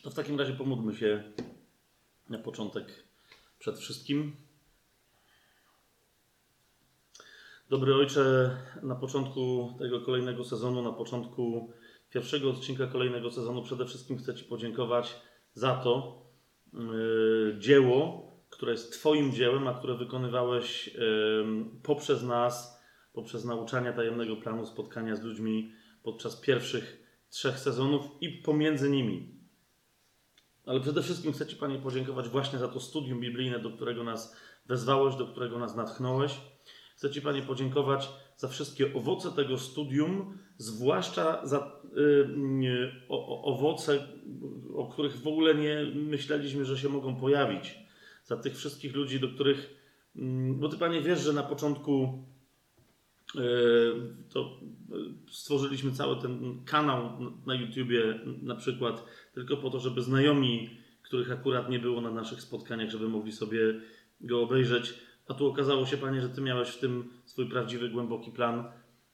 To w takim razie pomódlmy się na początek przed wszystkim. Dobry Ojcze, na początku tego kolejnego sezonu, na początku pierwszego odcinka kolejnego sezonu przede wszystkim chcę Ci podziękować za to dzieło, które jest Twoim dziełem, a które wykonywałeś poprzez nas, poprzez nauczania tajemnego planu spotkania z ludźmi podczas pierwszych 3 sezonów i pomiędzy nimi. Ale przede wszystkim chcę Ci, Panie, podziękować właśnie za to studium biblijne, do którego nas wezwałeś, do którego nas natchnąłeś. Chcę Ci, Panie, podziękować za wszystkie owoce tego studium, zwłaszcza za owoce, o których w ogóle nie myśleliśmy, że się mogą pojawić. Za tych wszystkich ludzi, do których... Bo Ty, Panie, wiesz, że na początku to stworzyliśmy cały ten kanał na YouTubie na przykład tylko po to, żeby znajomi, których akurat nie było na naszych spotkaniach, żeby mogli sobie go obejrzeć. A tu okazało się, Panie, że Ty miałeś w tym swój prawdziwy, głęboki plan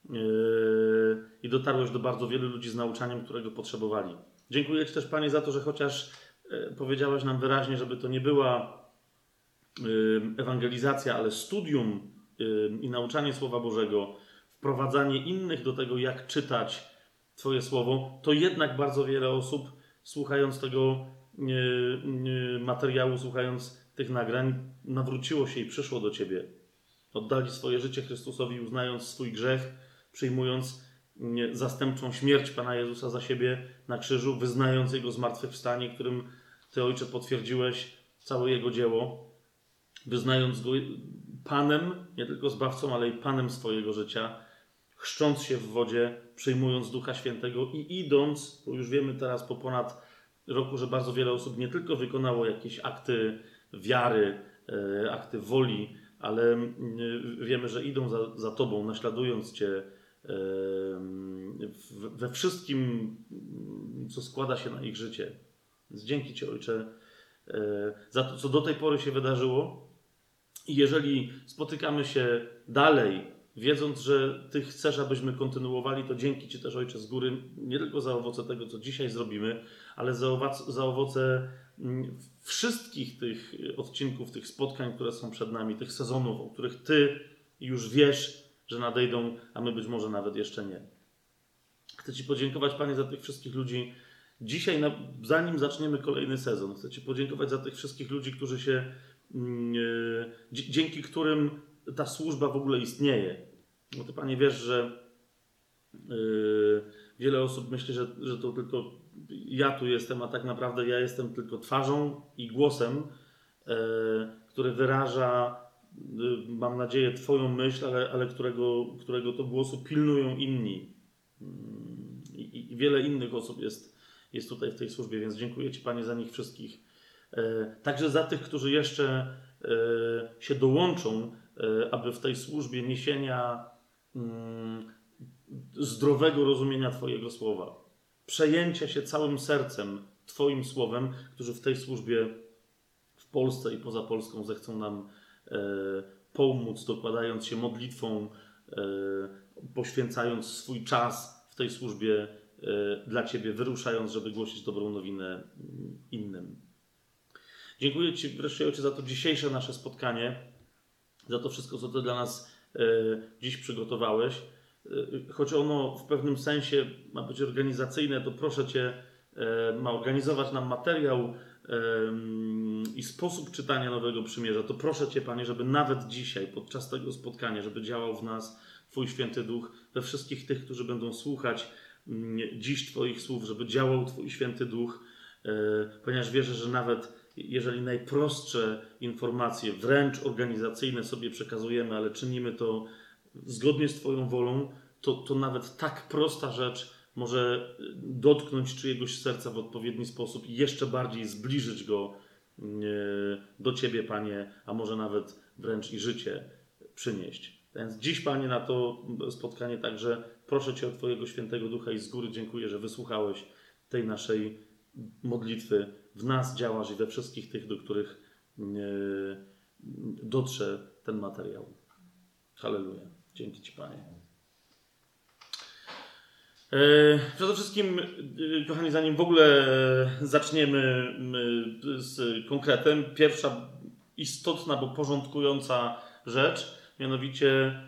i dotarłeś do bardzo wielu ludzi z nauczaniem, którego potrzebowali. Dziękuję Ci też, Panie, za to, że chociaż powiedziałeś nam wyraźnie, żeby to nie była ewangelizacja, ale studium i nauczanie Słowa Bożego, wprowadzanie innych do tego, jak czytać Twoje Słowo, to jednak bardzo wiele osób, słuchając tego materiału, słuchając tych nagrań, nawróciło się i przyszło do Ciebie. Oddali swoje życie Chrystusowi, uznając swój grzech, przyjmując zastępczą śmierć Pana Jezusa za siebie na krzyżu, wyznając Jego zmartwychwstanie, którym Ty, Ojcze, potwierdziłeś całe Jego dzieło, wyznając Go Panem, nie tylko Zbawcą, ale i Panem swojego życia, chrzcząc się w wodzie, przyjmując Ducha Świętego i idąc, bo już wiemy teraz po ponad roku, że bardzo wiele osób nie tylko wykonało jakieś akty wiary, akty woli, ale wiemy, że idą za Tobą, naśladując Cię we wszystkim, co składa się na ich życie. Więc dzięki Ci, Ojcze, za to, co do tej pory się wydarzyło. I jeżeli spotykamy się dalej, wiedząc, że Ty chcesz, abyśmy kontynuowali, to dzięki Ci też, Ojcze, z góry, nie tylko za owoce tego, co dzisiaj zrobimy, ale za owoce wszystkich tych odcinków, tych spotkań, które są przed nami, tych sezonów, o których Ty już wiesz, że nadejdą, a my być może nawet jeszcze nie. Chcę Ci podziękować, Panie, za tych wszystkich ludzi. Dzisiaj, zanim zaczniemy kolejny sezon, chcę Ci podziękować za tych wszystkich ludzi, którzy się, dzięki którym ta służba w ogóle istnieje. Bo Ty, Panie, wiesz, że wiele osób myśli, że to tylko ja tu jestem, a tak naprawdę ja jestem tylko twarzą i głosem, który wyraża, mam nadzieję, Twoją myśl, ale którego to głosu pilnują inni. I wiele innych osób jest tutaj w tej służbie, więc dziękuję Ci, Panie, za nich wszystkich. Także za tych, którzy jeszcze się dołączą, aby w tej służbie niesienia zdrowego rozumienia Twojego słowa, przejęcia się całym sercem Twoim słowem, którzy w tej służbie w Polsce i poza Polską zechcą nam pomóc, dokładając się modlitwą, poświęcając swój czas w tej służbie dla Ciebie, wyruszając, żeby głosić dobrą nowinę innym. Dziękuję Ci wreszcie, Ojcze, za to dzisiejsze nasze spotkanie, za to wszystko, co Ty dla nas dziś przygotowałeś. Choć ono w pewnym sensie ma być organizacyjne, to proszę Cię, ma organizować nam materiał i sposób czytania Nowego Przymierza. To proszę Cię, Panie, żeby nawet dzisiaj, podczas tego spotkania, żeby działał w nas Twój Święty Duch, we wszystkich tych, którzy będą słuchać dziś Twoich słów, żeby działał Twój Święty Duch, ponieważ wierzę, że nawet jeżeli najprostsze informacje, wręcz organizacyjne sobie przekazujemy, ale czynimy to zgodnie z Twoją wolą, to nawet tak prosta rzecz może dotknąć czyjegoś serca w odpowiedni sposób i jeszcze bardziej zbliżyć go do Ciebie, Panie, a może nawet wręcz i życie przynieść. Więc dziś, Panie, na to spotkanie także proszę Cię o Twojego Świętego Ducha i z góry dziękuję, że wysłuchałeś tej naszej modlitwy. W nas działasz i we wszystkich tych, do których dotrze ten materiał. Halleluja. Dzięki Ci, Panie. Przede wszystkim, kochani, zanim w ogóle zaczniemy z konkretem, pierwsza istotna, bo porządkująca rzecz, mianowicie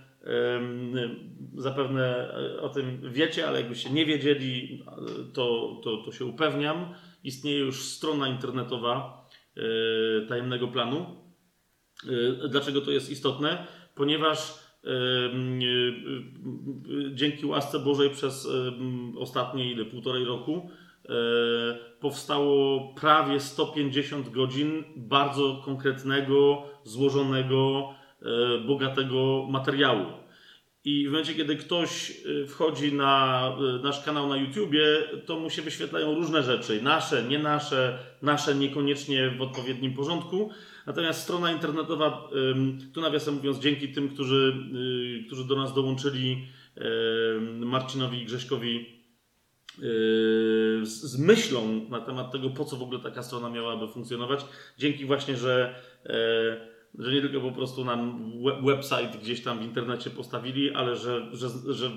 zapewne o tym wiecie, ale jakbyście nie wiedzieli, to się upewniam. Istnieje już strona internetowa tajemnego planu. Dlaczego to jest istotne? Ponieważ dzięki łasce Bożej przez ostatnie 1,5 roku powstało prawie 150 godzin bardzo konkretnego, złożonego, bogatego materiału. I w momencie, kiedy ktoś wchodzi na nasz kanał na YouTubie, to mu się wyświetlają różne rzeczy. Nasze, nie nasze, nasze niekoniecznie w odpowiednim porządku. Natomiast strona internetowa, tu nawiasem mówiąc, dzięki tym, którzy do nas dołączyli, Marcinowi i Grześkowi, z myślą na temat tego, po co w ogóle taka strona miałaby funkcjonować. Dzięki właśnie, że nie tylko po prostu nam website gdzieś tam w internecie postawili, ale że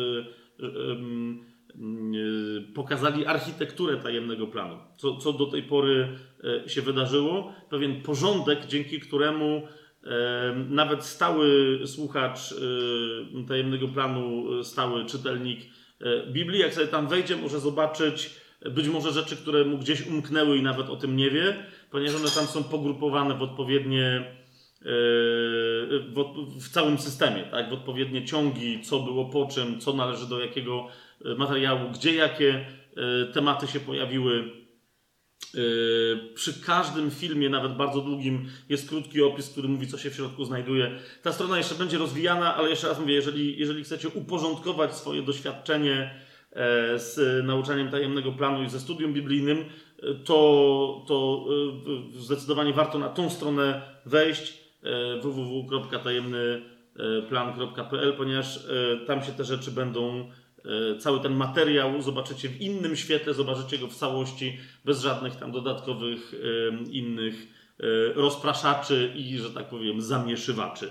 pokazali architekturę tajemnego planu. Co do tej pory się wydarzyło. Pewien porządek, dzięki któremu nawet stały słuchacz tajemnego planu, stały czytelnik Biblii, jak sobie tam wejdzie, może zobaczyć być może rzeczy, które mu gdzieś umknęły i nawet o tym nie wie, ponieważ one tam są pogrupowane w odpowiednie w całym systemie, tak? W odpowiednie ciągi, co było po czym, co należy do jakiego materiału, gdzie jakie tematy się pojawiły. Przy każdym filmie, nawet bardzo długim, jest krótki opis, który mówi, co się w środku znajduje. Ta strona jeszcze będzie rozwijana, ale jeszcze raz mówię, jeżeli chcecie uporządkować swoje doświadczenie z nauczaniem tajemnego planu i ze studium biblijnym, to zdecydowanie warto na tą stronę wejść, www.tajemnyplan.pl, ponieważ tam się te rzeczy będą, cały ten materiał zobaczycie w innym świetle, zobaczycie go w całości, bez żadnych tam dodatkowych innych rozpraszaczy i, że tak powiem, zamieszywaczy.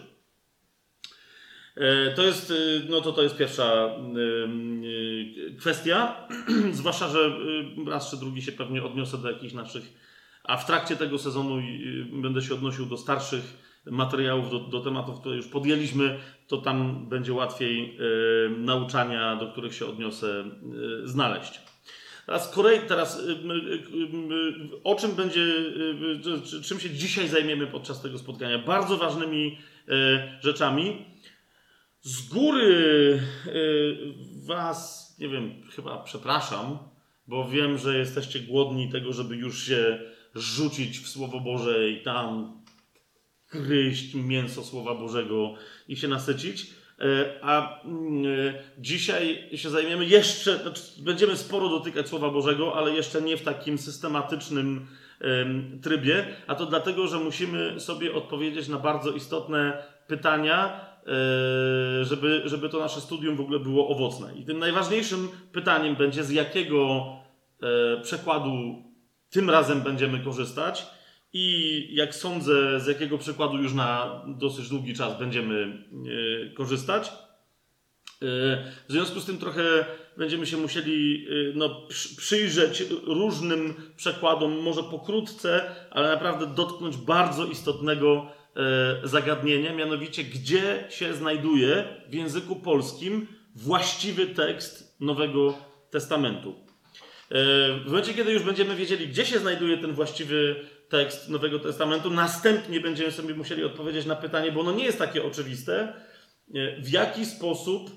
To jest pierwsza kwestia, zwłaszcza, że raz czy drugi się pewnie odniosę do jakichś naszych, a w trakcie tego sezonu będę się odnosił do starszych materiałów, do tematów, które już podjęliśmy, to tam będzie łatwiej nauczania, do których się odniosę, znaleźć. Teraz o czym czym się dzisiaj zajmiemy podczas tego spotkania? Bardzo ważnymi rzeczami. Z góry was, nie wiem, chyba przepraszam, bo wiem, że jesteście głodni tego, żeby już się rzucić w Słowo Boże i tam gryźć mięso Słowa Bożego i się nasycić. A dzisiaj się zajmiemy będziemy sporo dotykać Słowa Bożego, ale jeszcze nie w takim systematycznym trybie, a to dlatego, że musimy sobie odpowiedzieć na bardzo istotne pytania, żeby to nasze studium w ogóle było owocne. I tym najważniejszym pytaniem będzie, z jakiego przekładu tym razem będziemy korzystać i jak sądzę, z jakiego przykładu już na dosyć długi czas będziemy korzystać. W związku z tym trochę będziemy się musieli przyjrzeć różnym przekładom, może pokrótce, ale naprawdę dotknąć bardzo istotnego zagadnienia, mianowicie gdzie się znajduje w języku polskim właściwy tekst Nowego Testamentu. W momencie, kiedy już będziemy wiedzieli, gdzie się znajduje ten właściwy tekst Nowego Testamentu, następnie będziemy sobie musieli odpowiedzieć na pytanie, bo ono nie jest takie oczywiste, w jaki sposób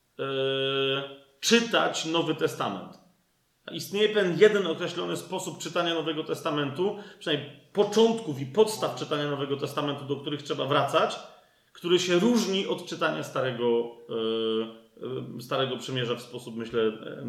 czytać Nowy Testament. Istnieje pewien jeden określony sposób czytania Nowego Testamentu, przynajmniej początków i podstaw czytania Nowego Testamentu, do których trzeba wracać, który się różni od czytania Starego Przymierza w sposób, myślę,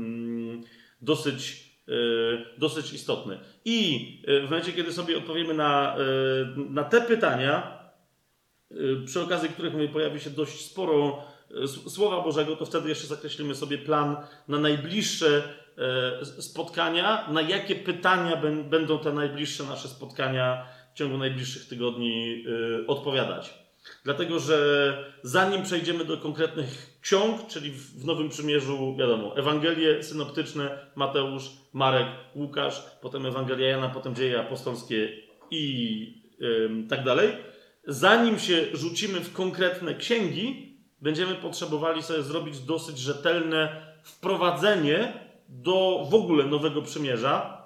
dosyć istotny. I w momencie, kiedy sobie odpowiemy na te pytania, przy okazji których pojawi się dość sporo Słowa Bożego, to wtedy jeszcze zakreślimy sobie plan na najbliższe spotkania, na jakie pytania będą te najbliższe nasze spotkania w ciągu najbliższych tygodni odpowiadać. Dlatego, że zanim przejdziemy do konkretnych ksiąg, czyli w Nowym Przymierzu, wiadomo, Ewangelie synoptyczne, Mateusz, Marek, Łukasz, potem Ewangelia Jana, potem Dzieje apostolskie i tak dalej. Zanim się rzucimy w konkretne księgi, będziemy potrzebowali sobie zrobić dosyć rzetelne wprowadzenie do w ogóle Nowego Przymierza,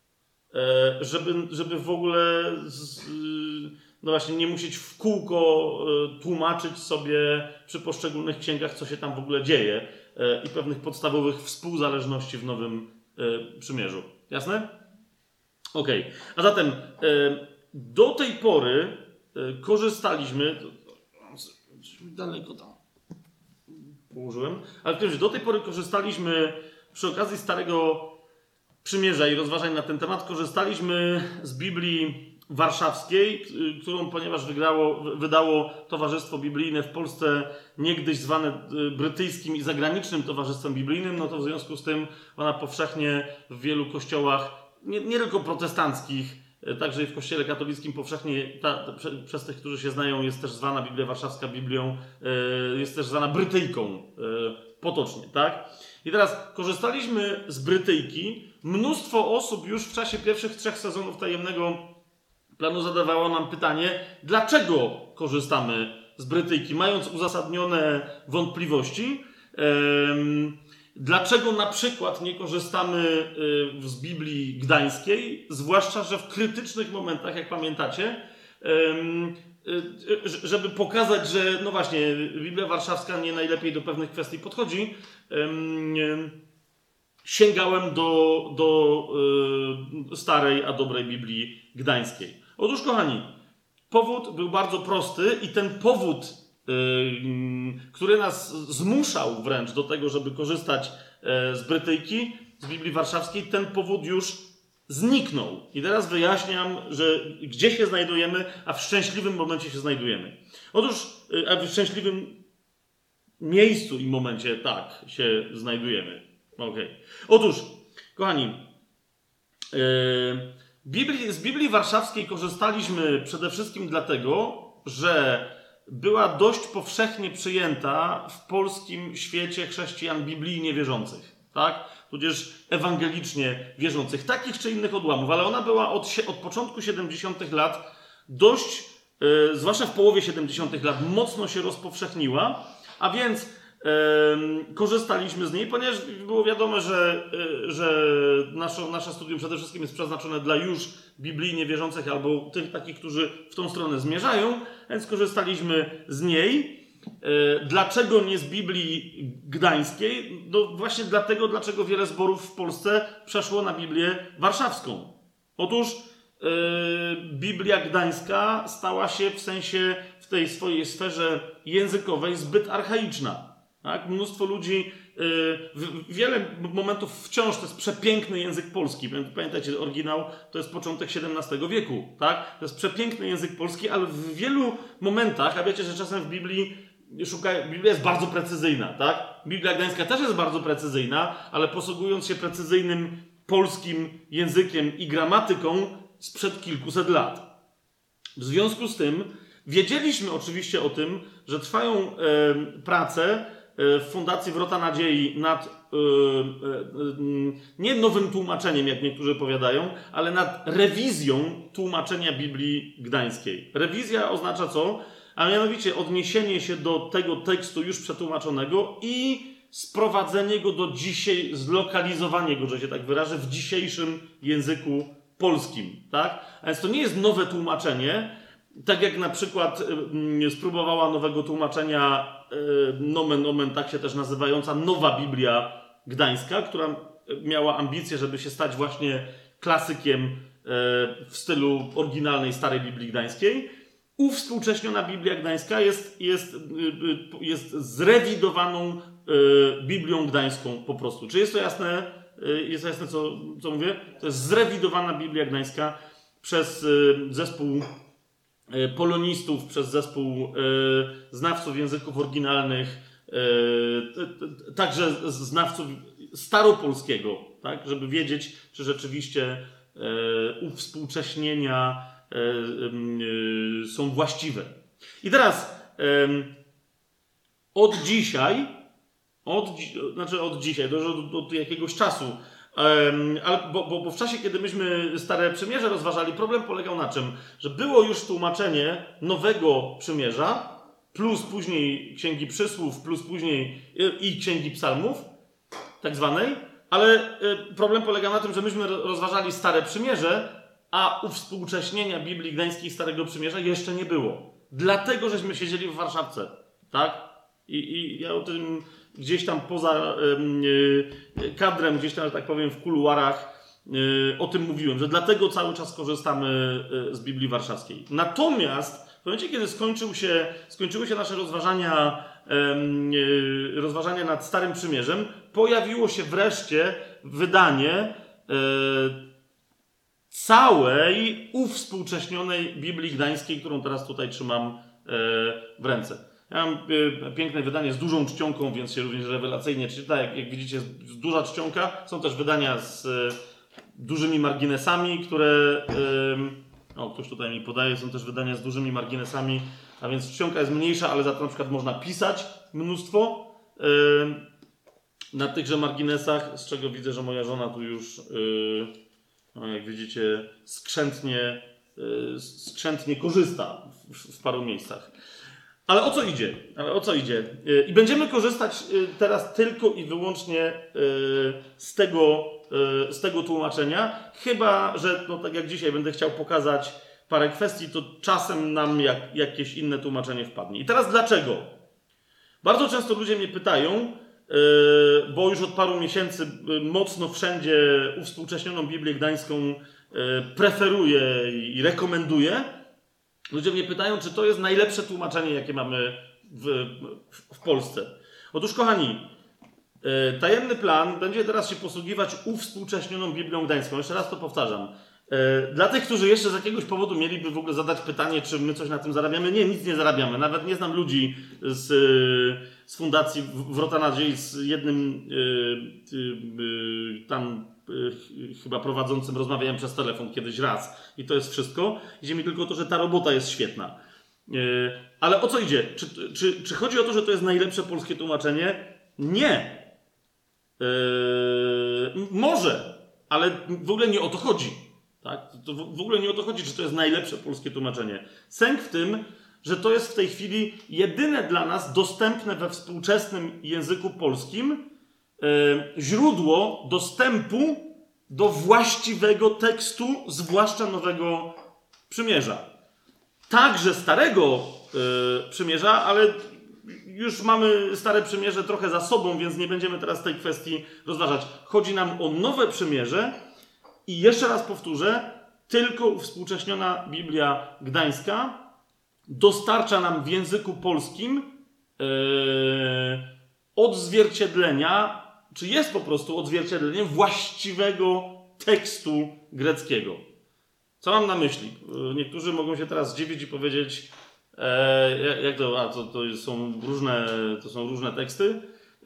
żeby w ogóle no właśnie nie musieć w kółko tłumaczyć sobie przy poszczególnych księgach, co się tam w ogóle dzieje i pewnych podstawowych współzależności w Nowym Przymierzu. Jasne? Okej. A zatem do tej pory korzystaliśmy... Daleko tam położyłem. Ale w każdym razie do tej pory korzystaliśmy przy okazji Starego Przymierza i rozważań na ten temat, korzystaliśmy z Biblii Warszawskiej, którą, ponieważ wydało Towarzystwo Biblijne w Polsce, niegdyś zwane brytyjskim i zagranicznym Towarzystwem Biblijnym, no to w związku z tym ona powszechnie w wielu kościołach, nie tylko protestanckich, także i w Kościele katolickim powszechnie, przez tych, którzy się znają, jest też zwana Biblia Warszawska Biblią, jest też zwana Brytyjką, potocznie, tak? I teraz korzystaliśmy z Brytyjki. Mnóstwo osób już w czasie pierwszych 3 sezonów Tajemnego Planu zadawało nam pytanie, dlaczego korzystamy z Brytyjki, mając uzasadnione wątpliwości. Dlaczego na przykład nie korzystamy z Biblii Gdańskiej, zwłaszcza że w krytycznych momentach, jak pamiętacie, żeby pokazać, że no właśnie, Biblia Warszawska nie najlepiej do pewnych kwestii podchodzi, sięgałem do starej, a dobrej Biblii Gdańskiej. Otóż, kochani, powód był bardzo prosty i ten powód, który nas zmuszał wręcz do tego, żeby korzystać z Brytyjki, z Biblii Warszawskiej, ten powód już zniknął. I teraz wyjaśniam, że gdzie się znajdujemy, a w szczęśliwym momencie się znajdujemy. Otóż, a w szczęśliwym miejscu i momencie, tak, się znajdujemy. Okay. Otóż, kochani, z Biblii Warszawskiej korzystaliśmy przede wszystkim dlatego, że była dość powszechnie przyjęta w polskim świecie chrześcijan biblijnie wierzących, tak? Tudzież ewangelicznie wierzących, takich czy innych odłamów, ale ona była od początku 70. lat dość, zwłaszcza w połowie 70. lat, mocno się rozpowszechniła, a więc korzystaliśmy z niej, ponieważ było wiadome, że nasze studium przede wszystkim jest przeznaczone dla już biblijnie wierzących albo tych takich, którzy w tą stronę zmierzają, więc korzystaliśmy z niej. Dlaczego nie z Biblii Gdańskiej? No właśnie dlatego, dlaczego wiele zborów w Polsce przeszło na Biblię Warszawską. Otóż Biblia Gdańska stała się w tej swojej sferze językowej zbyt archaiczna. Tak? Mnóstwo ludzi, wiele momentów wciąż to jest przepiękny język polski. Pamiętajcie, oryginał to jest początek XVII wieku. Tak? To jest przepiękny język polski, ale w wielu momentach, a wiecie, że czasem w Biblii Biblia jest bardzo precyzyjna. Tak? Biblia Gdańska też jest bardzo precyzyjna, ale posługując się precyzyjnym polskim językiem i gramatyką sprzed kilkuset lat. W związku z tym wiedzieliśmy oczywiście o tym, że trwają prace w Fundacji Wrota Nadziei nad nie nowym tłumaczeniem, jak niektórzy powiadają, ale nad rewizją tłumaczenia Biblii Gdańskiej. Rewizja oznacza co? A mianowicie odniesienie się do tego tekstu już przetłumaczonego i sprowadzenie go do dzisiaj, zlokalizowanie go, że się tak wyrażę, w dzisiejszym języku polskim. Tak? A więc to nie jest nowe tłumaczenie, tak jak na przykład spróbowała nowego tłumaczenia nomen omen, tak się też nazywająca Nowa Biblia Gdańska, która miała ambicje, żeby się stać właśnie klasykiem w stylu oryginalnej starej Biblii Gdańskiej. Uwspółcześniona Biblia Gdańska jest zrewidowaną Biblią Gdańską po prostu. Czy jest to jasne? Jest to jasne, co mówię? To jest zrewidowana Biblia Gdańska przez zespół polonistów, przez zespół znawców języków oryginalnych, także znawców staropolskiego, tak? Żeby wiedzieć, czy rzeczywiście uwspółcześnienia są właściwe. I teraz od dzisiaj, od jakiegoś czasu, bo w czasie, kiedy myśmy Stare Przymierze rozważali, problem polegał na czym? Że było już tłumaczenie Nowego Przymierza, plus później Księgi Przysłów, plus później i Księgi Psalmów, tak zwanej, ale problem polega na tym, że myśmy rozważali Stare Przymierze, a uwspółcześnienia Biblii Gdańskiej Starego Przymierza jeszcze nie było. Dlatego, żeśmy siedzieli w Warszawce, tak? I ja o tym gdzieś tam poza kadrem, gdzieś tam, że tak powiem, w kuluarach o tym mówiłem, że dlatego cały czas korzystamy z Biblii Warszawskiej. Natomiast w momencie, kiedy skończyły się nasze rozważania nad Starym Przymierzem, pojawiło się wreszcie wydanie całej uwspółcześnionej Biblii Gdańskiej, którą teraz tutaj trzymam w ręce. Ja mam piękne wydanie z dużą czcionką, więc się również rewelacyjnie czyta. Jak widzicie, jest duża czcionka. Są też wydania z dużymi marginesami, które... ktoś tutaj mi podaje. Są też wydania z dużymi marginesami, a więc czcionka jest mniejsza, ale za to na przykład można pisać mnóstwo na tychże marginesach, z czego widzę, że moja żona tu już, jak widzicie, skrzętnie korzysta w paru miejscach. Ale o co idzie? I będziemy korzystać teraz tylko i wyłącznie z tego tłumaczenia, chyba że, tak jak dzisiaj będę chciał pokazać parę kwestii, to czasem nam jakieś inne tłumaczenie wpadnie. I teraz dlaczego? Bardzo często ludzie mnie pytają, bo już od paru miesięcy mocno wszędzie uwspółcześnioną Biblię Gdańską preferuję i rekomenduję. Ludzie mnie pytają, czy to jest najlepsze tłumaczenie, jakie mamy w Polsce. Otóż, kochani, tajemny plan będzie teraz się posługiwać uwspółcześnioną Biblią Gdańską. Jeszcze raz to powtarzam. Dla tych, którzy jeszcze z jakiegoś powodu mieliby w ogóle zadać pytanie, czy my coś na tym zarabiamy. Nie, nic nie zarabiamy. Nawet nie znam ludzi z fundacji Wrota Nadziei, z jednym chyba prowadzącym rozmawiałem przez telefon kiedyś raz i to jest wszystko. Idzie mi tylko o to, że ta robota jest świetna. Ale o co idzie? Czy chodzi o to, że to jest najlepsze polskie tłumaczenie? Nie. Może, ale w ogóle nie o to chodzi. Tak? To w ogóle nie o to chodzi, czy to jest najlepsze polskie tłumaczenie. Sęk w tym, że to jest w tej chwili jedyne dla nas dostępne we współczesnym języku polskim źródło dostępu do właściwego tekstu, zwłaszcza Nowego Przymierza. Także Starego Przymierza, ale już mamy Stare Przymierze trochę za sobą, więc nie będziemy teraz tej kwestii rozważać. Chodzi nam o Nowe Przymierze i jeszcze raz powtórzę, tylko uwspółcześniona Biblia Gdańska dostarcza nam w języku polskim odzwierciedlenia, czy jest po prostu odzwierciedleniem właściwego tekstu greckiego. Co mam na myśli? Niektórzy mogą się teraz zdziwić i powiedzieć, jak to, to są różne teksty.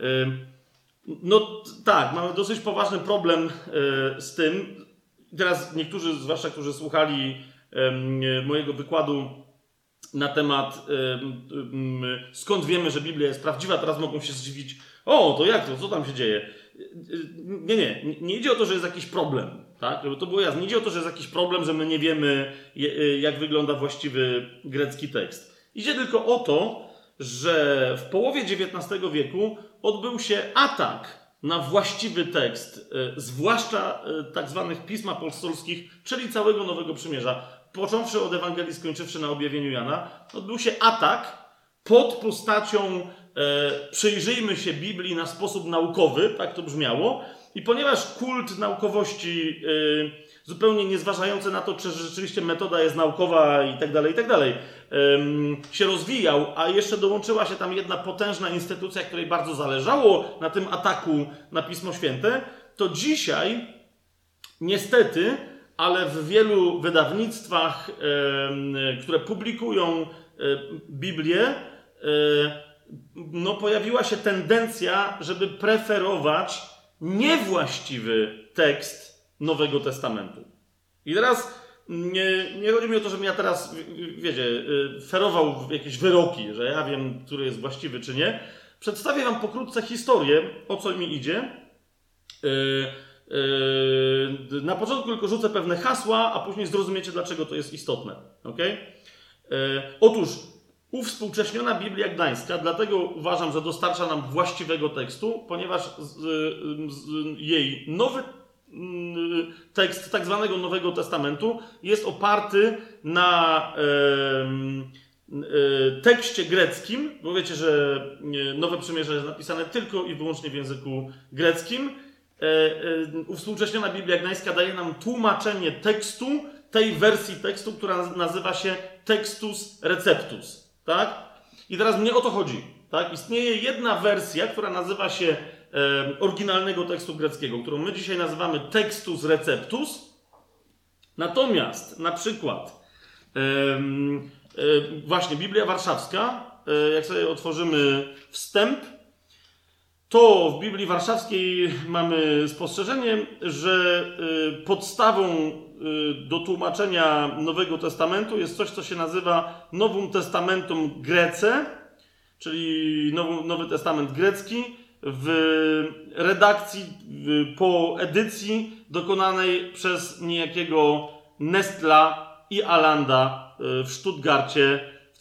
No tak, mamy dosyć poważny problem z tym. Teraz niektórzy, zwłaszcza którzy słuchali mojego wykładu na temat skąd wiemy, że Biblia jest prawdziwa, teraz mogą się zdziwić, to jak to, co tam się dzieje? Nie idzie o to, że jest jakiś problem, tak? Żeby to było jasne. Nie idzie o to, że jest jakiś problem, że my nie wiemy, jak wygląda właściwy grecki tekst. Idzie tylko o to, że w połowie XIX wieku odbył się atak na właściwy tekst, zwłaszcza tak zwanych pism apostolskich, czyli całego Nowego Przymierza. Począwszy od Ewangelii, skończywszy na objawieniu Jana, odbył się atak pod postacią przyjrzyjmy się Biblii na sposób naukowy, tak to brzmiało, i ponieważ kult naukowości, zupełnie nie zważający na to, czy rzeczywiście metoda jest naukowa i tak dalej, się rozwijał, a jeszcze dołączyła się tam jedna potężna instytucja, której bardzo zależało na tym ataku na Pismo Święte, to dzisiaj niestety, ale w wielu wydawnictwach, które publikują Biblię, pojawiła się tendencja, żeby preferować niewłaściwy tekst Nowego Testamentu. I teraz nie chodzi mi o to, żebym ja teraz, wiecie, ferował w jakieś wyroki, że ja wiem, który jest właściwy, czy nie. Przedstawię wam pokrótce historię, o co mi idzie. Na początku tylko rzucę pewne hasła, a później zrozumiecie, dlaczego to jest istotne. Okay? Otóż uwspółcześniona Biblia Gdańska, dlatego uważam, że dostarcza nam właściwego tekstu, ponieważ jej nowy tekst tak zwanego Nowego Testamentu jest oparty na tekście greckim, bo wiecie, że Nowe Przymierze jest napisane tylko i wyłącznie w języku greckim. Uwspółcześniona Biblia Gdańska daje nam tłumaczenie tekstu, tej wersji tekstu, która nazywa się Textus Receptus. Tak? I teraz mnie o to chodzi. Tak? Istnieje jedna wersja, która nazywa się oryginalnego tekstu greckiego, którą my dzisiaj nazywamy Textus Receptus. Natomiast na przykład właśnie Biblia Warszawska, jak sobie otworzymy wstęp, to w Biblii Warszawskiej mamy spostrzeżenie, że podstawą do tłumaczenia Nowego Testamentu jest coś, co się nazywa Novum Testamentum Graece, czyli Nowy Testament grecki, w redakcji, po edycji dokonanej przez niejakiego Nestla i Alanda w Stuttgarcie w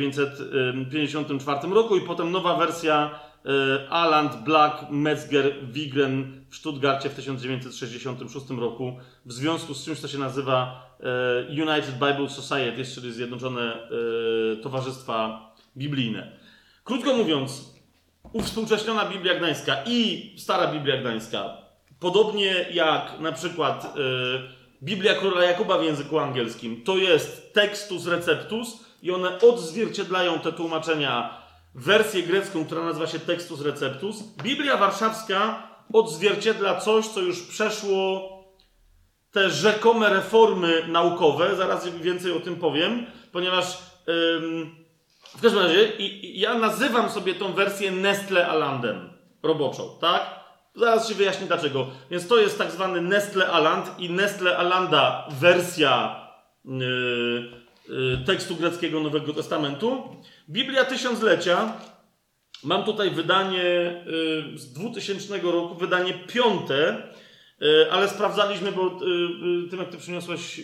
1954 roku i potem nowa wersja Aland, Black, Metzger, Wigren w Stuttgarcie w 1966 roku w związku z czymś, co się nazywa United Bible Society, czyli Zjednoczone Towarzystwa Biblijne. Krótko mówiąc, uwspółcześniona Biblia Gdańska i Stara Biblia Gdańska, podobnie jak na przykład Biblia Króla Jakuba w języku angielskim, to jest Textus Receptus i one odzwierciedlają te tłumaczenia, wersję grecką, która nazywa się Textus Receptus. Biblia Warszawska odzwierciedla coś, co już przeszło te rzekome reformy naukowe. Zaraz więcej o tym powiem, ponieważ w każdym razie ja nazywam sobie tą wersję Nestle Alandem roboczą, tak? Zaraz się wyjaśnię dlaczego. Więc to jest tak zwany Nestle Aland i Nestle Alanda wersja tekstu greckiego Nowego Testamentu. Biblia Tysiąclecia. Mam tutaj wydanie z 2000 roku, wydanie 5, ale sprawdzaliśmy, bo tym jak ty przyniosłeś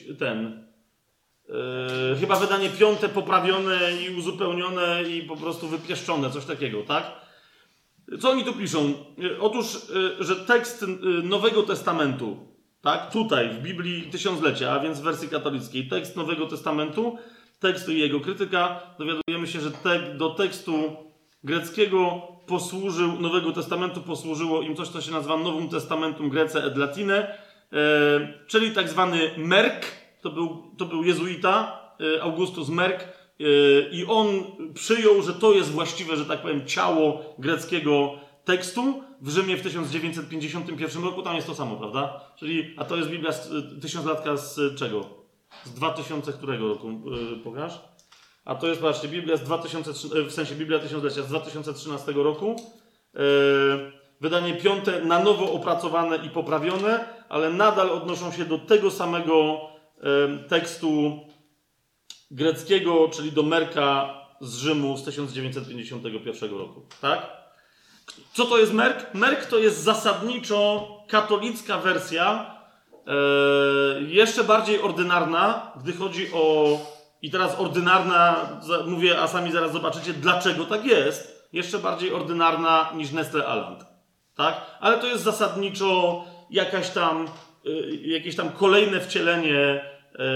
chyba wydanie 5 poprawione i uzupełnione i po prostu wypieszczone, coś takiego, tak? Co oni tu piszą? Otóż, że tekst Nowego Testamentu, tak, tutaj w Biblii Tysiąclecia, a więc w wersji katolickiej, tekst Nowego Testamentu, tekstu i jego krytyka, dowiadujemy się, że do tekstu greckiego Nowego Testamentu posłużyło im coś, co się nazywa Novum Testamentum Graece et Latine, czyli tak zwany Merk, to był jezuita, Augustus Merk, i on przyjął, że to jest właściwe, że tak powiem, ciało greckiego tekstu w Rzymie w 1951 roku. Tam jest to samo, prawda? A to jest Biblia tysiąclatka z czego? Z 2000 którego roku? Pokaż. A to jest, patrzcie, Biblia z 2000, w sensie Biblia Tysiąclecia z 2013 roku. Wydanie 5 na nowo opracowane i poprawione, ale nadal odnoszą się do tego samego tekstu greckiego, czyli do Merka z Rzymu z 1951 roku. Tak? Co to jest Merk? Merk to jest zasadniczo katolicka wersja, jeszcze bardziej ordynarna, gdy chodzi o... I teraz ordynarna, mówię, a sami zaraz zobaczycie, dlaczego tak jest. Jeszcze bardziej ordynarna niż Nestle Aland. Tak? Ale to jest zasadniczo jakieś tam kolejne wcielenie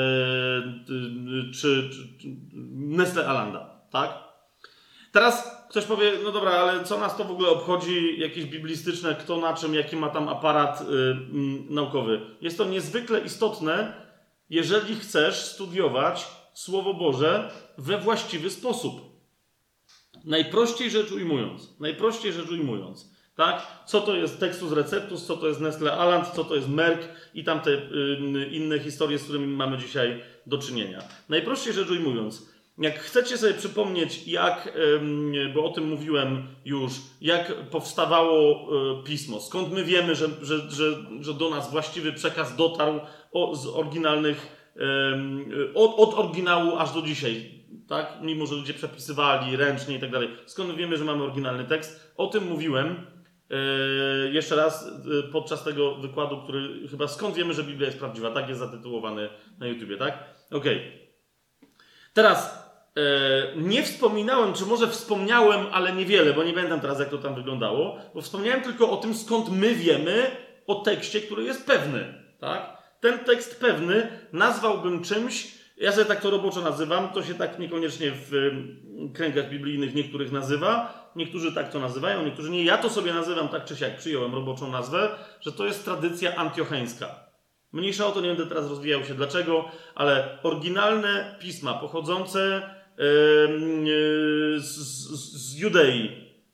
czy Nestle Alanda, tak? Teraz ktoś powie, no dobra, ale co nas to w ogóle obchodzi, jakieś biblistyczne, kto na czym, jaki ma tam aparat naukowy. Jest to niezwykle istotne, jeżeli chcesz studiować Słowo Boże we właściwy sposób. Najprościej rzecz ujmując, tak? Co to jest Textus Receptus, co to jest Nestle Aland, co to jest Merk i tamte inne historie, z którymi mamy dzisiaj do czynienia. Najprościej rzecz ujmując, jak chcecie sobie przypomnieć, bo o tym mówiłem już, jak powstawało Pismo, skąd my wiemy, że do nas właściwy przekaz dotarł z oryginalnych od oryginału aż do dzisiaj. Tak? Mimo że ludzie przepisywali ręcznie i tak dalej. Skąd wiemy, że mamy oryginalny tekst? O tym mówiłem jeszcze raz podczas tego wykładu, który chyba skąd wiemy, że Biblia jest prawdziwa. Tak jest zatytułowany na YouTubie, tak? Okej. Teraz nie wspominałem, czy może wspomniałem, ale niewiele, bo nie pamiętam teraz, jak to tam wyglądało, bo wspomniałem tylko o tym, skąd my wiemy o tekście, który jest pewny. Tak? Ten tekst pewny nazwałbym czymś, ja sobie tak to roboczo nazywam, to się tak niekoniecznie w kręgach biblijnych niektórych nazywa, niektórzy tak to nazywają, niektórzy nie. Ja to sobie nazywam tak czy siak, przyjąłem roboczą nazwę, że to jest tradycja antiocheńska. Mniejsza o to, nie będę teraz rozwijał się dlaczego, ale oryginalne pisma pochodzące z Judei,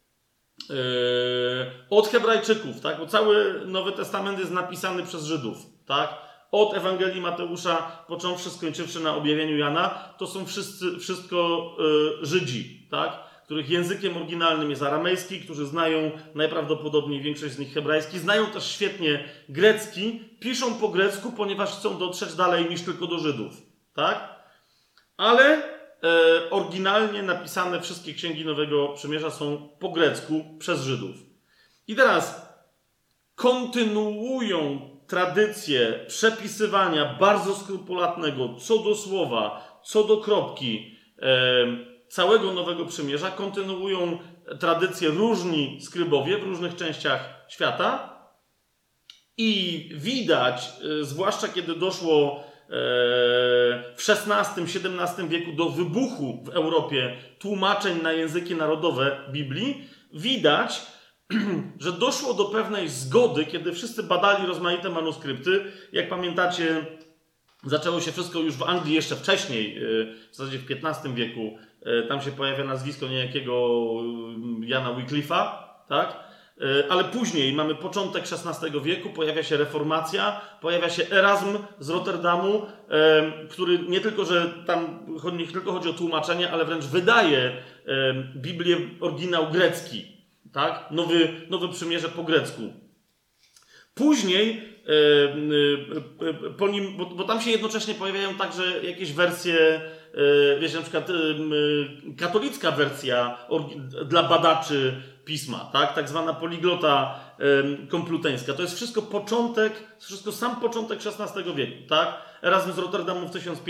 od Hebrajczyków, tak? Bo cały Nowy Testament jest napisany przez Żydów, tak? Od Ewangelii Mateusza, począwszy, skończywszy na objawieniu Jana, to są wszystko Żydzi, tak? Których językiem oryginalnym jest aramejski, którzy znają najprawdopodobniej większość z nich hebrajski, znają też świetnie grecki, piszą po grecku, ponieważ chcą dotrzeć dalej niż tylko do Żydów, tak? Ale oryginalnie napisane wszystkie księgi Nowego Przymierza są po grecku przez Żydów. I teraz kontynuują tradycję przepisywania bardzo skrupulatnego co do słowa, co do kropki całego Nowego Przymierza, kontynuują tradycję różni skrybowie w różnych częściach świata i widać, zwłaszcza kiedy doszło w XVI-XVII wieku do wybuchu w Europie tłumaczeń na języki narodowe Biblii, widać, że doszło do pewnej zgody, kiedy wszyscy badali rozmaite manuskrypty. Jak pamiętacie, zaczęło się wszystko już w Anglii jeszcze wcześniej, w zasadzie w XV wieku. Tam się pojawia nazwisko niejakiego Jana Wycliffe'a, tak? Ale później mamy początek XVI wieku, pojawia się reformacja, pojawia się Erazm z Rotterdamu, który nie tylko, że tam nie tylko chodzi o tłumaczenie, ale wręcz wydaje Biblię, oryginał grecki. Tak? Nowe przymierze po grecku. Później po nim, bo tam się jednocześnie pojawiają także jakieś wersje, wiecie, na przykład katolicka wersja dla badaczy pisma, tak zwana poliglota kompluteńska. To jest wszystko sam początek XVI wieku, tak? Erasm z Rotterdamu w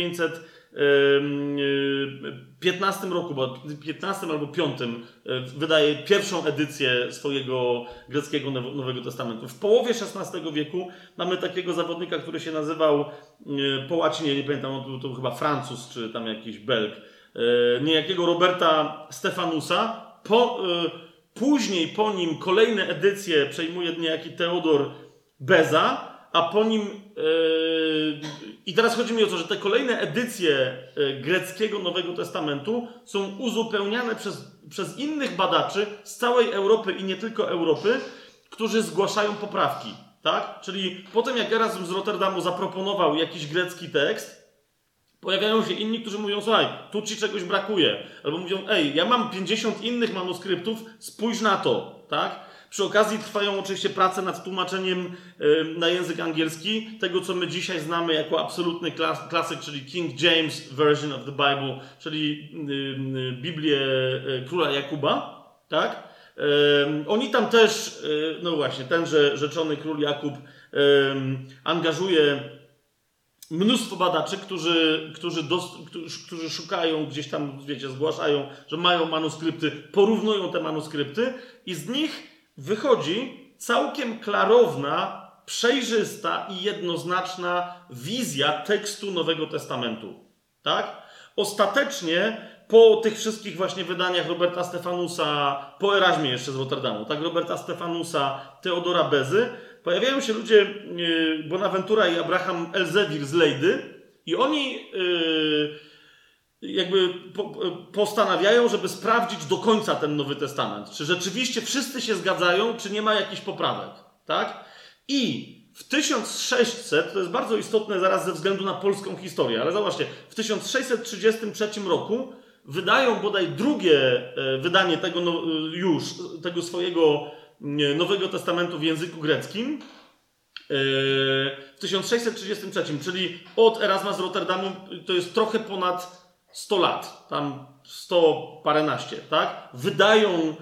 1515 roku, bo 15 albo 5 wydaje pierwszą edycję swojego greckiego Nowego Testamentu. W połowie XVI wieku mamy takiego zawodnika, który się nazywał po łacinie, nie pamiętam, to chyba Francuz, czy tam jakiś Belg, niejakiego Roberta Stefanusa. Później po nim kolejne edycje przejmuje niejaki Teodor Beza, a po nim... I teraz chodzi mi o to, że te kolejne edycje greckiego Nowego Testamentu są uzupełniane przez innych badaczy z całej Europy i nie tylko Europy, którzy zgłaszają poprawki. Tak? Czyli po tym, jak Erasm z Rotterdamu zaproponował jakiś grecki tekst, pojawiają się inni, którzy mówią, słuchaj, tu ci czegoś brakuje. Albo mówią, ej, ja mam 50 innych manuskryptów, spójrz na to. Tak? Przy okazji trwają oczywiście prace nad tłumaczeniem na język angielski tego, co my dzisiaj znamy jako absolutny klasyk, czyli King James Version of the Bible, czyli Biblię króla Jakuba. Tak? Oni tam też, no właśnie, tenże rzeczony król Jakub angażuje mnóstwo badaczy, którzy szukają gdzieś tam, wiecie, zgłaszają, że mają manuskrypty, porównują te manuskrypty i z nich wychodzi całkiem klarowna, przejrzysta i jednoznaczna wizja tekstu Nowego Testamentu. Tak? Ostatecznie po tych wszystkich właśnie wydaniach Roberta Stefanusa, po Erazmie jeszcze z Rotterdamu, tak? Roberta Stefanusa, Teodora Bezy, pojawiają się ludzie Bonaventura i Abraham Elzevir z Leydy i oni jakby postanawiają, żeby sprawdzić do końca ten Nowy Testament. Czy rzeczywiście wszyscy się zgadzają, czy nie ma jakichś poprawek. Tak? I w 1600, to jest bardzo istotne zaraz ze względu na polską historię, ale zobaczcie, w 1633 roku wydają bodaj drugie wydanie tego swojego Nowego Testamentu w języku greckim W 1633, czyli od Erasma z Rotterdamu, to jest trochę ponad 100 lat, tam 100 paręnaście, tak? Wydają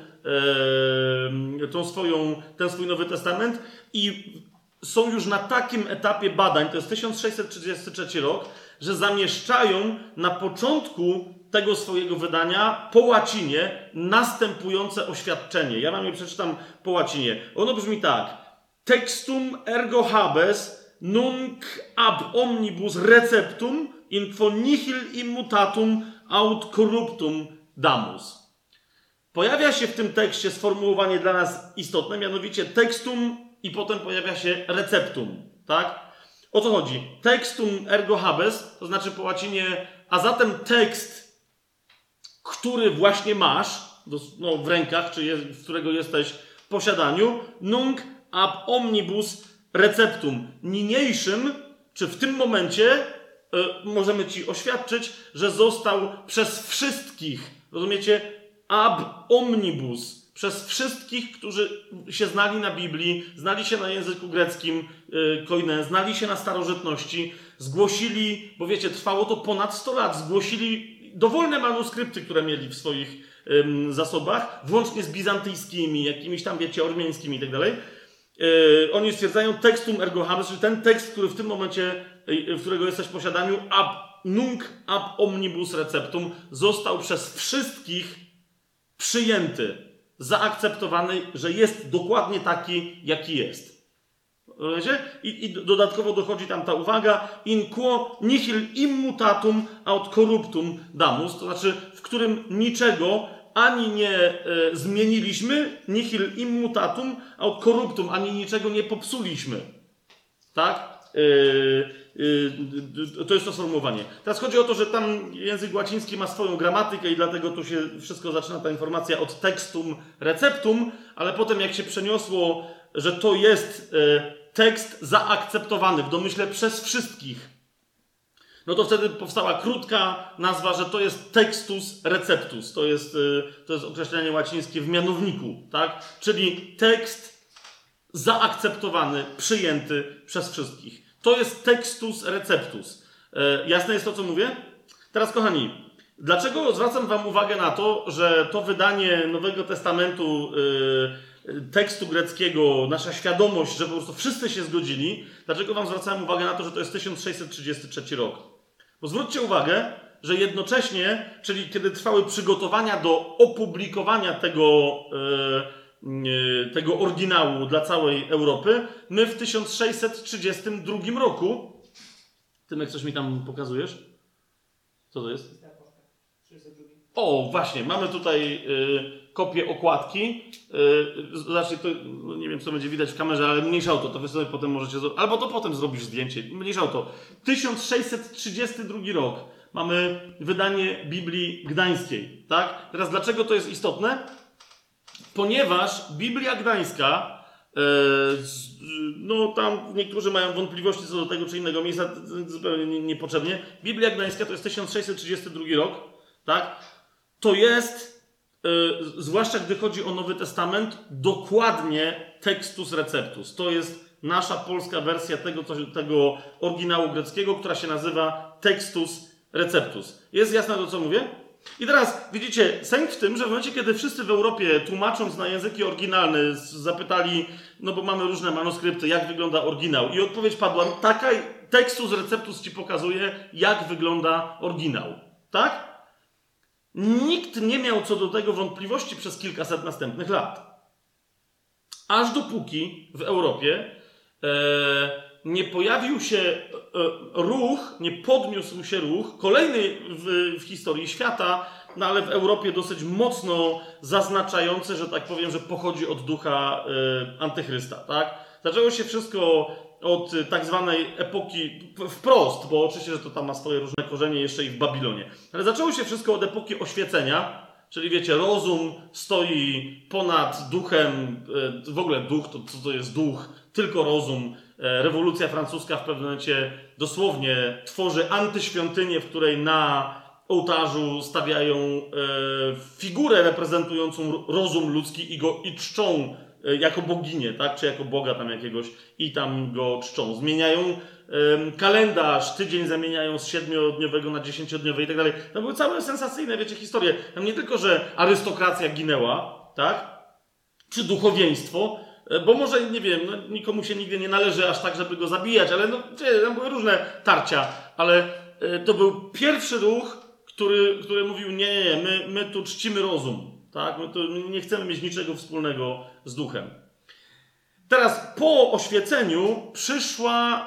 ten swój Nowy Testament i są już na takim etapie badań, to jest 1633 rok, że zamieszczają na początku tego swojego wydania po łacinie następujące oświadczenie. Ja wam je przeczytam po łacinie. Ono brzmi tak. Textum ergo habes nunc ab omnibus receptum in quo nihil immutatum aut corruptum damus. Pojawia się w tym tekście sformułowanie dla nas istotne, mianowicie textum i potem pojawia się receptum. Tak? O co chodzi? Textum ergo habes, to znaczy po łacinie, a zatem tekst, który właśnie masz w rękach, czy w którego jesteś w posiadaniu, nunc ab omnibus receptum. Niniejszym, czy w tym momencie możemy ci oświadczyć, że został przez wszystkich, rozumiecie, ab omnibus, przez wszystkich, którzy się znali na Biblii, znali się na języku greckim, koine, znali się na starożytności, zgłosili, bo wiecie, trwało to ponad 100 lat, zgłosili dowolne manuskrypty, które mieli w swoich zasobach, włącznie z bizantyjskimi, jakimiś tam, wiecie, ormiańskimi i tak dalej. Oni stwierdzają textum ergo habes, czyli ten tekst, który w tym momencie, w którego jesteś w posiadaniu, nunc ab omnibus receptum, został przez wszystkich przyjęty, zaakceptowany, że jest dokładnie taki, jaki jest. Rozumiecie? I dodatkowo dochodzi tam ta uwaga, in quo nihil immutatum aut corruptum damus, to znaczy, w którym niczego ani nie zmieniliśmy, nihil immutatum aut corruptum, ani niczego nie popsuliśmy. Tak? To jest to sformułowanie. Teraz chodzi o to, że tam język łaciński ma swoją gramatykę i dlatego tu się wszystko zaczyna, ta informacja od textum receptum, ale potem jak się przeniosło, że to jest tekst zaakceptowany w domyśle przez wszystkich, no to wtedy powstała krótka nazwa, że to jest textus receptus. To jest określenie łacińskie w mianowniku, tak? Czyli tekst zaakceptowany, przyjęty przez wszystkich. To jest textus receptus. Jasne jest to, co mówię? Teraz, kochani, dlaczego zwracam wam uwagę na to, że to wydanie Nowego Testamentu, tekstu greckiego, nasza świadomość, że po prostu wszyscy się zgodzili, dlaczego wam zwracałem uwagę na to, że to jest 1633 rok? Bo zwróćcie uwagę, że jednocześnie, czyli kiedy trwały przygotowania do opublikowania tego oryginału dla całej Europy, my w 1632 roku, Tymek, coś mi tam pokazujesz? Co to jest? O, właśnie, mamy tutaj kopię okładki. Znaczy, to, no nie wiem, co będzie widać w kamerze, ale mniejsza o to, wy sobie potem możecie zrobić, albo to potem zrobisz zdjęcie, mniejsza o to. 1632 rok mamy wydanie Biblii Gdańskiej, tak? Teraz dlaczego to jest istotne? Ponieważ Biblia Gdańska, no tam niektórzy mają wątpliwości co do tego czy innego miejsca, zupełnie niepotrzebnie. Biblia Gdańska to jest 1632 rok, tak? To jest, zwłaszcza gdy chodzi o Nowy Testament, dokładnie textus receptus. To jest nasza polska wersja tego oryginału greckiego, która się nazywa textus receptus. Jest jasne to, co mówię? I teraz, widzicie, sęk w tym, że w momencie, kiedy wszyscy w Europie, tłumacząc na języki oryginalne, zapytali, no bo mamy różne manuskrypty, jak wygląda oryginał. I odpowiedź padła, taka textus receptus ci pokazuje, jak wygląda oryginał. Tak? Nikt nie miał co do tego wątpliwości przez kilkaset następnych lat. Aż dopóki w Europie nie pojawił się ruch, nie podniósł się ruch, kolejny w historii świata, no ale w Europie dosyć mocno zaznaczający, że tak powiem, że pochodzi od ducha antychrysta, tak? Zaczęło się wszystko od tak zwanej epoki, wprost, bo oczywiście, że to tam ma swoje różne korzenie jeszcze i w Babilonie, ale zaczęło się wszystko od epoki oświecenia, czyli wiecie, rozum stoi ponad duchem, w ogóle duch, to co to jest duch, tylko rozum. Rewolucja francuska w pewnym momencie dosłownie tworzy antyświątynię, w której na ołtarzu stawiają figurę reprezentującą rozum ludzki i czczą jako boginię, tak? Czy jako Boga tam jakiegoś i tam go czczą. Zmieniają kalendarz, tydzień zamieniają z 7-dniowego na 10-dniowy i tak dalej. To były całe sensacyjne, wiecie, historie. Tam nie tylko, że arystokracja ginęła, tak? Czy duchowieństwo, bo może, nie wiem, no, nikomu się nigdy nie należy aż tak, żeby go zabijać, ale no, tam były różne tarcia, ale to był pierwszy ruch, który mówił, nie, my tu czcimy rozum, tak? My tu nie chcemy mieć niczego wspólnego z duchem. Teraz po oświeceniu przyszła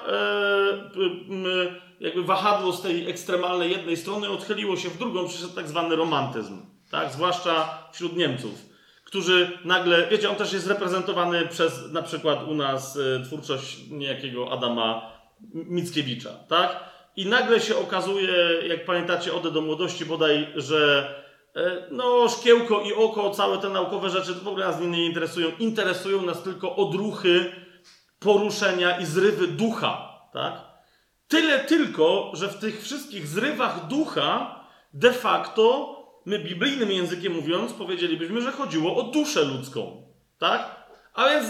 jakby wahadło z tej ekstremalnej jednej strony, odchyliło się w drugą, przyszedł tak zwany romantyzm, tak? Zwłaszcza wśród Niemców, którzy nagle, wiecie, on też jest reprezentowany przez na przykład u nas twórczość niejakiego Adama Mickiewicza, tak? I nagle się okazuje, jak pamiętacie Odę do młodości bodaj, że no szkiełko i oko, całe te naukowe rzeczy to w ogóle nas nie interesują. Interesują nas tylko odruchy, poruszenia i zrywy ducha, tak? Tyle tylko, że w tych wszystkich zrywach ducha de facto my biblijnym językiem mówiąc powiedzielibyśmy, że chodziło o duszę ludzką, tak? A więc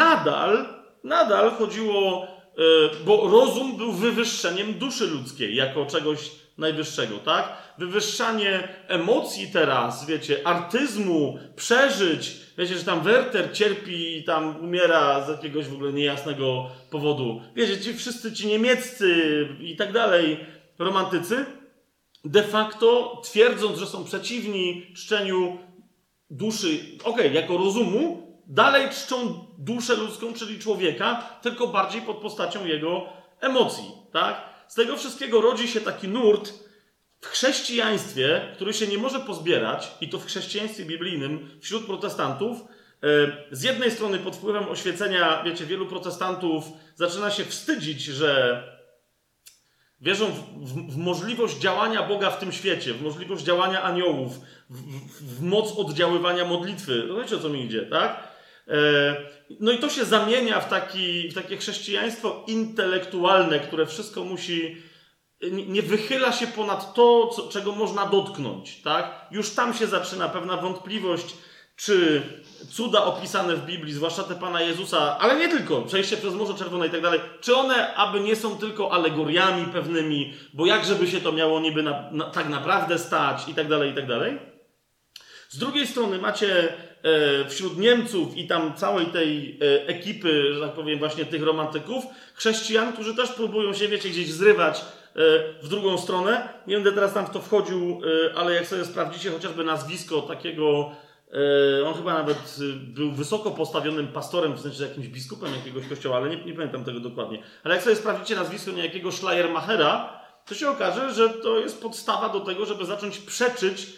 nadal chodziło, bo rozum był wywyższeniem duszy ludzkiej jako czegoś najwyższego, tak? Wywyższanie emocji teraz, wiecie, artyzmu, przeżyć. Wiecie, że tam Werther cierpi i tam umiera z jakiegoś w ogóle niejasnego powodu. Wiecie, ci niemieccy i tak dalej, romantycy, de facto twierdząc, że są przeciwni czczeniu duszy, jako rozumu, dalej czczą duszę ludzką, czyli człowieka, tylko bardziej pod postacią jego emocji, tak? Z tego wszystkiego rodzi się taki nurt w chrześcijaństwie, który się nie może pozbierać, i to w chrześcijaństwie biblijnym wśród protestantów. Z jednej strony pod wpływem oświecenia, wiecie, wielu protestantów zaczyna się wstydzić, że wierzą w możliwość działania Boga w tym świecie, w możliwość działania aniołów, w moc oddziaływania modlitwy. Rozumiecie, o co mi idzie, tak? No i to się zamienia w takie chrześcijaństwo intelektualne, które wszystko musi, nie wychyla się ponad to, czego można dotknąć, tak? Już tam się zaczyna pewna wątpliwość, czy cuda opisane w Biblii, zwłaszcza te Pana Jezusa, ale nie tylko, przejście przez Morze Czerwone i tak dalej, czy one aby nie są tylko alegoriami pewnymi, bo jak żeby się to miało niby tak naprawdę stać i tak dalej, i tak dalej. Z drugiej strony macie wśród Niemców i tam całej tej ekipy, że tak powiem, właśnie tych romantyków, chrześcijan, którzy też próbują się, wiecie, gdzieś zrywać w drugą stronę. Nie będę teraz tam w to wchodził, ale jak sobie sprawdzicie chociażby nazwisko takiego, on chyba nawet był wysoko postawionym pastorem, w sensie jakimś biskupem jakiegoś kościoła, ale nie pamiętam tego dokładnie. Ale jak sobie sprawdzicie nazwisko niejakiego Schleiermachera, to się okaże, że to jest podstawa do tego, żeby zacząć przeczyć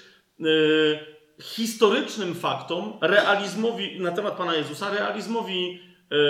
historycznym faktom, realizmowi na temat Pana Jezusa, realizmowi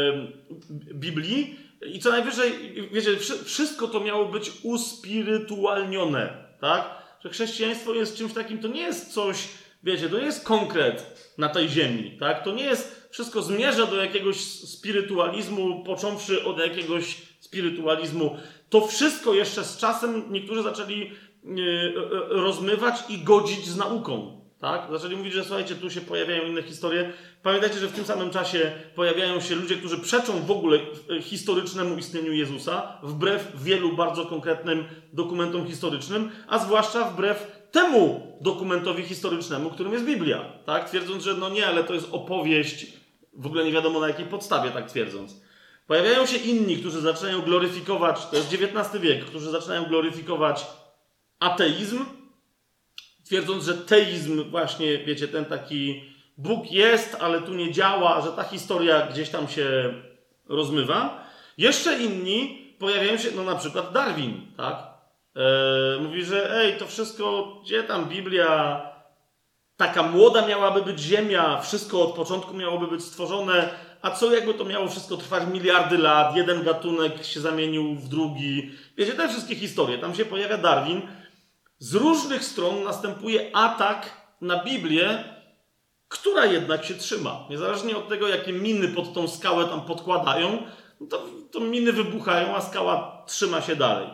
Biblii i co najwyżej, wiecie, wszystko to miało być uspirytualnione, tak? Że chrześcijaństwo jest czymś takim, to nie jest coś, wiecie, to nie jest konkret na tej ziemi, tak? To nie jest, wszystko zmierza do jakiegoś spirytualizmu, począwszy od jakiegoś spirytualizmu. To wszystko jeszcze z czasem niektórzy zaczęli rozmywać i godzić z nauką. Tak? Zaczęli mówić, że słuchajcie, tu się pojawiają inne historie. Pamiętajcie, że w tym samym czasie pojawiają się ludzie, którzy przeczą w ogóle historycznemu istnieniu Jezusa, wbrew wielu bardzo konkretnym dokumentom historycznym, a zwłaszcza wbrew temu dokumentowi historycznemu, którym jest Biblia. Tak? Twierdząc, że no nie, ale to jest opowieść, w ogóle nie wiadomo na jakiej podstawie, tak twierdząc. Pojawiają się inni, którzy zaczynają gloryfikować, to jest XIX wiek, którzy zaczynają gloryfikować ateizm, twierdząc, że teizm właśnie, wiecie, ten taki Bóg jest, ale tu nie działa, że ta historia gdzieś tam się rozmywa. Jeszcze inni pojawiają się, no na przykład Darwin, tak? Mówi, że to wszystko, gdzie tam Biblia, taka młoda miałaby być Ziemia, wszystko od początku miałoby być stworzone, a co jakby to miało wszystko trwać miliardy lat, jeden gatunek się zamienił w drugi. Wiecie, te wszystkie historie, tam się pojawia Darwin. Z różnych stron następuje atak na Biblię, która jednak się trzyma. Niezależnie od tego, jakie miny pod tą skałę tam podkładają, to miny wybuchają, a skała trzyma się dalej.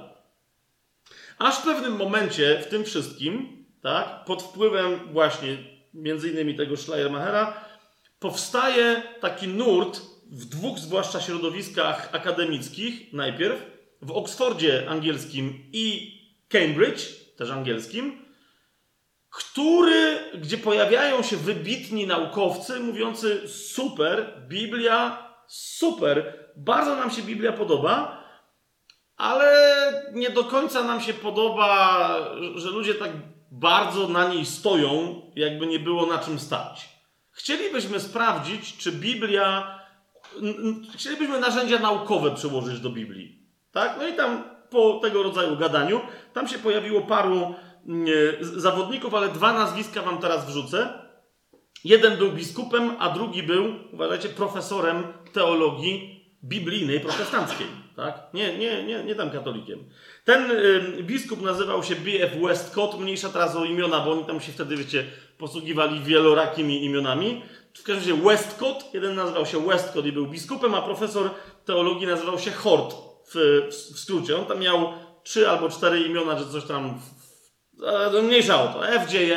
Aż w pewnym momencie w tym wszystkim, tak, pod wpływem właśnie między innymi tego Schleiermachera, powstaje taki nurt w dwóch zwłaszcza środowiskach akademickich najpierw, w Oksfordzie angielskim i Cambridge, też angielskim, gdzie pojawiają się wybitni naukowcy mówiący super, Biblia, super, bardzo nam się Biblia podoba, ale nie do końca nam się podoba, że ludzie tak bardzo na niej stoją, jakby nie było na czym stać. Chcielibyśmy sprawdzić, czy Biblia... Chcielibyśmy narzędzia naukowe przełożyć do Biblii. Tak? No i tam po tego rodzaju gadaniu, tam się pojawiło paru zawodników, ale dwa nazwiska wam teraz wrzucę. Jeden był biskupem, a drugi był, uważajcie, profesorem teologii biblijnej, protestanckiej. Tak? Nie tam katolikiem. Ten biskup nazywał się B.F. Westcott, mniejsza teraz o imiona, bo oni tam się wtedy, wiecie, posługiwali wielorakimi imionami. W każdym razie Westcott, jeden nazywał się Westcott i był biskupem, a profesor teologii nazywał się Hort w skrócie. On tam miał 3 albo 4 imiona, czy coś tam, mniejsza o to, FJA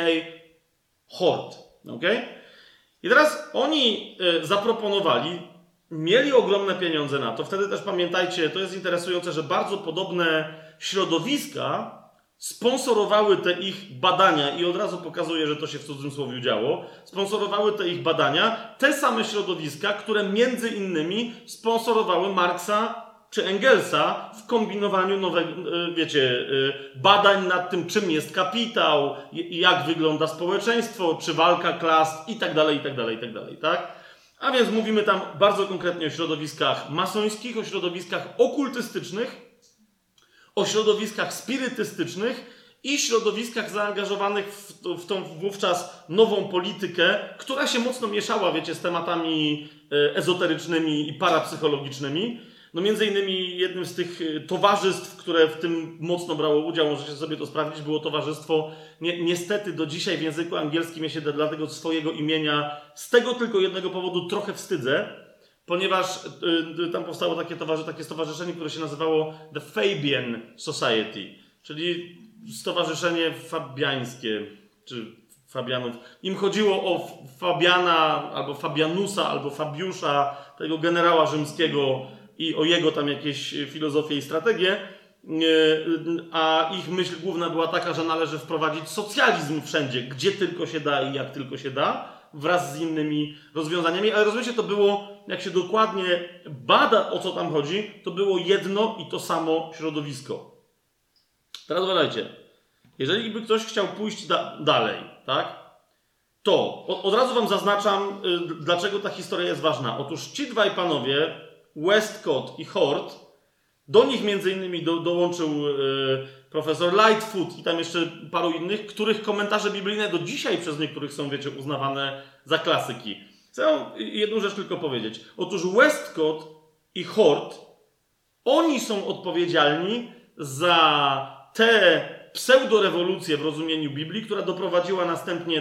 Hort. Okay? I teraz oni zaproponowali, mieli ogromne pieniądze na to. Wtedy też pamiętajcie, to jest interesujące, że bardzo podobne środowiska sponsorowały te ich badania i od razu pokazuję, że to się w cudzysłowie działo. Sponsorowały te ich badania te same środowiska, które między innymi sponsorowały Marksa czy Engelsa w kombinowaniu nowego, wiecie, badań nad tym, czym jest kapitał, jak wygląda społeczeństwo, czy walka klas i tak dalej, tak? A więc mówimy tam bardzo konkretnie o środowiskach masońskich, o środowiskach okultystycznych, o środowiskach spirytystycznych i środowiskach zaangażowanych w tą wówczas nową politykę, która się mocno mieszała, wiecie, z tematami ezoterycznymi i parapsychologicznymi. No między innymi jednym z tych towarzystw, które w tym mocno brało udział, możecie sobie to sprawdzić, było towarzystwo, niestety do dzisiaj w języku angielskim ja się dla tego swojego imienia z tego tylko jednego powodu trochę wstydzę, ponieważ tam powstało takie stowarzyszenie, które się nazywało The Fabian Society, czyli stowarzyszenie fabiańskie, czy Fabianów. Im chodziło o Fabiana, albo Fabianusa, albo Fabiusza, tego generała rzymskiego i o jego tam jakieś filozofię i strategię, a ich myśl główna była taka, że należy wprowadzić socjalizm wszędzie, gdzie tylko się da i jak tylko się da, wraz z innymi rozwiązaniami, ale rozumiecie, to było, jak się dokładnie bada, o co tam chodzi, to było jedno i to samo środowisko. Teraz uważajcie, jeżeli by ktoś chciał pójść dalej, tak, to od razu wam zaznaczam, dlaczego ta historia jest ważna. Otóż ci dwaj panowie, Westcott i Hort, do nich między innymi dołączył profesor Lightfoot i tam jeszcze paru innych, których komentarze biblijne do dzisiaj przez niektórych są, wiecie, uznawane za klasyki. Chcę jedną rzecz tylko powiedzieć. Otóż Westcott i Hort, oni są odpowiedzialni za tę pseudorewolucję w rozumieniu Biblii, która doprowadziła następnie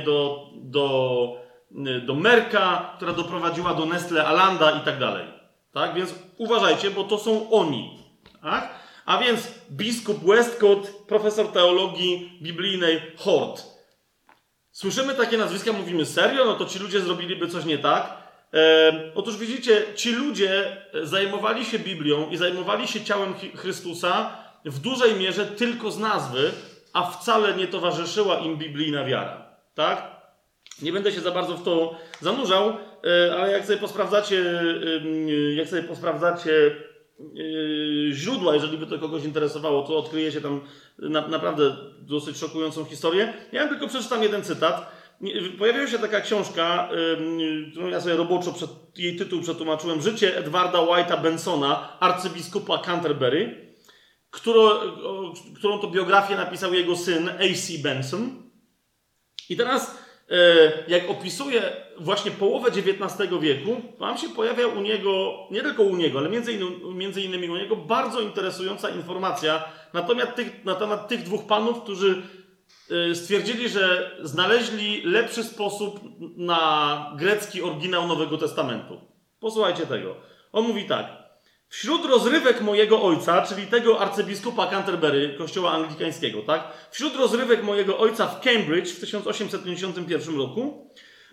do Merka, która doprowadziła do Nestle Alanda i tak dalej. Tak? Więc uważajcie, bo to są oni. Tak? A więc biskup Westcott, profesor teologii biblijnej Hort. Słyszymy takie nazwiska, mówimy serio? No to ci ludzie zrobiliby coś nie tak. Otóż widzicie, ci ludzie zajmowali się Biblią i zajmowali się ciałem Chrystusa w dużej mierze tylko z nazwy, a wcale nie towarzyszyła im biblijna wiara. Tak? Nie będę się za bardzo w to zanurzał, ale jak sobie posprawdzacie źródła, jeżeli by to kogoś interesowało, to odkryjecie tam naprawdę dosyć szokującą historię. Ja tylko przeczytam jeden cytat. Pojawiła się taka książka, którą ja sobie roboczo jej tytuł przetłumaczyłem, Życie Edwarda White'a Bensona, arcybiskupa Canterbury, którą to biografię napisał jego syn A.C. Benson. I teraz jak opisuje właśnie połowę XIX wieku, wam się pojawia u niego, nie tylko u niego, ale między innymi u niego bardzo interesująca informacja na temat tych dwóch panów, którzy stwierdzili, że znaleźli lepszy sposób na grecki oryginał Nowego Testamentu. Posłuchajcie tego. On mówi tak. Wśród rozrywek mojego ojca, czyli tego arcybiskupa Canterbury, kościoła anglikańskiego, tak? Wśród rozrywek mojego ojca w Cambridge w 1851 roku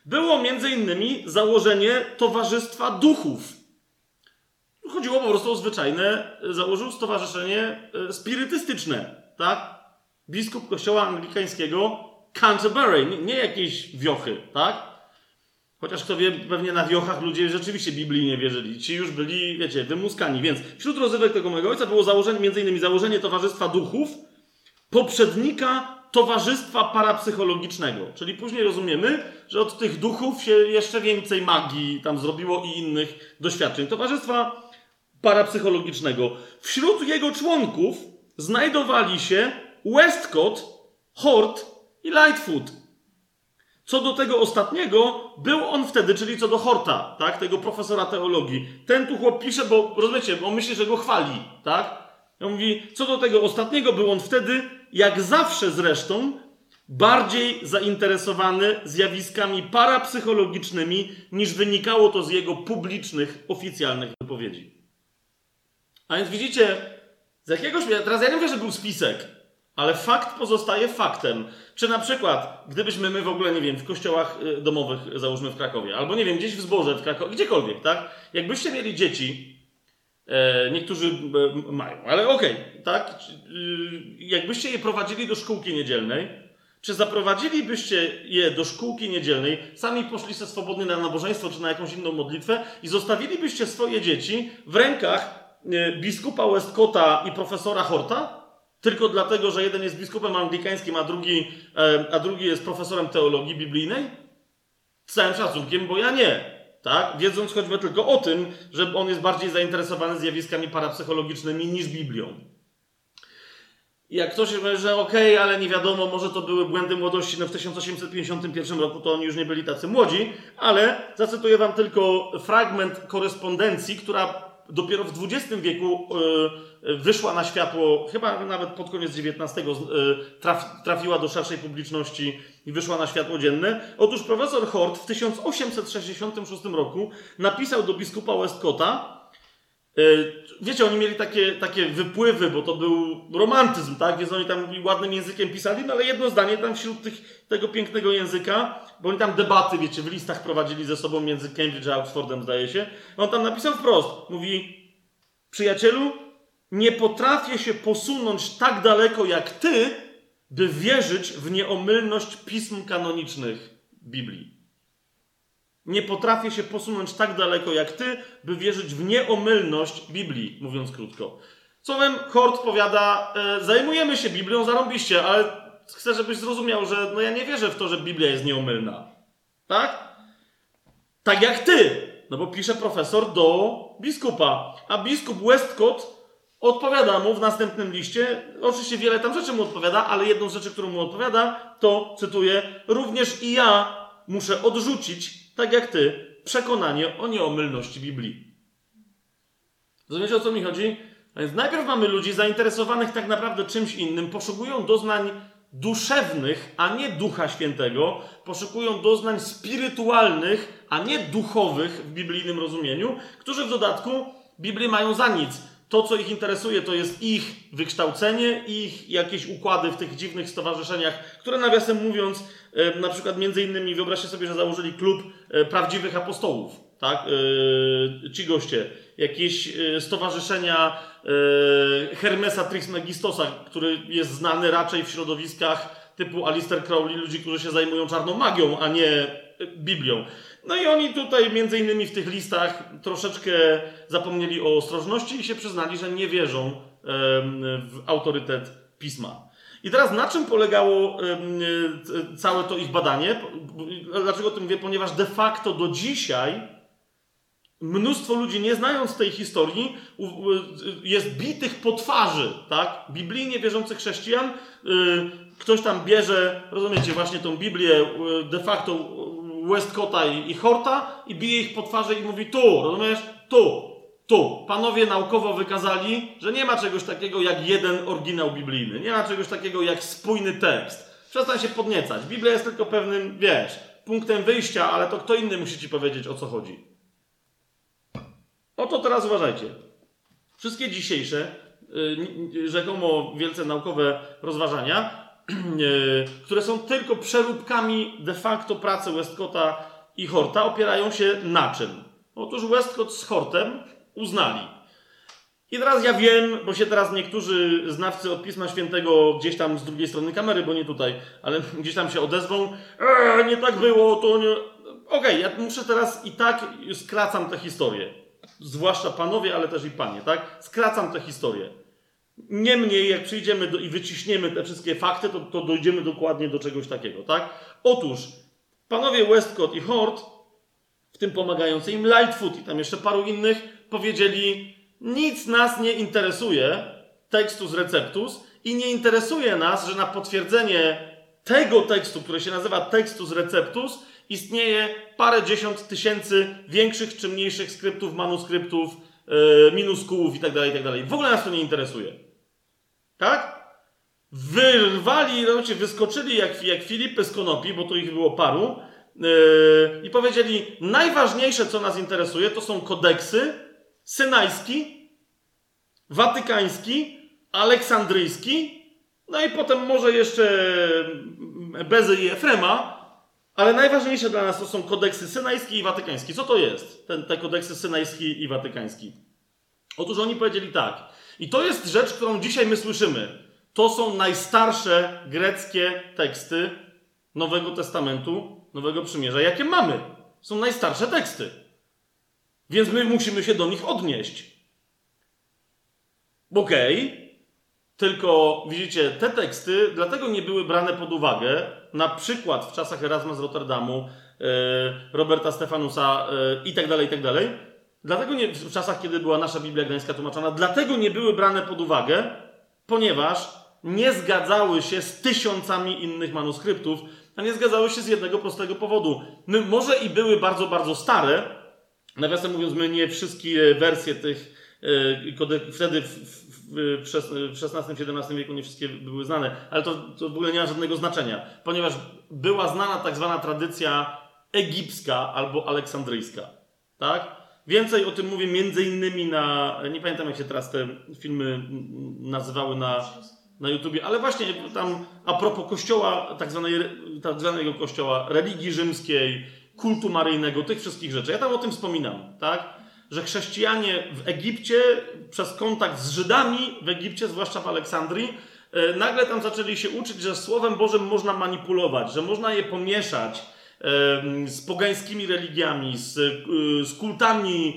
było między innymi założenie Towarzystwa Duchów. Chodziło po prostu o zwyczajne, założył stowarzyszenie spirytystyczne, tak? Biskup kościoła anglikańskiego Canterbury, nie jakieś wiochy, tak? Chociaż kto wie, pewnie na wiochach ludzie rzeczywiście Biblii nie wierzyli. Ci już byli, wiecie, wymuskani. Więc wśród rozrywek tego mojego ojca było założenie, między innymi założenie Towarzystwa Duchów, poprzednika Towarzystwa Parapsychologicznego. Czyli później rozumiemy, że od tych duchów się jeszcze więcej magii tam zrobiło i innych doświadczeń. Towarzystwa Parapsychologicznego. Wśród jego członków znajdowali się Westcott, Hort i Lightfoot. Co do tego ostatniego, był on wtedy, czyli co do Horta, tak, tego profesora teologii. Ten tu chłop pisze, bo rozumiecie, on myśli, że go chwali, tak? On mówi, co do tego ostatniego, był on wtedy, jak zawsze zresztą, bardziej zainteresowany zjawiskami parapsychologicznymi, niż wynikało to z jego publicznych, oficjalnych wypowiedzi. A więc widzicie, z jakiegoś... Teraz ja nie mówię, że był spisek, ale fakt pozostaje faktem. Czy na przykład, gdybyśmy my w ogóle, nie wiem, w kościołach domowych, załóżmy w Krakowie, albo nie wiem, gdzieś w Zborze, w Krakowie, gdziekolwiek, tak? Jakbyście mieli dzieci, niektórzy mają, ale okej, tak? Jakbyście je prowadzili do szkółki niedzielnej, czy zaprowadzilibyście je do szkółki niedzielnej, sami poszli se swobodnie na nabożeństwo, czy na jakąś inną modlitwę i zostawilibyście swoje dzieci w rękach biskupa Westcotta i profesora Horta? Tylko dlatego, że jeden jest biskupem anglikańskim, a drugi jest profesorem teologii biblijnej? Z całym szacunkiem, bo ja nie. Tak? Wiedząc choćby tylko o tym, że on jest bardziej zainteresowany zjawiskami parapsychologicznymi niż Biblią. I jak ktoś mówi, że okej, ale nie wiadomo, może to były błędy młodości, no w 1851 roku to oni już nie byli tacy młodzi, ale zacytuję wam tylko fragment korespondencji, która dopiero w XX wieku wyszła na światło, chyba nawet pod koniec XIX trafiła do szerszej publiczności i wyszła na światło dzienne. Otóż profesor Hort w 1866 roku napisał do biskupa Westcotta, wiecie, oni mieli takie wypływy, bo to był romantyzm, tak? Więc oni tam ładnym językiem pisali, no ale jedno zdanie tam wśród tego pięknego języka, bo oni tam debaty, wiecie, w listach prowadzili ze sobą między Cambridge a Oxfordem, zdaje się. On tam napisał wprost, mówi: przyjacielu, nie potrafię się posunąć tak daleko jak ty, by wierzyć w nieomylność pism kanonicznych Biblii. Nie potrafię się posunąć tak daleko jak ty, by wierzyć w nieomylność Biblii, mówiąc krótko. Słowem, Hort powiada, zajmujemy się Biblią, zarąbiście, ale chcę, żebyś zrozumiał, że no ja nie wierzę w to, że Biblia jest nieomylna. Tak? Tak jak ty. No bo pisze profesor do biskupa. A biskup Westcott odpowiada mu w następnym liście. Oczywiście wiele tam rzeczy mu odpowiada, ale jedną z rzeczy, którą mu odpowiada, to, cytuję, również i ja muszę odrzucić, tak jak ty, przekonanie o nieomylności Biblii. Rozumiecie, o co mi chodzi? A więc najpierw mamy ludzi zainteresowanych tak naprawdę czymś innym, poszukują doznań duszewnych, a nie Ducha Świętego, poszukują doznań spirytualnych, a nie duchowych w biblijnym rozumieniu, którzy w dodatku Biblię mają za nic. To, co ich interesuje, to jest ich wykształcenie, ich jakieś układy w tych dziwnych stowarzyszeniach, które nawiasem mówiąc, na przykład między innymi, wyobraźcie sobie, że założyli klub prawdziwych apostołów, tak? Ci goście. Jakieś stowarzyszenia Hermesa Trismegistosa, który jest znany raczej w środowiskach typu Alistair Crowley, ludzi, którzy się zajmują czarną magią, a nie Biblią. No i oni tutaj między innymi w tych listach troszeczkę zapomnieli o ostrożności i się przyznali, że nie wierzą w autorytet Pisma. I teraz na czym polegało całe to ich badanie? Dlaczego o tym mówię? Ponieważ de facto do dzisiaj mnóstwo ludzi, nie znając tej historii, jest bitych po twarzy, tak? Biblijnie wierzących chrześcijan. Ktoś tam bierze, rozumiecie, właśnie tą Biblię de facto Westcotta i Horta i bije ich po twarzy i mówi: tu, rozumiesz? Tu. Panowie naukowo wykazali, że nie ma czegoś takiego jak jeden oryginał biblijny. Nie ma czegoś takiego jak spójny tekst. Przestań się podniecać. Biblia jest tylko pewnym, punktem wyjścia, ale to kto inny musi ci powiedzieć, o co chodzi. Oto teraz uważajcie. Wszystkie dzisiejsze, rzekomo wielce naukowe rozważania, które są tylko przeróbkami de facto pracy Westcotta i Horta opierają się na czym? Otóż Westcott z Hortem uznali. I teraz ja wiem, bo się teraz niektórzy znawcy od Pisma Świętego gdzieś tam z drugiej strony kamery, bo nie tutaj, ale gdzieś tam się odezwą. Nie tak było, to nie... Okej, ja muszę teraz i tak skracam tę historię. Zwłaszcza panowie, ale też i panie, tak? Skracam tę historię. Niemniej, jak przyjdziemy i wyciśniemy te wszystkie fakty, to dojdziemy dokładnie do czegoś takiego, tak? Otóż panowie Westcott i Hort, w tym pomagający im Lightfoot i tam jeszcze paru innych, powiedzieli: nic nas nie interesuje, Textus Receptus, i nie interesuje nas, że na potwierdzenie tego tekstu, który się nazywa Textus Receptus, istnieje parędziesiąt tysięcy większych czy mniejszych skryptów, manuskryptów, minuskułów itd., itd. W ogóle nas to nie interesuje. Tak? Wyrwali, wyskoczyli jak Filipy z konopi, bo tu ich było paru, i powiedzieli: najważniejsze, co nas interesuje, to są kodeksy synajski, watykański, aleksandryjski, no i potem może jeszcze Bezy i Efrema, ale najważniejsze dla nas to są kodeksy synajski i watykański. Co to jest, te kodeksy synajski i watykański? Otóż oni powiedzieli tak. I to jest rzecz, którą dzisiaj my słyszymy. To są najstarsze greckie teksty Nowego Testamentu, Nowego Przymierza, jakie mamy. Są najstarsze teksty. Więc my musimy się do nich odnieść. Okej. Tylko, widzicie, te teksty dlatego nie były brane pod uwagę, na przykład w czasach Erasma z Rotterdamu, Roberta Stefanusa i tak dalej, dlatego nie, w czasach, kiedy była nasza Biblia Gdańska tłumaczona, dlatego nie były brane pod uwagę, ponieważ nie zgadzały się z tysiącami innych manuskryptów, a nie zgadzały się z jednego prostego powodu. My może i były bardzo, bardzo stare, nawiasem mówiąc, my nie wszystkie wersje tych wtedy w XVI-XVII wieku nie wszystkie były znane, ale to w ogóle nie ma żadnego znaczenia, ponieważ była znana tak zwana tradycja egipska albo aleksandryjska. Tak? Więcej o tym mówię między innymi nie pamiętam jak się teraz te filmy nazywały na YouTubie, ale właśnie tam a propos kościoła, tak zwanego kościoła, religii rzymskiej, kultu maryjnego, tych wszystkich rzeczy. Ja tam o tym wspominam, tak? Że chrześcijanie w Egipcie, przez kontakt z Żydami w Egipcie, zwłaszcza w Aleksandrii, nagle tam zaczęli się uczyć, że Słowem Bożym można manipulować, że można je pomieszać z pogańskimi religiami, z kultami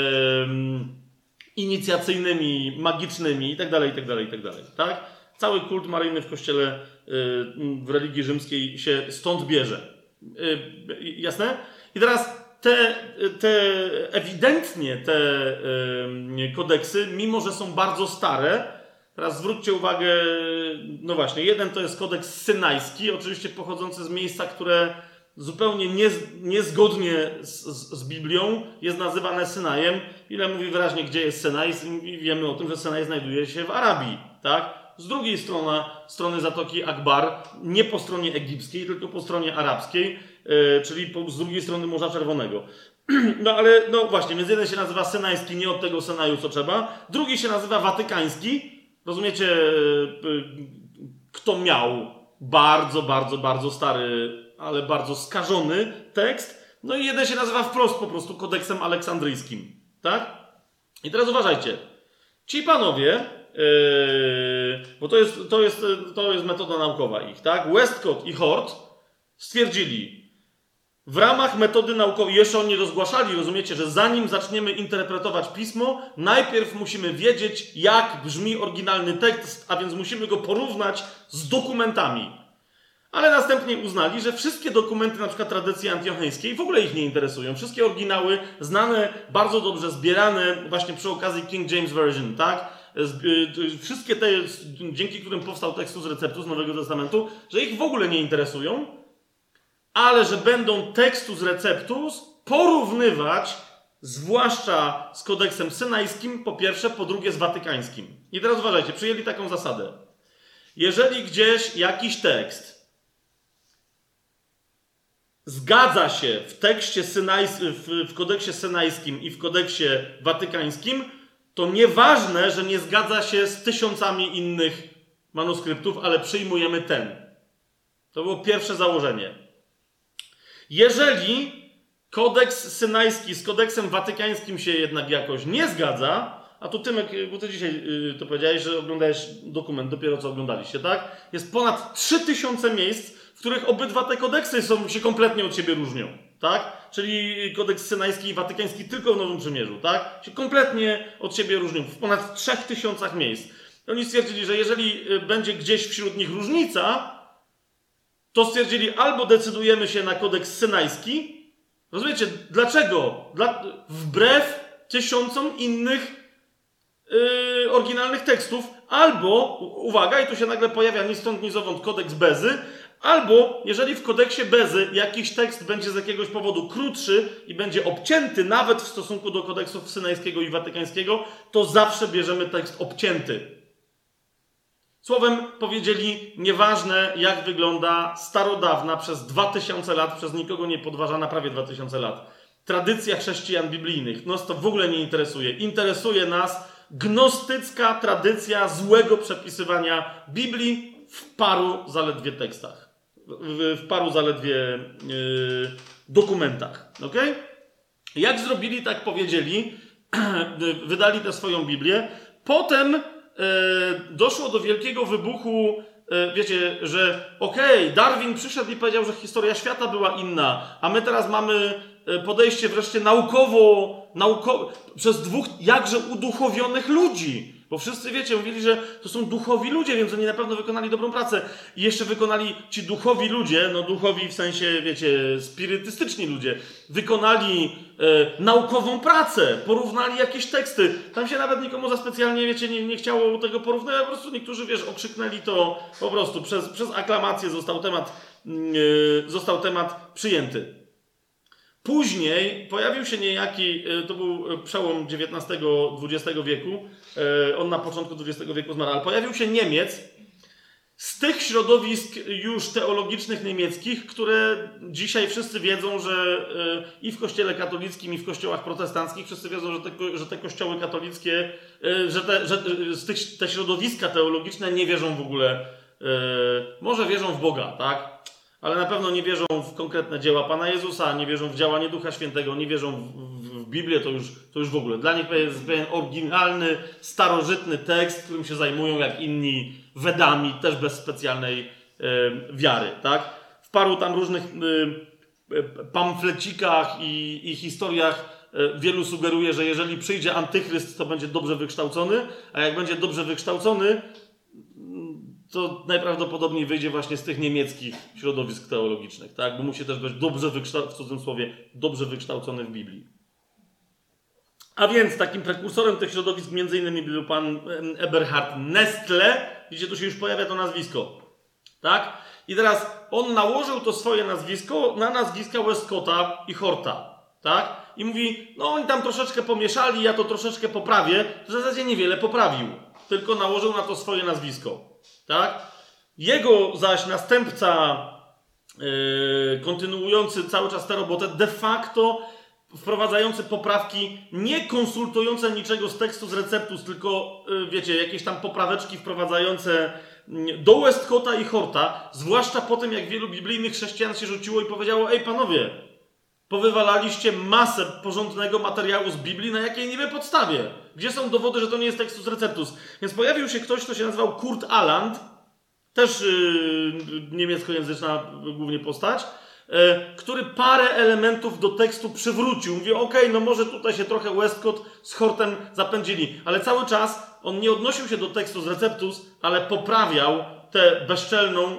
inicjacyjnymi, magicznymi itd., tak? Cały kult maryjny w kościele, w religii rzymskiej się stąd bierze. Jasne? I teraz ewidentnie te kodeksy, mimo że są bardzo stare, teraz zwróćcie uwagę, no właśnie, jeden to jest kodeks synajski, oczywiście pochodzący z miejsca, które zupełnie niezgodnie z Biblią jest nazywane Synajem. Biblia mówi wyraźnie, gdzie jest Synaj, i wiemy o tym, że Synaj znajduje się w Arabii, tak? Z drugiej strony Zatoki Akbar, nie po stronie egipskiej, tylko po stronie arabskiej, czyli z drugiej strony Morza Czerwonego. No ale, no właśnie, więc jeden się nazywa synajski, nie od tego Synaju, co trzeba. Drugi się nazywa watykański. Rozumiecie, kto miał bardzo, bardzo, bardzo stary, ale bardzo skażony tekst. No i jeden się nazywa wprost po prostu kodeksem aleksandryjskim. Tak? I teraz uważajcie. Ci panowie, bo to jest metoda naukowa ich, tak? Westcott i Hort stwierdzili, w ramach metody naukowej, jeszcze oni rozgłaszali, rozumiecie, że zanim zaczniemy interpretować pismo, najpierw musimy wiedzieć, jak brzmi oryginalny tekst, a więc musimy go porównać z dokumentami. Ale następnie uznali, że wszystkie dokumenty, na przykład tradycji antiocheńskiej, w ogóle ich nie interesują. Wszystkie oryginały, znane, bardzo dobrze zbierane, właśnie przy okazji King James Version, tak? Wszystkie te, dzięki którym powstał Textus Receptus Nowego Testamentu, że ich w ogóle nie interesują, ale że będą Textus Receptus porównywać, zwłaszcza z kodeksem synajskim, po pierwsze, po drugie z watykańskim. I teraz uważajcie, przyjęli taką zasadę. Jeżeli gdzieś jakiś tekst zgadza się w tekście w kodeksie synajskim i w kodeksie watykańskim, to nieważne, że nie zgadza się z tysiącami innych manuskryptów, ale przyjmujemy ten. To było pierwsze założenie. Jeżeli Kodeks synajski z kodeksem watykańskim się jednak jakoś nie zgadza, a tu Tymek, bo ty dzisiaj to powiedziałeś, że oglądałeś dokument, dopiero co oglądaliście, tak? Jest ponad 3000 miejsc, w których obydwa te kodeksy się kompletnie od siebie różnią, tak? Czyli kodeks synajski i watykański tylko w Nowym Przymierzu, tak? Się kompletnie od siebie różnią, w ponad 3000 miejsc. Oni stwierdzili, że jeżeli będzie gdzieś wśród nich różnica, to stwierdzili, albo decydujemy się na kodeks synajski. Rozumiecie? Dlaczego? Wbrew tysiącom innych oryginalnych tekstów, albo, uwaga, i tu się nagle pojawia ni stąd, ni zowąd kodeks Bezy, albo, jeżeli w kodeksie Bezy jakiś tekst będzie z jakiegoś powodu krótszy i będzie obcięty nawet w stosunku do kodeksów synajskiego i watykańskiego, to zawsze bierzemy tekst obcięty. Słowem powiedzieli, nieważne jak wygląda starodawna przez 2000 lat, przez nikogo nie podważana prawie 2000 lat, tradycja chrześcijan biblijnych. Nas to w ogóle nie interesuje. Interesuje nas gnostycka tradycja złego przepisywania Biblii w paru zaledwie tekstach. W paru zaledwie dokumentach. Okay? Jak zrobili, tak powiedzieli, wydali tę swoją Biblię. Potem doszło do wielkiego wybuchu, wiecie, że Darwin przyszedł i powiedział, że historia świata była inna, a my teraz mamy podejście wreszcie naukowo przez dwóch jakże uduchowionych ludzi. Bo wszyscy, wiecie, mówili, że to są duchowi ludzie, więc oni na pewno wykonali dobrą pracę. I jeszcze wykonali ci duchowi ludzie, no duchowi w sensie, wiecie, spirytystyczni ludzie, wykonali naukową pracę, porównali jakieś teksty. Tam się nawet nikomu za specjalnie, wiecie, nie chciało tego porównać, po prostu niektórzy, wiesz, okrzyknęli to po prostu. Przez aklamację został temat przyjęty. Później pojawił się niejaki, to był przełom XIX-XX wieku, on na początku XX wieku zmarł, ale pojawił się Niemiec z tych środowisk już teologicznych niemieckich, które dzisiaj wszyscy wiedzą, że i w kościele katolickim, i w kościołach protestanckich wszyscy wiedzą, że te kościoły katolickie, że te środowiska teologiczne nie wierzą w ogóle, może wierzą w Boga, tak? Ale na pewno nie wierzą w konkretne dzieła Pana Jezusa, nie wierzą w działanie Ducha Świętego, nie wierzą w Biblię, to już w ogóle. Dla nich to jest pewien oryginalny, starożytny tekst, którym się zajmują jak inni Wedami, też bez specjalnej wiary. Tak? W paru tam różnych pamflecikach i historiach wielu sugeruje, że jeżeli przyjdzie antychryst, to będzie dobrze wykształcony, a jak będzie dobrze wykształcony, to najprawdopodobniej wyjdzie właśnie z tych niemieckich środowisk teologicznych, tak? Bo musi też być w cudzysłowie, dobrze wykształcony w Biblii. A więc takim prekursorem tych środowisk między innymi był pan Eberhard Nestle. Widzicie, tu się już pojawia to nazwisko, tak? I teraz on nałożył to swoje nazwisko na nazwiska Westcotta i Horta, tak? I mówi, no oni tam troszeczkę pomieszali, ja to troszeczkę poprawię. W zasadzie niewiele poprawił, tylko nałożył na to swoje nazwisko. Tak? Jego zaś następca kontynuujący cały czas tę robotę, de facto wprowadzający poprawki, nie konsultujące niczego z tekstu z Receptus, tylko wiecie, jakieś tam popraweczki wprowadzające do Westcotta i Horta, zwłaszcza po tym, jak wielu biblijnych chrześcijan się rzuciło i powiedziało, ej panowie, powywalaliście masę porządnego materiału z Biblii, na jakiej niby podstawie? Gdzie są dowody, że to nie jest Textus Receptus? Więc pojawił się ktoś, kto się nazywał Kurt Aland, też niemieckojęzyczna głównie postać, który parę elementów do tekstu przywrócił. Mówi, no może tutaj się trochę Westcott z Hortem zapędzili, ale cały czas on nie odnosił się do Textus Receptus, ale poprawiał tę bezczelną,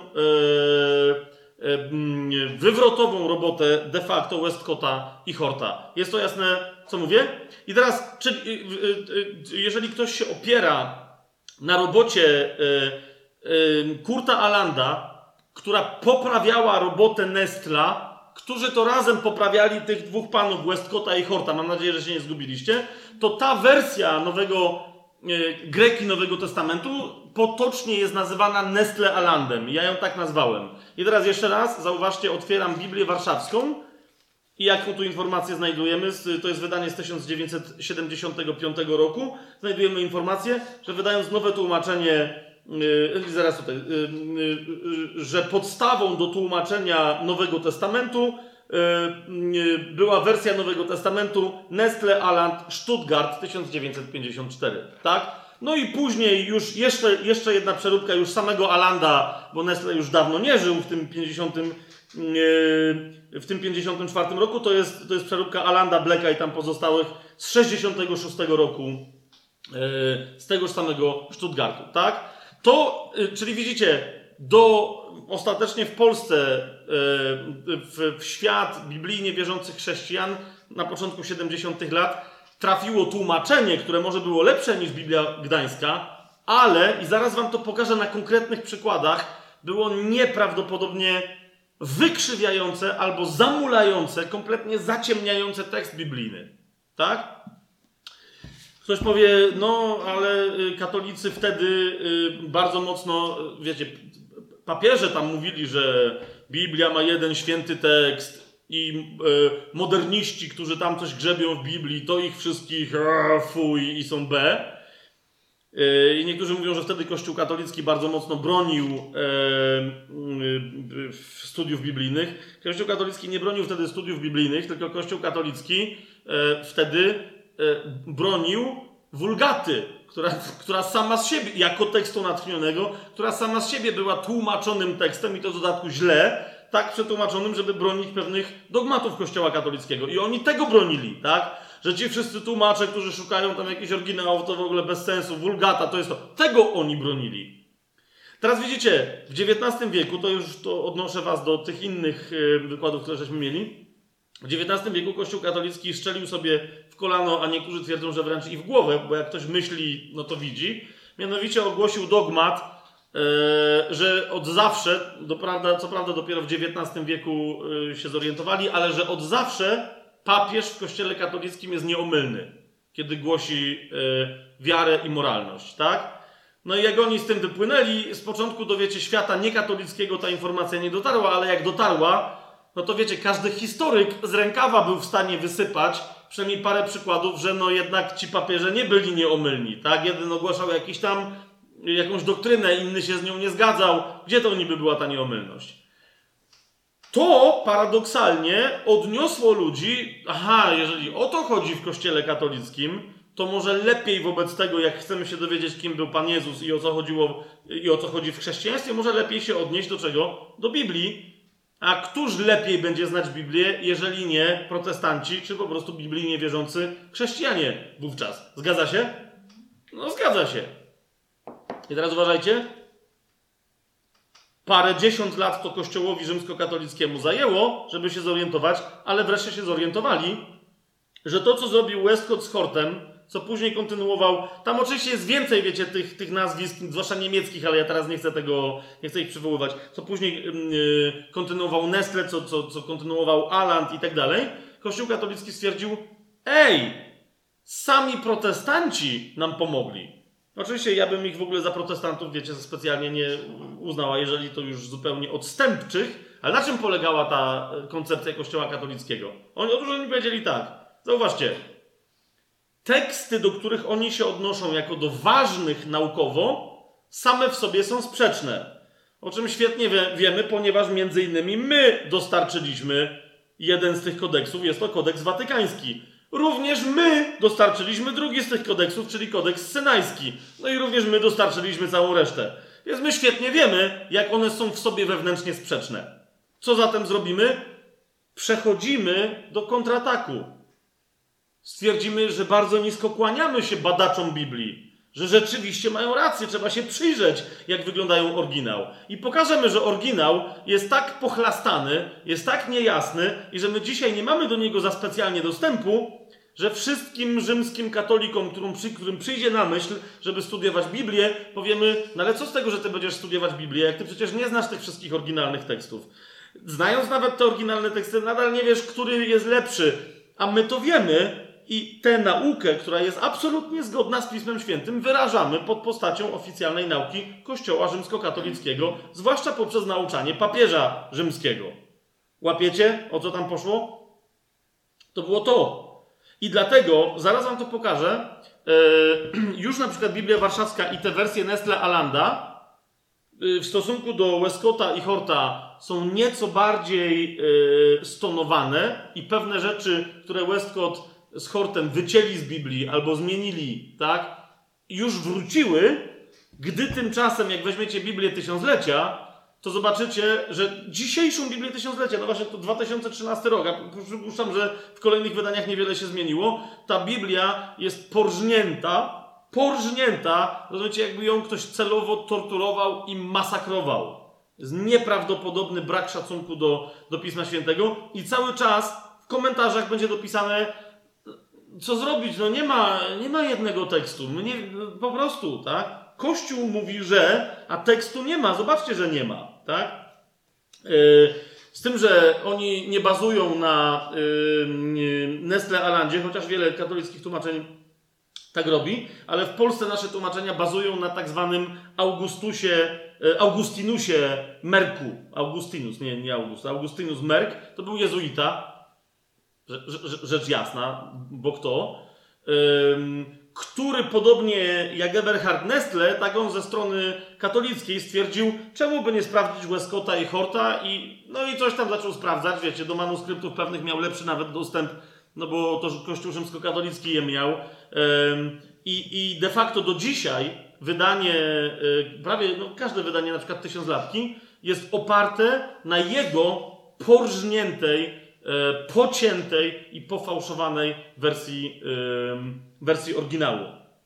wywrotową robotę de facto Westcotta i Horta. Jest to jasne, co mówię? I teraz, jeżeli ktoś się opiera na robocie Kurta Allanda, która poprawiała robotę Nestla, którzy to razem poprawiali tych dwóch panów, Westcotta i Horta, mam nadzieję, że się nie zgubiliście, to ta wersja greki Nowego Testamentu potocznie jest nazywana Nestle Allandem. Ja ją tak nazwałem. I teraz jeszcze raz, zauważcie, otwieram Biblię Warszawską i jaką tu informację znajdujemy, to jest wydanie z 1975 roku, znajdujemy informację, że wydając nowe tłumaczenie, zaraz tutaj, że podstawą do tłumaczenia Nowego Testamentu była wersja Nowego Testamentu Nestle Aland Stuttgart 1954, tak? No i później już jeszcze jedna przeróbka już samego Alanda, bo Nestle już dawno nie żył w tym 54 roku, to jest przeróbka Alanda Blacka i tam pozostałych z 66 roku, z tegoż samego Stuttgartu, tak? To, czyli widzicie, ostatecznie w Polsce, w świat biblijnie wierzących chrześcijan na początku 70 lat trafiło tłumaczenie, które może było lepsze niż Biblia Gdańska, ale, i zaraz wam to pokażę na konkretnych przykładach, było nieprawdopodobnie wykrzywiające albo zamulające, kompletnie zaciemniające tekst biblijny. Tak? Ktoś powie, no ale katolicy wtedy bardzo mocno, wiecie, papieże tam mówili, że Biblia ma jeden święty tekst i moderniści, którzy tam coś grzebią w Biblii, to ich wszystkich fuj i są B. I niektórzy mówią, że wtedy Kościół katolicki bardzo mocno bronił studiów biblijnych. Kościół katolicki nie bronił wtedy studiów biblijnych, tylko Kościół katolicki wtedy bronił wulgaty, która sama z siebie, jako tekstu natchnionego, która sama z siebie była tłumaczonym tekstem i to w dodatku źle, tak przetłumaczonym, żeby bronić pewnych dogmatów Kościoła katolickiego. I oni tego bronili, tak? Że ci wszyscy tłumacze, którzy szukają tam jakichś oryginałów, to w ogóle bez sensu, wulgata, to jest to. Tego oni bronili. Teraz widzicie, w XIX wieku, to odnoszę was do tych innych wykładów, które żeśmy mieli, w XIX wieku Kościół katolicki szczelił sobie w kolano, a niektórzy twierdzą, że wręcz i w głowę, bo jak ktoś myśli, no to widzi. Mianowicie ogłosił dogmat, że od zawsze, co prawda dopiero w XIX wieku się zorientowali, ale że od zawsze papież w Kościele katolickim jest nieomylny, kiedy głosi wiarę i moralność, tak? No i jak oni z tym wypłynęli, z początku do, wiecie, świata niekatolickiego ta informacja nie dotarła, ale jak dotarła, no to wiecie, każdy historyk z rękawa był w stanie wysypać przynajmniej parę przykładów, że no jednak ci papieże nie byli nieomylni, tak? Jeden ogłaszał jakąś doktrynę, inny się z nią nie zgadzał. Gdzie to niby była ta nieomylność? To paradoksalnie odniosło ludzi, jeżeli o to chodzi w Kościele katolickim, to może lepiej wobec tego, jak chcemy się dowiedzieć, kim był Pan Jezus i o co chodziło, i o co chodzi w chrześcijaństwie, może lepiej się odnieść do czego? Do Biblii. A któż lepiej będzie znać Biblię, jeżeli nie protestanci, czy po prostu biblijnie wierzący chrześcijanie wówczas? Zgadza się? No zgadza się. I teraz uważajcie. Parędziesiąt lat to Kościołowi rzymskokatolickiemu zajęło, żeby się zorientować, ale wreszcie się zorientowali, że to, co zrobił Westcott z Hortem, co później kontynuował, tam oczywiście jest więcej, wiecie, tych nazwisk, zwłaszcza niemieckich, ale ja teraz nie chcę ich przywoływać, co później kontynuował Nestle, co kontynuował Aland i tak dalej. Kościół katolicki stwierdził, sami protestanci nam pomogli. Oczywiście ja bym ich w ogóle za protestantów, wiecie, specjalnie nie uznał, a jeżeli to już zupełnie odstępczych. Ale na czym polegała ta koncepcja Kościoła katolickiego? Otóż oni powiedzieli tak. Zauważcie. Teksty, do których oni się odnoszą jako do ważnych naukowo, same w sobie są sprzeczne. O czym świetnie wiemy, ponieważ między innymi my dostarczyliśmy jeden z tych kodeksów, jest to kodeks watykański. Również my dostarczyliśmy drugi z tych kodeksów, czyli kodeks synajski. No i również my dostarczyliśmy całą resztę. Więc my świetnie wiemy, jak one są w sobie wewnętrznie sprzeczne. Co zatem zrobimy? Przechodzimy do kontrataku. Stwierdzimy, że bardzo nisko kłaniamy się badaczom Biblii. Że rzeczywiście mają rację, trzeba się przyjrzeć, jak wyglądają oryginał. I pokażemy, że oryginał jest tak pochlastany, jest tak niejasny i że my dzisiaj nie mamy do niego za specjalnie dostępu, że wszystkim rzymskim katolikom, którym przyjdzie na myśl, żeby studiować Biblię, powiemy, no ale co z tego, że ty będziesz studiować Biblię, jak ty przecież nie znasz tych wszystkich oryginalnych tekstów. Znając nawet te oryginalne teksty, nadal nie wiesz, który jest lepszy. A my to wiemy i tę naukę, która jest absolutnie zgodna z Pismem Świętym, wyrażamy pod postacią oficjalnej nauki Kościoła rzymskokatolickiego, zwłaszcza poprzez nauczanie papieża rzymskiego. Łapiecie, o co tam poszło? To było to. I dlatego, zaraz wam to pokażę, już na przykład Biblia Warszawska i te wersje Nestle Alanda, w stosunku do Westcotta i Horta są nieco bardziej stonowane i pewne rzeczy, które Westcott z Hortem wycięli z Biblii albo zmienili, tak, już wróciły, gdy tymczasem, jak weźmiecie Biblię Tysiąclecia, to zobaczycie, że dzisiejszą Biblię Tysiąclecia, no właśnie to 2013 rok, ja przypuszczam, że w kolejnych wydaniach niewiele się zmieniło, ta Biblia jest porżnięta, rozumiecie, jakby ją ktoś celowo torturował i masakrował. Jest nieprawdopodobny brak szacunku do Pisma Świętego i cały czas w komentarzach będzie dopisane, co zrobić, no nie ma jednego tekstu, po prostu, tak? Kościół mówi, że, a tekstu nie ma, zobaczcie, że nie ma, tak? Z tym, że oni nie bazują na Nestle Alandzie, chociaż wiele katolickich tłumaczeń tak robi, ale w Polsce nasze tłumaczenia bazują na tak zwanym Augustinusie Merku. Augustinus, nie August. Augustinus Merk to był jezuita, rzecz jasna, bo kto? Który podobnie jak Eberhard Nestle, tak on ze strony katolickiej stwierdził, czemu by nie sprawdzić Westcotta i Horta i coś tam zaczął sprawdzać, wiecie, do manuskryptów pewnych miał lepszy nawet dostęp, no bo to Kościół rzymskokatolicki je miał. I de facto do dzisiaj wydanie, prawie każde wydanie, na przykład Tysiąclatki, jest oparte na jego porżniętej, pociętej i pofałszowanej wersji oryginału.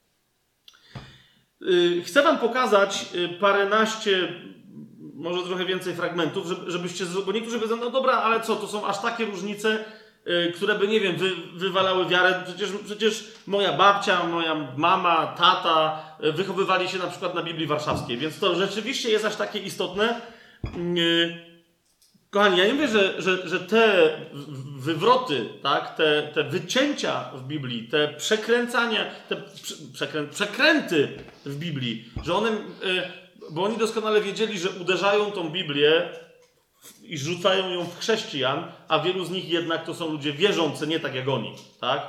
Chcę wam pokazać paręnaście, może trochę więcej fragmentów, żebyście, bo niektórzy powiedzą, no dobra, ale co, to są aż takie różnice, które by, nie wiem, wywalały wiarę. Przecież moja babcia, moja mama, tata wychowywali się na przykład na Biblii Warszawskiej, więc to rzeczywiście jest aż takie istotne. Kochani, ja nie mówię, że te wywroty, tak, te wycięcia w Biblii, te przekręcania, te przekręty w Biblii, że one, bo oni doskonale wiedzieli, że uderzają tą Biblię i rzucają ją w chrześcijan, a wielu z nich jednak to są ludzie wierzący, nie tak jak oni, tak?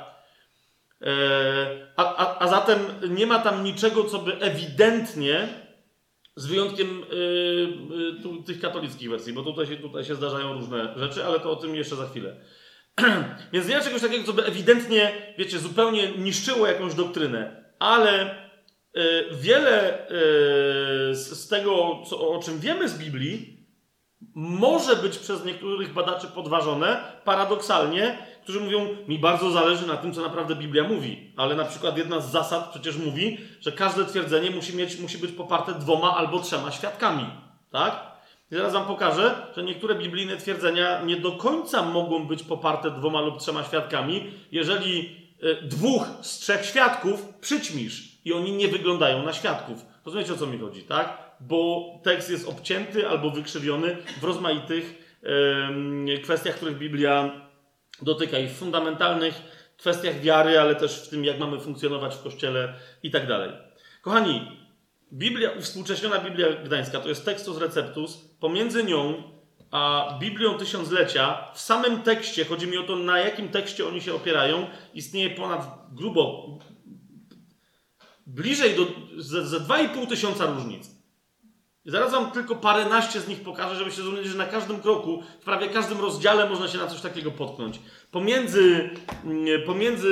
A zatem nie ma tam niczego, co by ewidentnie, z wyjątkiem tych katolickich wersji, bo tutaj się zdarzają różne rzeczy, ale to o tym jeszcze za chwilę. Więc nie ma czegoś takiego, co by ewidentnie, wiecie, zupełnie niszczyło jakąś doktrynę, ale wiele z tego, o czym wiemy z Biblii, może być przez niektórych badaczy podważone, paradoksalnie, którzy mówią, mi bardzo zależy na tym, co naprawdę Biblia mówi, ale na przykład jedna z zasad przecież mówi, że każde twierdzenie musi być poparte 2 albo 3 świadkami, tak? I zaraz wam pokażę, że niektóre biblijne twierdzenia nie do końca mogą być poparte 2 lub 3 świadkami, jeżeli 2 z 3 świadków przyćmisz i oni nie wyglądają na świadków. Rozumiecie, o co mi chodzi, tak? Bo tekst jest obcięty albo wykrzywiony w rozmaitych kwestiach, których Biblia dotyka i w fundamentalnych kwestiach wiary, ale też w tym, jak mamy funkcjonować w Kościele i tak dalej. Kochani, Biblia, uwspółcześniona Biblia Gdańska, to jest Textus Receptus. Pomiędzy nią a Biblią Tysiąclecia, w samym tekście, chodzi mi o to, na jakim tekście oni się opierają, istnieje bliżej ze 2500 różnic. I zaraz wam tylko paręnaście z nich pokażę, żebyście zrozumieli, że na każdym kroku, w prawie każdym rozdziale można się na coś takiego potknąć. Pomiędzy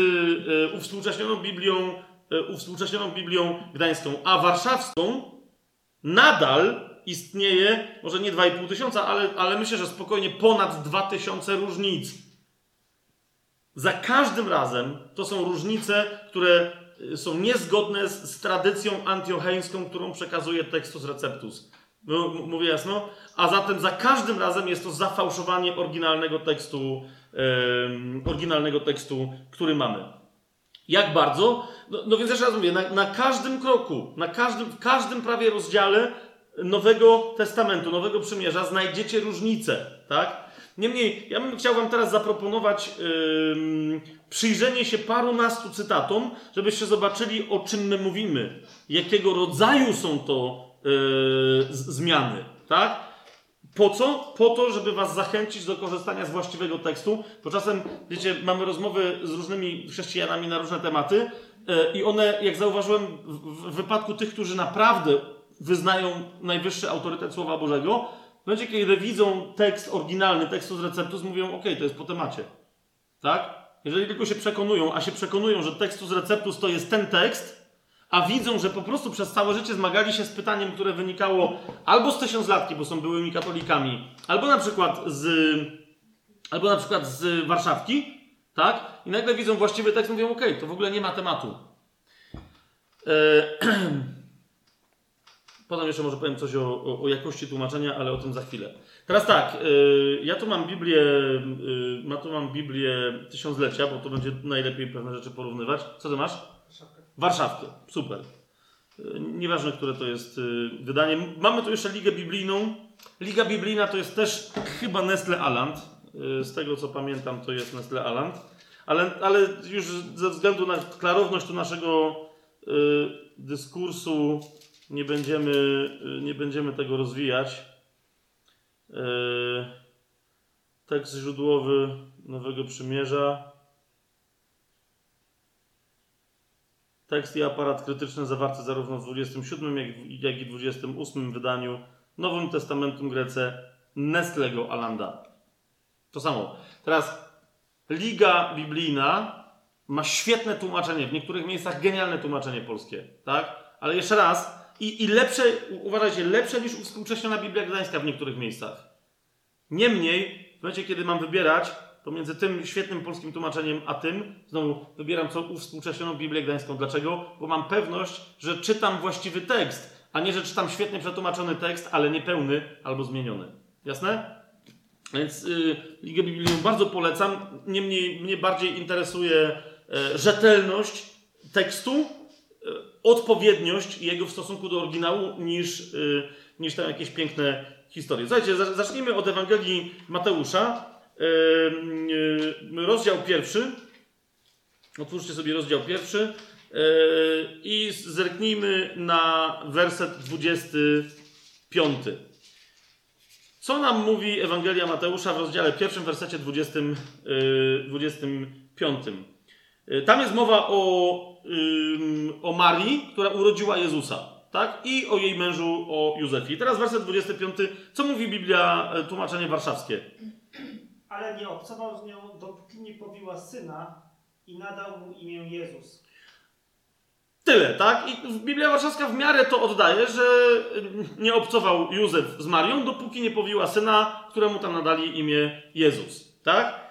uwspółcześnioną Biblią Gdańską a warszawską nadal istnieje, może nie 2500, ale myślę, że spokojnie ponad 2000 różnic. Za każdym razem to są różnice, które są niezgodne z tradycją antiocheńską, którą przekazuje Textus Receptus. Mówię jasno? A zatem za każdym razem jest to zafałszowanie oryginalnego tekstu, który mamy. Jak bardzo? No więc jeszcze raz mówię, na każdym kroku, w każdym prawie rozdziale Nowego Testamentu, Nowego Przymierza znajdziecie różnice, tak? Niemniej, ja bym chciał wam teraz zaproponować przyjrzenie się parunastu cytatom, żebyście zobaczyli, o czym my mówimy. Jakiego rodzaju są to zmiany, tak? Po co? Po to, żeby was zachęcić do korzystania z właściwego tekstu. Bo czasem, wiecie, mamy rozmowy z różnymi chrześcijanami na różne tematy i one, jak zauważyłem, w wypadku tych, którzy naprawdę wyznają najwyższy autorytet Słowa Bożego, w momencie, kiedy widzą tekst oryginalny, tekstu z Receptus, mówią, okej, to jest po temacie. Tak? Jeżeli tylko się przekonują, a się przekonują, że tekstu z Receptus to jest ten tekst, a widzą, że po prostu przez całe życie zmagali się z pytaniem, które wynikało albo z tysiąclatki, bo są byłymi katolikami, albo na przykład z Warszawki, tak? I nagle widzą właściwy tekst i mówią, okej, to w ogóle nie ma tematu. Potem jeszcze może powiem coś o jakości tłumaczenia, ale o tym za chwilę. Teraz tak, ja tu mam Biblię Tysiąclecia, bo to będzie najlepiej pewne rzeczy porównywać. Co ty masz? Warszawkę. Super. Nieważne, które to jest wydanie. Mamy tu jeszcze Ligę Biblijną. Liga Biblijna to jest też chyba Nestle Aland. Z tego co pamiętam, to jest Nestle Aland. Ale już ze względu na klarowność tu naszego dyskursu nie będziemy tego rozwijać. Tekst źródłowy Nowego Przymierza. Tekst i aparat krytyczny zawarty zarówno w 27, jak i 28 wydaniu Nowym Testamentum Grece Nestlego Alanda. To samo. Teraz Liga Biblijna ma świetne tłumaczenie, w niektórych miejscach genialne tłumaczenie polskie, tak? Ale jeszcze raz, i lepsze, uważajcie, lepsze niż uwspółcześniona Biblia Gdańska w niektórych miejscach. Niemniej, w momencie, kiedy mam wybierać pomiędzy tym świetnym polskim tłumaczeniem, a tym, znowu wybieram co uwspółcześnioną Biblię Gdańską. Dlaczego? Bo mam pewność, że czytam właściwy tekst, a nie, że czytam świetnie przetłumaczony tekst, ale niepełny albo zmieniony. Jasne? Więc Ligę Biblijną bardzo polecam. Niemniej mnie bardziej interesuje rzetelność tekstu, odpowiedniość jego w stosunku do oryginału niż tam jakieś piękne historie. Słuchajcie, zacznijmy od Ewangelii Mateusza. Rozdział 1. Otwórzcie sobie rozdział 1 i zerknijmy na werset 25. Co nam mówi Ewangelia Mateusza w rozdziale 1, wersecie 25? Tam jest mowa o Marii, która urodziła Jezusa, tak? I o jej mężu, o Józefie. I teraz werset 25. Co mówi Biblia, tłumaczenie warszawskie? Ale nie obcował z nią, dopóki nie powiła syna i nadał mu imię Jezus. Tyle, tak? I Biblia Warszawska w miarę to oddaje, że nie obcował Józef z Marią, dopóki nie powiła syna, któremu tam nadali imię Jezus, tak?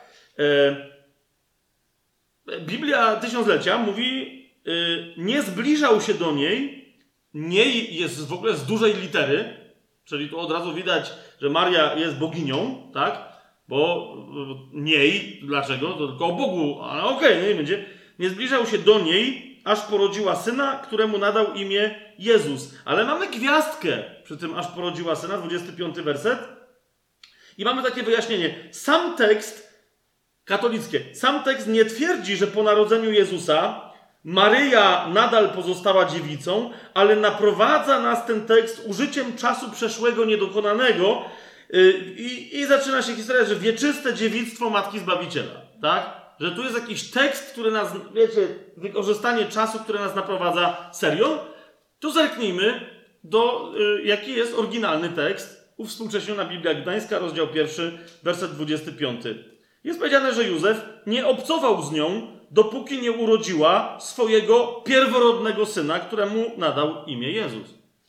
Biblia Tysiąclecia mówi, nie zbliżał się do niej, nie jest w ogóle z dużej litery, czyli tu od razu widać, że Maria jest boginią, tak? Bo niej, dlaczego? To tylko o Bogu, ale okej, nie będzie. Nie zbliżał się do niej, aż porodziła syna, któremu nadał imię Jezus. Ale mamy gwiazdkę przy tym, aż porodziła syna, 25 werset. I mamy takie wyjaśnienie. Sam tekst katolickie, sam tekst nie twierdzi, że po narodzeniu Jezusa Maryja nadal pozostała dziewicą, ale naprowadza nas ten tekst użyciem czasu przeszłego niedokonanego i zaczyna się historia, że wieczyste dziewictwo Matki Zbawiciela, tak? Że tu jest jakiś tekst, który nas, wiecie, wykorzystanie czasu, które nas naprowadza serio. Tu zerknijmy jaki jest oryginalny tekst. Uwspółcześniona Biblia Gdańska, rozdział 1, werset 25. Jest powiedziane, że Józef nie obcował z nią, dopóki nie urodziła swojego pierworodnego syna, któremu nadał imię Jezus.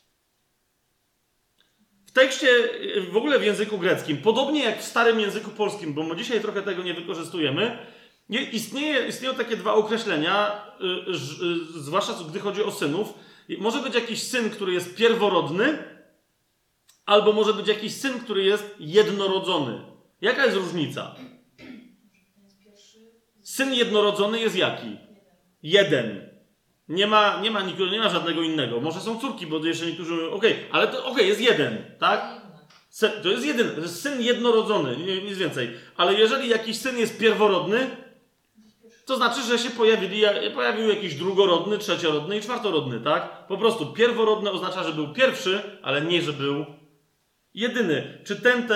W tekście, w ogóle w języku greckim, podobnie jak w starym języku polskim, bo my dzisiaj trochę tego nie wykorzystujemy, istnieją takie dwa określenia, zwłaszcza gdy chodzi o synów. Może być jakiś syn, który jest pierworodny, albo może być jakiś syn, który jest jednorodzony. Jaka jest różnica? Syn jednorodzony jest jaki? Jeden. Nie ma żadnego innego. Może są córki, bo jeszcze niektórzy mówią, ale to jest jeden, tak? To jest jeden, to jest syn jednorodzony, nic więcej. Ale jeżeli jakiś syn jest pierworodny, to znaczy, że się pojawił jakiś drugorodny, trzeciorodny i czwartorodny, tak? Po prostu pierworodny oznacza, że był pierwszy, ale nie, że był jedyny. Czy ten tekst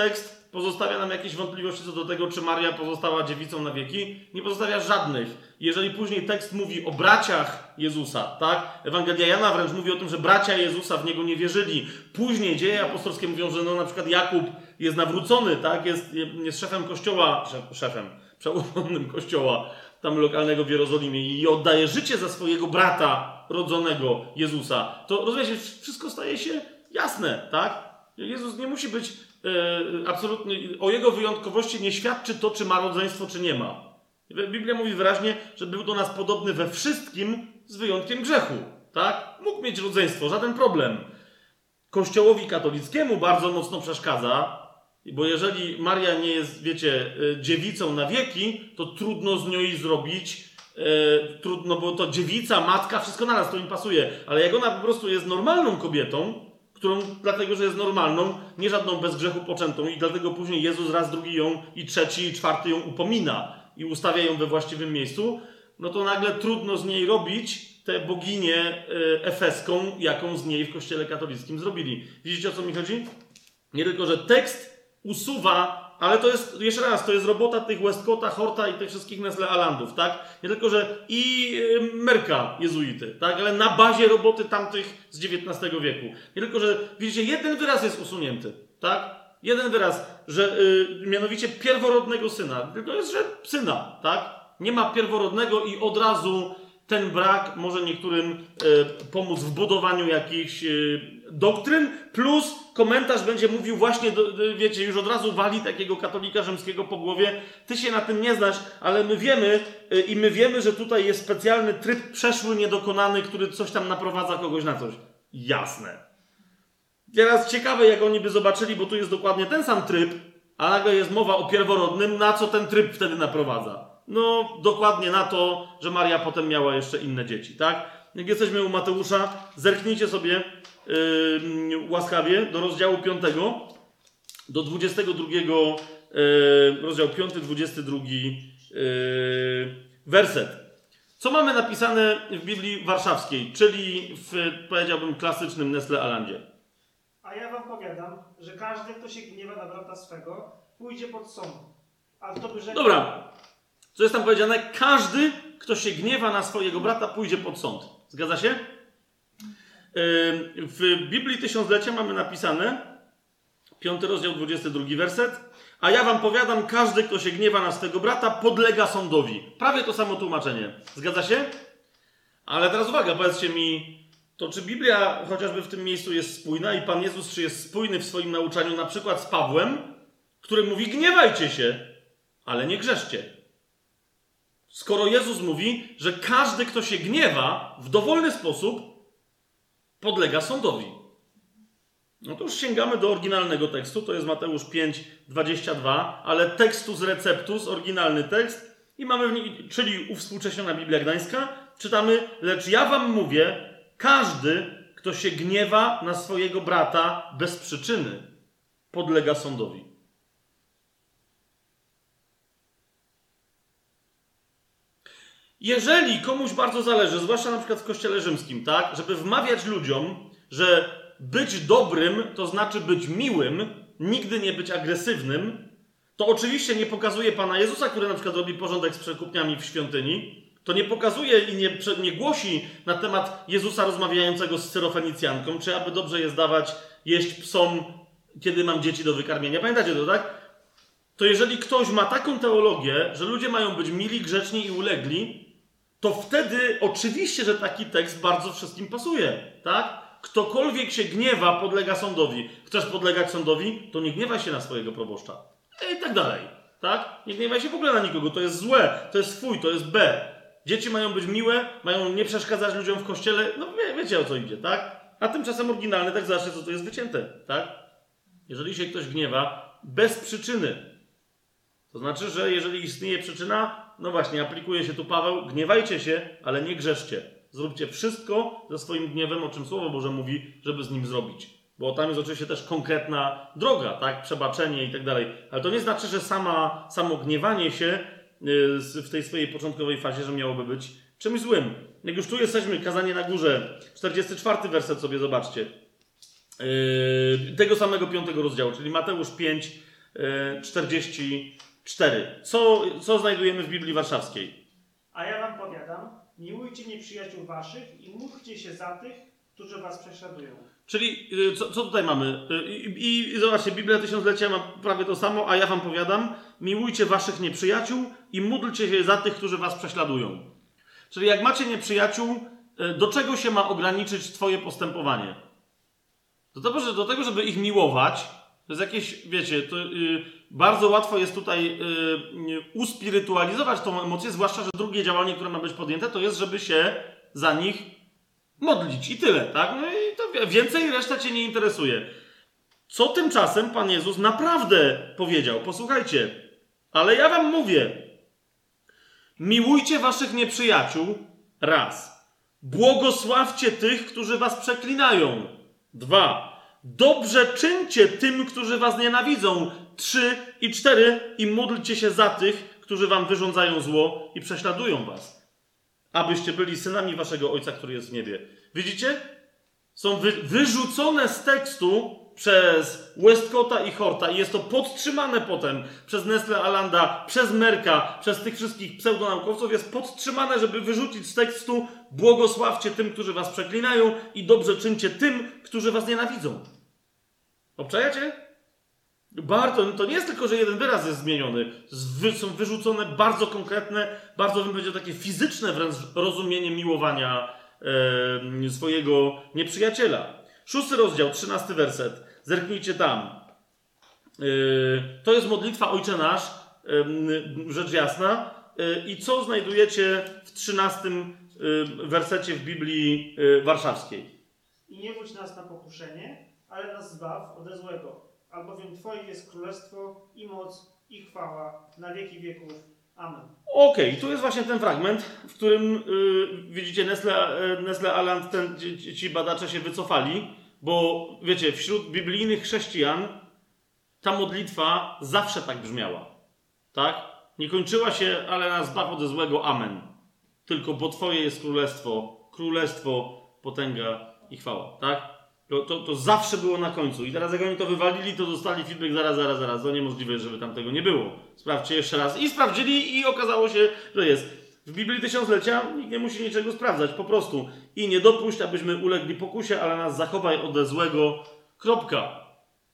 pozostawia nam jakieś wątpliwości co do tego, czy Maria pozostała dziewicą na wieki? Nie pozostawia żadnych. Jeżeli później tekst mówi o braciach Jezusa, tak? Ewangelia Jana wręcz mówi o tym, że bracia Jezusa w Niego nie wierzyli. Później dzieje apostolskie mówią, że no na przykład Jakub jest nawrócony, tak? Jest szefem kościoła, przełożonym kościoła tam lokalnego w Jerozolimie i oddaje życie za swojego brata rodzonego Jezusa. To rozumiecie, wszystko staje się jasne, tak? Jezus nie musi być absolutnie, o Jego wyjątkowości nie świadczy to, czy ma rodzeństwo, czy nie ma. Biblia mówi wyraźnie, że był do nas podobny we wszystkim, z wyjątkiem grzechu, tak? Mógł mieć rodzeństwo, żaden problem. Kościołowi katolickiemu bardzo mocno przeszkadza, bo jeżeli Maria nie jest, wiecie, dziewicą na wieki, to trudno z nią zrobić, trudno, bo to dziewica, matka, wszystko naraz to im pasuje. Ale jak ona po prostu jest normalną kobietą, którą, dlatego że jest normalną, nie żadną bez grzechu poczętą i dlatego później Jezus raz, drugi ją i trzeci, i czwarty ją upomina i ustawia ją we właściwym miejscu, no to nagle trudno z niej robić tę boginię efeską, jaką z niej w kościele katolickim zrobili. Widzicie, o co mi chodzi? Nie tylko, że tekst usuwa, ale to jest, jeszcze raz, to jest robota tych Westcotta, Horta i tych wszystkich Nestle Alandów, tak? Nie tylko, że i Merka jezuity, tak? Ale na bazie roboty tamtych z XIX wieku. Nie tylko, że widzicie, jeden wyraz jest usunięty, tak? Jeden wyraz, że mianowicie pierworodnego syna. Tylko jest, że syna, tak? Nie ma pierworodnego i od razu ten brak może niektórym pomóc w budowaniu jakichś doktryn, plus komentarz będzie mówił właśnie, wiecie, już od razu wali takiego katolika rzymskiego po głowie. Ty się na tym nie znasz, ale my wiemy, że tutaj jest specjalny tryb przeszły, niedokonany, który coś tam naprowadza kogoś na coś. Jasne. Teraz ciekawe, jak oni by zobaczyli, bo tu jest dokładnie ten sam tryb, a nagle jest mowa o pierworodnym, na co ten tryb wtedy naprowadza. No, dokładnie na to, że Maria potem miała jeszcze inne dzieci, tak? Jak jesteśmy u Mateusza, zerknijcie sobie łaskawie do rozdziału 5, do 22, rozdział 5, 22 werset. Co mamy napisane w Biblii Warszawskiej, czyli w, powiedziałbym, klasycznym Nestle Alandzie? A ja wam powiadam, że każdy, kto się gniewa na brata swego, pójdzie pod sąd. A kto by rzekł... Dobra. Co jest tam powiedziane? Każdy, kto się gniewa na swojego brata, pójdzie pod sąd. Zgadza się? W Biblii Tysiąclecia mamy napisane, 5 rozdział, 22 werset. A ja wam powiadam, każdy, kto się gniewa na swego brata, podlega sądowi. Prawie to samo tłumaczenie. Zgadza się? Ale teraz uwaga, powiedzcie mi, to czy Biblia chociażby w tym miejscu jest spójna i Pan Jezus czy jest spójny w swoim nauczaniu na przykład z Pawłem, który mówi, gniewajcie się, ale nie grzeszcie. Skoro Jezus mówi, że każdy, kto się gniewa w dowolny sposób, podlega sądowi. No to już sięgamy do oryginalnego tekstu, to jest Mateusz 5, 22, ale textus receptus, oryginalny tekst, i mamy w nim, czyli uwspółcześniona Biblia Gdańska, czytamy, lecz ja wam mówię, każdy, kto się gniewa na swojego brata bez przyczyny, podlega sądowi. Jeżeli komuś bardzo zależy, zwłaszcza na przykład w Kościele Rzymskim, tak, żeby wmawiać ludziom, że być dobrym to znaczy być miłym, nigdy nie być agresywnym, to oczywiście nie pokazuje Pana Jezusa, który na przykład robi porządek z przekupniami w świątyni, to nie pokazuje i nie głosi na temat Jezusa rozmawiającego z Syrofenicjanką, czy aby dobrze jest dawać jeść psom, kiedy mam dzieci do wykarmienia. Pamiętacie to, tak? To jeżeli ktoś ma taką teologię, że ludzie mają być mili, grzeczni i ulegli, to wtedy oczywiście, że taki tekst bardzo wszystkim pasuje, tak? Ktokolwiek się gniewa, podlega sądowi. Chcesz podlegać sądowi, to nie gniewaj się na swojego proboszcza. I tak dalej, tak? Nie gniewaj się w ogóle na nikogo, to jest złe, to jest fuj, to jest B. Dzieci mają być miłe, mają nie przeszkadzać ludziom w kościele, no wiecie o co idzie, tak? A tymczasem oryginalny tekst, zobaczcie, co tu jest wycięte, tak? Jeżeli się ktoś gniewa bez przyczyny, to znaczy, że jeżeli istnieje przyczyna, no właśnie, aplikuje się tu Paweł, gniewajcie się, ale nie grzeszcie. Zróbcie wszystko ze swoim gniewem, o czym Słowo Boże mówi, żeby z nim zrobić. Bo tam jest oczywiście też konkretna droga, tak? Przebaczenie i tak dalej. Ale to nie znaczy, że samo gniewanie się w tej swojej początkowej fazie, że miałoby być czymś złym. Jak już tu jesteśmy, kazanie na górze, 44 werset sobie zobaczcie. Tego samego 5 rozdziału, czyli Mateusz 5, 44. Co znajdujemy w Biblii Warszawskiej? A ja wam powiadam, miłujcie nieprzyjaciół waszych i módlcie się za tych, którzy was prześladują. Czyli co tutaj mamy? I zobaczcie, Biblia Tysiąclecia ma prawie to samo, a ja wam powiadam, miłujcie waszych nieprzyjaciół i módlcie się za tych, którzy was prześladują. Czyli jak macie nieprzyjaciół, do czego się ma ograniczyć twoje postępowanie? Do tego, żeby ich miłować. To jest jakieś, wiecie, to bardzo łatwo jest tutaj uspirytualizować tą emocję, zwłaszcza, że drugie działanie, które ma być podjęte, to jest, żeby się za nich modlić i tyle, tak? No i to więcej, reszta cię nie interesuje. Co tymczasem Pan Jezus naprawdę powiedział? Posłuchajcie, ale ja wam mówię, miłujcie waszych nieprzyjaciół, raz. Błogosławcie tych, którzy was przeklinają, 2. Dobrze czyńcie tym, którzy was nienawidzą, 3 i 4. I módlcie się za tych, którzy wam wyrządzają zło i prześladują was, abyście byli synami waszego Ojca, który jest w niebie. Widzicie? Są wyrzucone z tekstu przez Westcotta i Horta i jest to podtrzymane potem przez Nestle Allanda, przez Merka, przez tych wszystkich pseudonaukowców. Jest podtrzymane, żeby wyrzucić z tekstu błogosławcie tym, którzy was przeklinają i dobrze czyńcie tym, którzy was nienawidzą. Obczajacie? To nie jest tylko, że jeden wyraz jest zmieniony. Są wyrzucone bardzo konkretne, bardzo bym powiedział takie fizyczne wręcz rozumienie miłowania swojego nieprzyjaciela. 6 rozdział, 13 werset. Zerknijcie tam. To jest modlitwa Ojcze Nasz, rzecz jasna. I co znajdujecie w 13 wersecie w Biblii Warszawskiej? I nie wódź nas na pokuszenie, ale nas zbaw ode złego. Albowiem Twoje jest królestwo i moc i chwała na wieki wieków. Amen. Okej, tu jest właśnie ten fragment, w którym widzicie Nestle Aland, ci badacze się wycofali, bo wiecie, wśród biblijnych chrześcijan ta modlitwa zawsze tak brzmiała. Tak? Nie kończyła się, ale nas zbaw ode złego, amen. Tylko bo Twoje jest królestwo, potęga i chwała. Tak? To zawsze było na końcu. I teraz jak oni to wywalili, to dostali feedback zaraz. To niemożliwe, żeby tam tego nie było. Sprawdźcie jeszcze raz. I sprawdzili i okazało się, że jest. W Biblii Tysiąclecia nikt nie musi niczego sprawdzać. Po prostu. I nie dopuść, abyśmy ulegli pokusie, ale nas zachowaj ode złego. Kropka.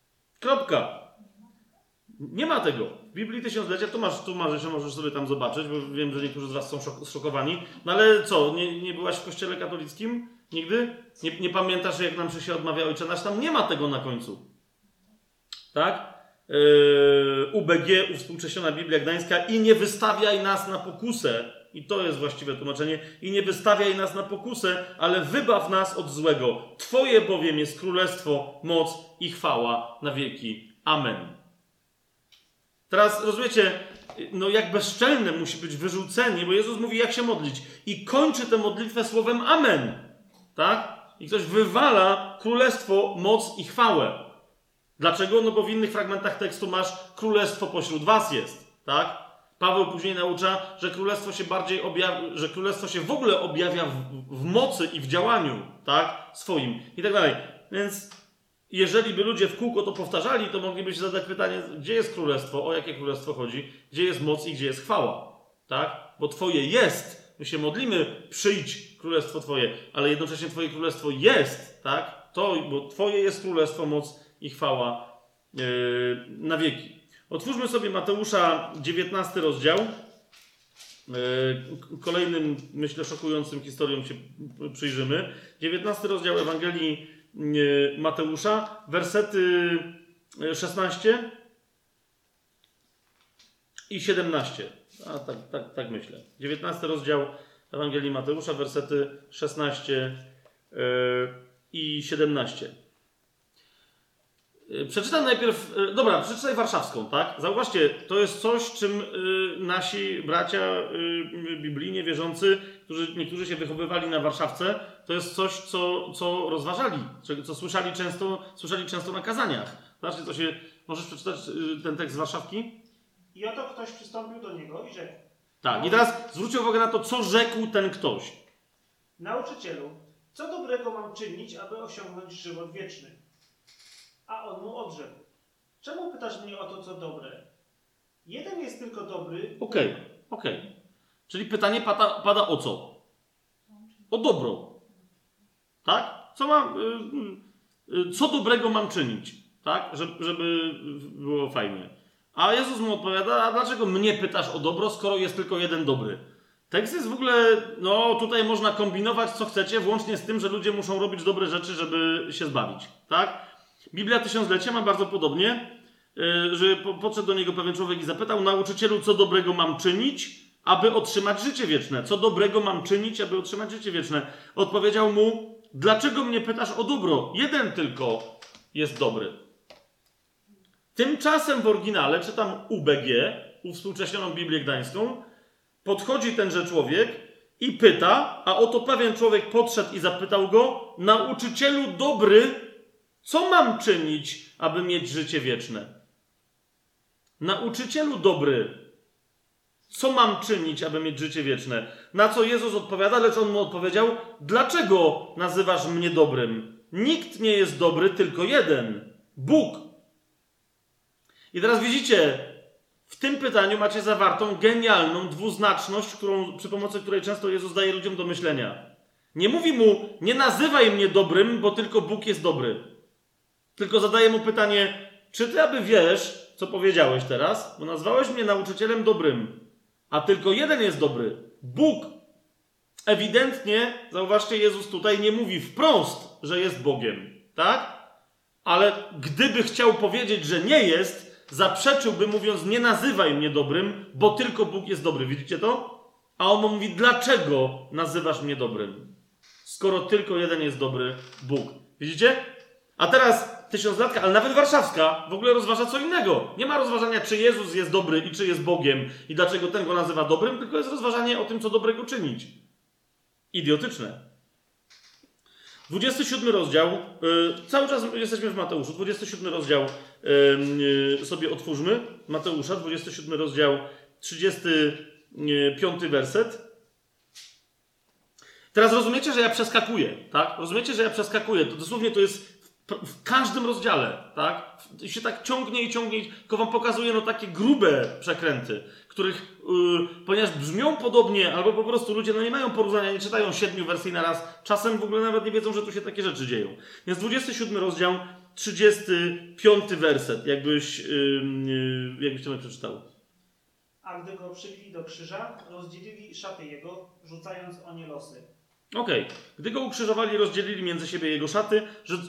Nie ma tego. W Biblii Tysiąclecia, tu masz jeszcze, możesz sobie tam zobaczyć, bo wiem, że niektórzy z was są zszokowani. No ale co, nie byłaś w kościele katolickim? Nigdy? Nie pamiętasz, jak nam się odmawia Ojcze Nasz? Tam nie ma tego na końcu. Tak? UBG, uwspółcześniona Biblia Gdańska. I nie wystawiaj nas na pokusę. I to jest właściwe tłumaczenie. I nie wystawiaj nas na pokusę, ale wybaw nas od złego. Twoje bowiem jest królestwo, moc i chwała na wieki. Amen. Teraz rozumiecie, no jak bezczelne musi być wyrzucenie, bo Jezus mówi, jak się modlić. I kończy tę modlitwę słowem amen. Tak? I ktoś wywala królestwo, moc i chwałę. Dlaczego? No bo w innych fragmentach tekstu masz królestwo pośród was jest. Tak? Paweł później naucza, że królestwo się bardziej że królestwo się w ogóle objawia w mocy i w działaniu, tak? Swoim i tak dalej. Więc jeżeli by ludzie w kółko to powtarzali, to mogliby się zadać pytanie, gdzie jest królestwo, o jakie królestwo chodzi, gdzie jest moc i gdzie jest chwała, tak? Bo Twoje jest, my się modlimy, przyjdź królestwo Twoje, ale jednocześnie Twoje królestwo jest, tak? Bo Twoje jest królestwo, moc i chwała na wieki. Otwórzmy sobie Mateusza 19 rozdział. Kolejnym, myślę, szokującym historiom się przyjrzymy. 19 rozdział Ewangelii Mateusza, wersety 16 i 17. Tak myślę. 19 rozdział Ewangelii Mateusza, wersety 16 i 17. Przeczytam najpierw, przeczytaj warszawską, tak? Zauważcie, to jest coś, czym nasi bracia biblijnie wierzący, niektórzy się wychowywali na Warszawce, to jest coś, co rozważali, co słyszeli często na kazaniach. Zobaczcie, możesz przeczytać ten tekst z Warszawki? I oto ktoś przystąpił do niego i rzekł. Tak, i teraz zwróćcie uwagę na to, co rzekł ten ktoś. Nauczycielu, co dobrego mam czynić, aby osiągnąć żywot wieczny? A on mu odrzekł. czemu pytasz mnie o to, co dobre? Jeden jest tylko dobry. Okej. Czyli pytanie pada o co? O dobro. Tak? Co dobrego mam czynić? Tak? Żeby było fajnie. A Jezus mu odpowiada, a dlaczego mnie pytasz o dobro, skoro jest tylko jeden dobry? Tekst jest w ogóle, tutaj można kombinować co chcecie, włącznie z tym, że ludzie muszą robić dobre rzeczy, żeby się zbawić. Tak? Biblia Tysiąclecia ma bardzo podobnie, że podszedł do niego pewien człowiek i zapytał, nauczycielu, co dobrego mam czynić, aby otrzymać życie wieczne? Co dobrego mam czynić, aby otrzymać życie wieczne? Odpowiedział mu, dlaczego mnie pytasz o dobro? Jeden tylko jest dobry. Tymczasem w oryginale, czytam UBG, uwspółcześnioną Biblię Gdańską, podchodzi tenże człowiek i pyta, a oto pewien człowiek podszedł i zapytał go, nauczycielu dobry, co mam czynić, aby mieć życie wieczne? Nauczycielu dobry, co mam czynić, aby mieć życie wieczne? Na co Jezus odpowiada, lecz on mu odpowiedział, dlaczego nazywasz mnie dobrym? Nikt nie jest dobry, tylko jeden, Bóg. I teraz widzicie, w tym pytaniu macie zawartą genialną dwuznaczność, przy pomocy której często Jezus daje ludziom do myślenia. Nie mówi mu, nie nazywaj mnie dobrym, bo tylko Bóg jest dobry. Tylko zadaje mu pytanie, czy ty aby wiesz, co powiedziałeś teraz, bo nazwałeś mnie nauczycielem dobrym, a tylko jeden jest dobry, Bóg. Ewidentnie, zauważcie, Jezus tutaj nie mówi wprost, że jest Bogiem, tak? Ale gdyby chciał powiedzieć, że nie jest, zaprzeczyłby mówiąc, nie nazywaj mnie dobrym, bo tylko Bóg jest dobry. Widzicie to? A on mówi, dlaczego nazywasz mnie dobrym? Skoro tylko jeden jest dobry, Bóg. Widzicie? A teraz tysiąclatka, ale nawet warszawska w ogóle rozważa co innego. Nie ma rozważania, czy Jezus jest dobry i czy jest Bogiem i dlaczego ten go nazywa dobrym, tylko jest rozważanie o tym, co dobrego czynić. Idiotyczne. 27 rozdział, cały czas jesteśmy w Mateuszu, 27 rozdział sobie otwórzmy, Mateusza, 27 rozdział, 35 werset. Teraz rozumiecie, że ja przeskakuję, tak? Rozumiecie, że ja przeskakuję, to dosłownie to jest w każdym rozdziale, tak? Się tak ciągnie i ciągnie, tylko wam pokazuję takie grube przekręty, których, ponieważ brzmią podobnie, albo po prostu ludzie nie mają porównania, nie czytają 7 wersji na raz, czasem w ogóle nawet nie wiedzą, że tu się takie rzeczy dzieją. Więc 27 rozdział, 35 werset, jakbyś to mi przeczytał. A gdy go przybili do krzyża, rozdzielili szaty jego, rzucając o nie losy. Okej. Gdy go ukrzyżowali, rozdzielili między siebie jego szaty,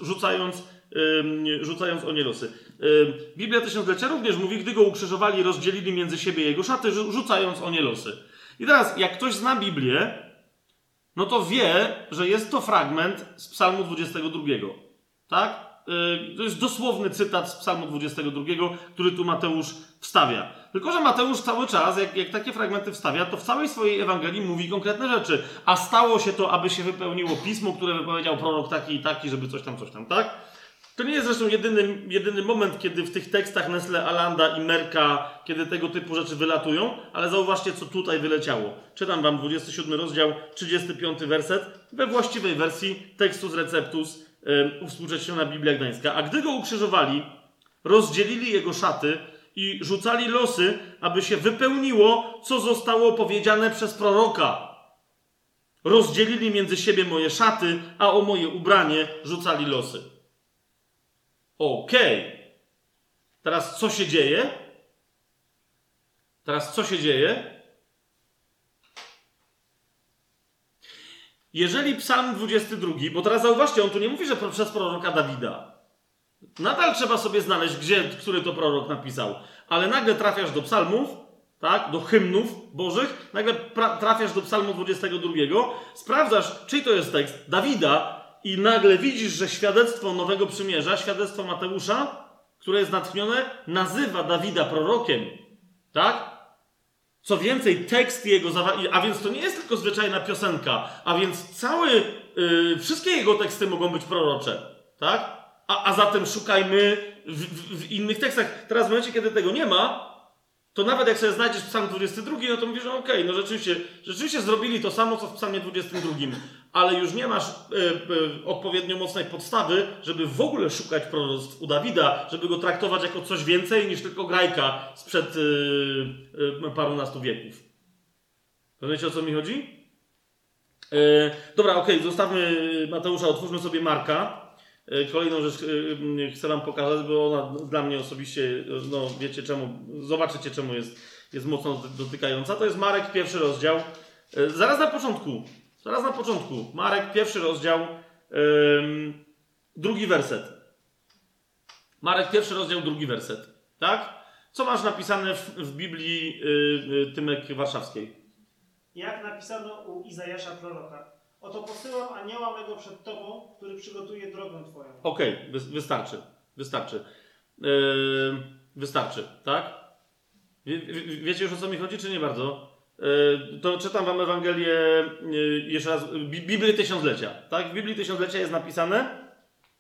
rzucając o nie losy. Biblia Tysiąclecia również mówi, gdy go ukrzyżowali, rozdzielili między siebie jego szaty, rzucając o nie losy. I teraz, jak ktoś zna Biblię, no to wie, że jest to fragment z Psalmu 22. Tak? To jest dosłowny cytat z Psalmu 22, który tu Mateusz wstawia. Tylko że Mateusz cały czas, jak takie fragmenty wstawia, to w całej swojej Ewangelii mówi konkretne rzeczy. A stało się to, aby się wypełniło pismo, które wypowiedział prorok taki i taki, żeby coś tam, tak? To nie jest zresztą jedyny moment, kiedy w tych tekstach Nestle, Allanda i Merka, kiedy tego typu rzeczy wylatują, ale zauważcie, co tutaj wyleciało. Czytam wam 27 rozdział, 35 werset, we właściwej wersji Textus Receptus, uwspółcześniona Biblia Gdańska. A gdy go ukrzyżowali, rozdzielili jego szaty i rzucali losy, aby się wypełniło, co zostało powiedziane przez proroka. Rozdzielili między siebie moje szaty, a o moje ubranie rzucali losy. Okej. Teraz co się dzieje? Jeżeli Psalm 22, bo teraz zauważcie, on tu nie mówi, że przez proroka Dawida. Nadal trzeba sobie znaleźć, który to prorok napisał. Ale nagle trafiasz do psalmów, tak, do hymnów bożych, nagle trafiasz do Psalmu 22, sprawdzasz, czyj to jest tekst Dawida i nagle widzisz, że świadectwo Nowego Przymierza, świadectwo Mateusza, które jest natchnione, nazywa Dawida prorokiem. Tak? Co więcej, tekst jego, a więc to nie jest tylko zwyczajna piosenka, a więc wszystkie jego teksty mogą być prorocze. Tak? A zatem szukajmy w innych tekstach. Teraz w momencie, kiedy tego nie ma, to nawet jak sobie znajdziesz psalm 22, no to mówisz, że okej, no rzeczywiście zrobili to samo, co w psalmie 22, ale już nie masz odpowiednio mocnej podstawy, żeby w ogóle szukać proroctw u Dawida, żeby go traktować jako coś więcej niż tylko grajka sprzed parunastu wieków. Rozumiecie, o co mi chodzi? Dobra, okej, zostawmy Mateusza, otwórzmy sobie Marka. Kolejną rzecz chcę wam pokazać, bo ona dla mnie osobiście, no wiecie czemu, zobaczycie czemu jest mocno dotykająca. To jest Marek, 1 rozdział. Zaraz na początku. Marek, 1 rozdział, 2 werset. Marek, 1 rozdział, 2 werset. Tak? Co masz napisane w Biblii Tymek Warszawskiej? Jak napisano u Izajasza proroka. Oto posyłam anioła mego przed tobą, który przygotuje drogę twoją. Okej, wystarczy. Wystarczy, tak? Wiecie już o co mi chodzi, czy nie bardzo? To czytam wam Ewangelię jeszcze raz, Biblię Tysiąclecia, tak? W Biblii Tysiąclecia jest napisane,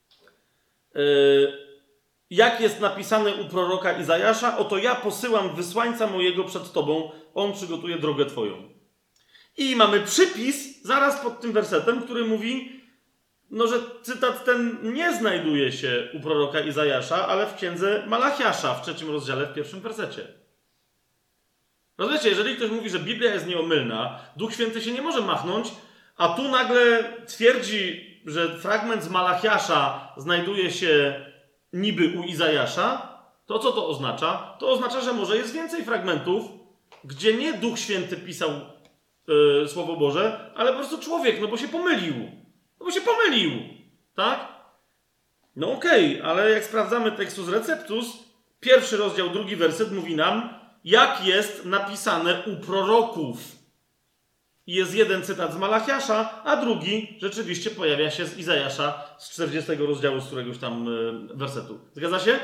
jak jest napisane u proroka Izajasza, oto ja posyłam wysłańca mojego przed tobą, on przygotuje drogę twoją. I mamy przypis zaraz pod tym wersetem, który mówi, no, że cytat ten nie znajduje się u proroka Izajasza, ale w księdze Malachiasza w 3 rozdziale, w 1 wersecie. Rozumiecie, jeżeli ktoś mówi, że Biblia jest nieomylna, Duch Święty się nie może machnąć, a tu nagle twierdzi, że fragment z Malachiasza znajduje się niby u Izajasza, to co to oznacza? To oznacza, że może jest więcej fragmentów, gdzie nie Duch Święty pisał Słowo Boże, ale po prostu człowiek, no bo się pomylił. Tak? No okej, ale jak sprawdzamy Textus Receptus, 1 rozdział, 2 werset mówi nam, jak jest napisane u proroków. I jest jeden cytat z Malachiasza, a drugi rzeczywiście pojawia się z Izajasza z 40 rozdziału, z któregoś tam wersetu. Zgadza się?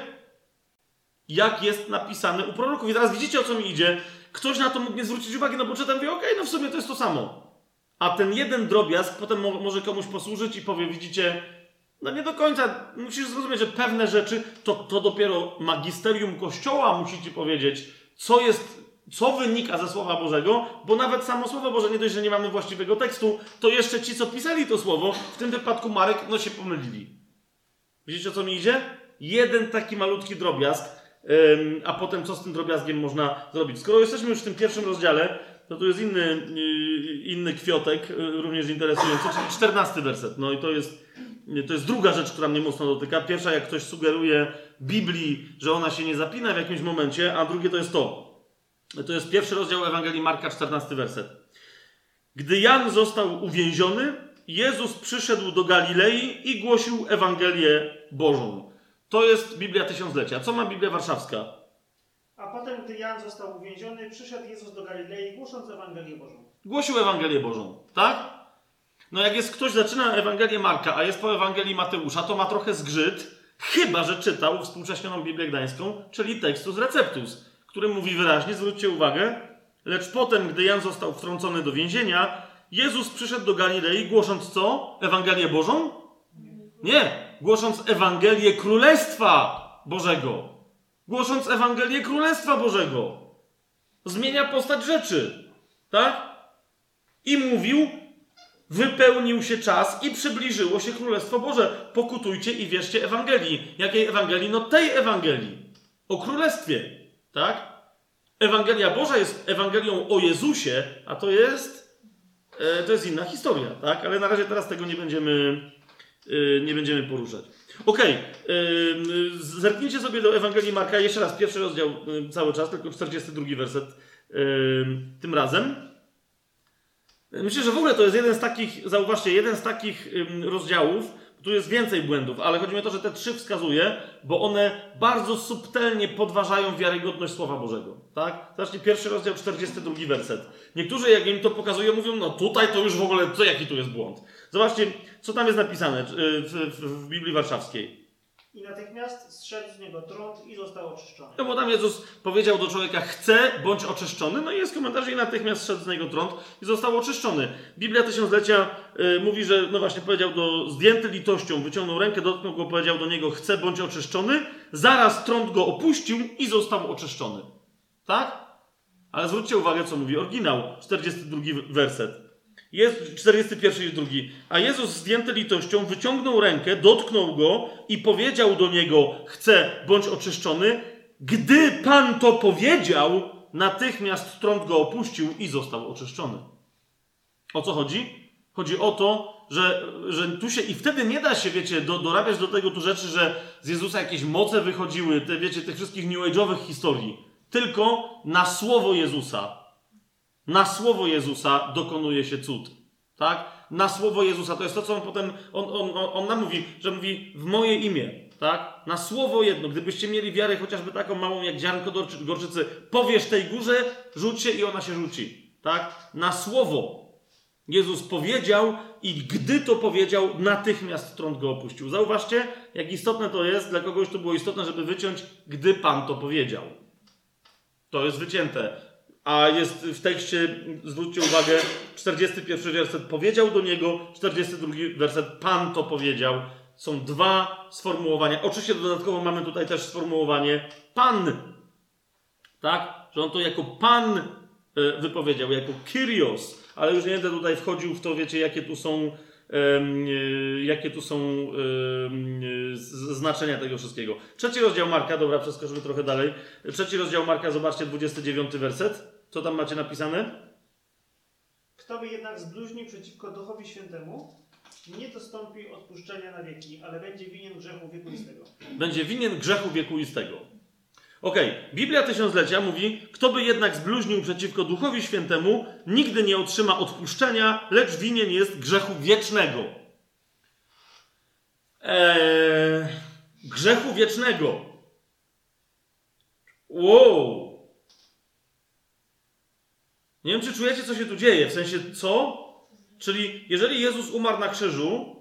Jak jest napisane u proroków. I teraz widzicie, o co mi idzie. Ktoś na to mógł nie zwrócić uwagi, no bo czytam, wie, okej, no w sumie to jest to samo. A ten jeden drobiazg potem może komuś posłużyć i powie, widzicie, no nie do końca, musisz zrozumieć, że pewne rzeczy, to dopiero magisterium Kościoła musi ci powiedzieć, co wynika ze Słowa Bożego, bo nawet samo Słowo Boże, nie dość, że nie mamy właściwego tekstu, to jeszcze ci, co pisali to Słowo, w tym wypadku Marek, no się pomylili. Widzicie, o co mi idzie? Jeden taki malutki drobiazg, a potem co z tym drobiazgiem można zrobić. Skoro jesteśmy już w tym 1 rozdziale, to tu jest inny kwiotek, również interesujący, czyli 14 werset. No i to jest druga rzecz, która mnie mocno dotyka. Pierwsza, jak ktoś sugeruje Biblii, że ona się nie zapina w jakimś momencie, a drugie to jest to. To jest 1 rozdział Ewangelii Marka, 14 werset. Gdy Jan został uwięziony, Jezus przyszedł do Galilei i głosił Ewangelię Bożą. To jest Biblia Tysiąclecia. Co ma Biblia Warszawska? A potem, gdy Jan został uwięziony, przyszedł Jezus do Galilei, głosząc Ewangelię Bożą. Głosił Ewangelię Bożą, tak? No jak jest ktoś zaczyna Ewangelię Marka, a jest po Ewangelii Mateusza, to ma trochę zgrzyt, chyba że czytał współcześnioną Biblię Gdańską, czyli Textus Receptus, który mówi wyraźnie, zwróćcie uwagę, lecz potem, gdy Jan został wtrącony do więzienia, Jezus przyszedł do Galilei, głosząc co? Ewangelię Bożą? Nie, głosząc Ewangelię Królestwa Bożego. Głosząc Ewangelię Królestwa Bożego. Zmienia postać rzeczy. Tak? I mówił, wypełnił się czas i przybliżyło się Królestwo Boże. Pokutujcie i wierzcie Ewangelii. Jakiej Ewangelii? No tej Ewangelii. O Królestwie. Tak? Ewangelia Boża jest Ewangelią o Jezusie, a to jest inna historia. Tak? Ale na razie teraz tego nie będziemy poruszać. Okej, zerknijcie sobie do Ewangelii Marka, jeszcze raz, 1 rozdział cały czas, tylko 42 werset tym razem. Myślę, że w ogóle to jest jeden z takich, zauważcie, jeden z takich rozdziałów, tu jest więcej błędów, ale chodzi mi o to, że te 3 wskazuję, bo one bardzo subtelnie podważają wiarygodność Słowa Bożego. Tak? Zobaczcie, 1 rozdział, 42 werset. Niektórzy, jak im to pokazują, mówią, no tutaj to już w ogóle, jaki tu jest błąd. Zobaczcie, co tam jest napisane w Biblii Warszawskiej. I natychmiast zszedł z niego trąd i został oczyszczony. No bo tam Jezus powiedział do człowieka, chcę, bądź oczyszczony. No i jest komentarz, i natychmiast zszedł z niego trąd i został oczyszczony. Biblia Tysiąclecia mówi, że no właśnie powiedział, zdjęty litością, wyciągnął rękę, dotknął go, powiedział do niego, chcę, bądź oczyszczony. Zaraz trąd go opuścił i został oczyszczony. Tak? Ale zwróćcie uwagę, co mówi oryginał. 42 werset. 41 i 2. A Jezus zdjęty litością wyciągnął rękę, dotknął go i powiedział do niego: chcę, bądź oczyszczony. Gdy Pan to powiedział, natychmiast trąd go opuścił i został oczyszczony. O co chodzi? Chodzi o to, że tu się i wtedy nie da się, wiecie, dorabiać do tego tu rzeczy, że z Jezusa jakieś moce wychodziły, te, wiecie, tych wszystkich new age'owych historii. Tylko na słowo Jezusa. Na słowo Jezusa dokonuje się cud. Tak? Na słowo Jezusa. To jest to, co on potem, on nam mówi, że mówi w moje imię. Tak? Na słowo jedno. Gdybyście mieli wiarę chociażby taką małą jak ziarnko gorczycy, powiesz tej górze, rzuć się i ona się rzuci. Tak? Na słowo Jezus powiedział i gdy to powiedział, natychmiast trąd go opuścił. Zauważcie, jak istotne to jest, dla kogoś to było istotne, żeby wyciąć, gdy Pan to powiedział. To jest wycięte. A jest w tekście, zwróćcie uwagę, 41 werset powiedział do niego, 42 werset Pan to powiedział. Są dwa sformułowania. Oczywiście dodatkowo mamy tutaj też sformułowanie Pan. Tak? Że on to jako Pan wypowiedział, jako Kyrios. Ale już nie będę tutaj wchodził w to, wiecie, jakie tu są znaczenia tego wszystkiego. 3 rozdział Marka, dobra, przeskoczymy trochę dalej. 3 rozdział Marka, zobaczcie, 29 werset. Co tam macie napisane? Kto by jednak zbluźnił przeciwko Duchowi Świętemu, nie dostąpi odpuszczenia na wieki, ale będzie winien grzechu wiekuistego. Będzie winien grzechu wiekuistego. Okej, Biblia Tysiąclecia mówi, kto by jednak zbluźnił przeciwko Duchowi Świętemu, nigdy nie otrzyma odpuszczenia, lecz winien jest grzechu wiecznego. Grzechu wiecznego. Wow. Nie wiem, czy czujecie, co się tu dzieje. W sensie, co? Czyli, jeżeli Jezus umarł na krzyżu,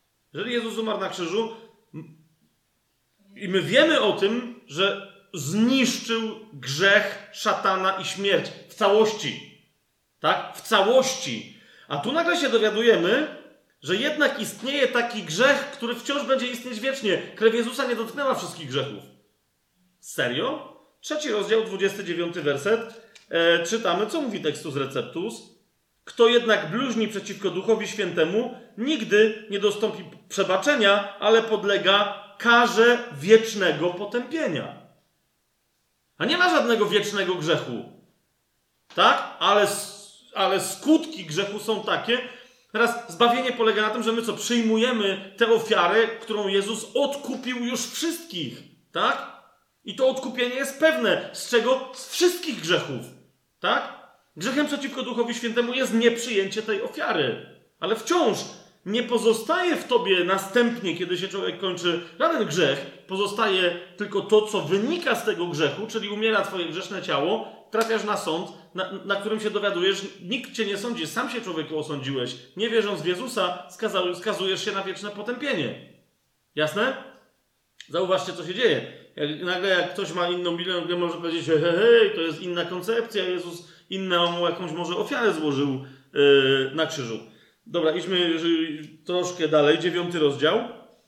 i my wiemy o tym, że zniszczył grzech, szatana i śmierć w całości. Tak? W całości. A tu nagle się dowiadujemy, że jednak istnieje taki grzech, który wciąż będzie istnieć wiecznie. Krew Jezusa nie dotknęła wszystkich grzechów. Serio? 3 rozdział, 29 werset. Czytamy, co mówi Textus Receptus. Kto jednak bluźni przeciwko Duchowi Świętemu, nigdy nie dostąpi przebaczenia, ale podlega karze wiecznego potępienia. A nie ma żadnego wiecznego grzechu. Tak? Ale skutki grzechu są takie. Teraz zbawienie polega na tym, że my co? Przyjmujemy tę ofiarę, którą Jezus odkupił już wszystkich. Tak? I to odkupienie jest pewne. Z czego? Z wszystkich grzechów. Tak? Grzechem przeciwko Duchowi Świętemu jest nieprzyjęcie tej ofiary. Ale wciąż nie pozostaje w tobie następnie, kiedy się człowiek kończy żaden grzech, pozostaje tylko to, co wynika z tego grzechu, czyli umiera twoje grzeszne ciało, trafiasz na sąd, na którym się dowiadujesz, nikt cię nie sądzi, sam się człowieku osądziłeś. Nie wierząc w Jezusa, skazujesz się na wieczne potępienie. Jasne? Zauważcie, co się dzieje. Nagle jak ktoś ma inną Biblię, może powiedzieć, hej, to jest inna koncepcja, Jezus inną jakąś może ofiarę złożył na krzyżu. Dobra, idźmy troszkę dalej. 9 rozdział.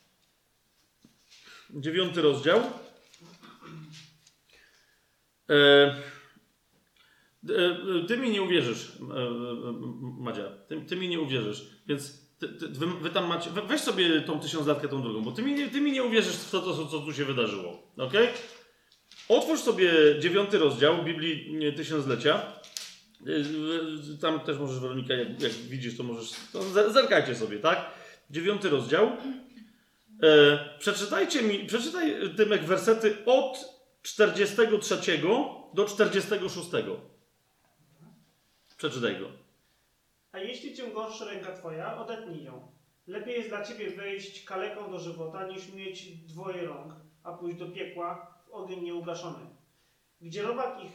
9 rozdział. Ty mi nie uwierzysz, Madzia. Ty mi nie uwierzysz. Więc wy tam macie... Weź sobie tą 1000-latkę, tą drugą, bo ty mi nie uwierzysz w to, co tu się wydarzyło. Okej? Otwórz sobie 9 rozdział Biblii Tysiąclecia. Tam też możesz, Weronika, jak widzisz, to możesz... To zerkajcie sobie, tak? 9 rozdział. Przeczytaj, Tymek, wersety od 43 do 46. Przeczytaj go. A jeśli cię gorszy ręka twoja, odetnij ją. Lepiej jest dla ciebie wejść kaleką do żywota, niż mieć 2 rąk, a pójść do piekła w ogień nieugaszony. Gdzie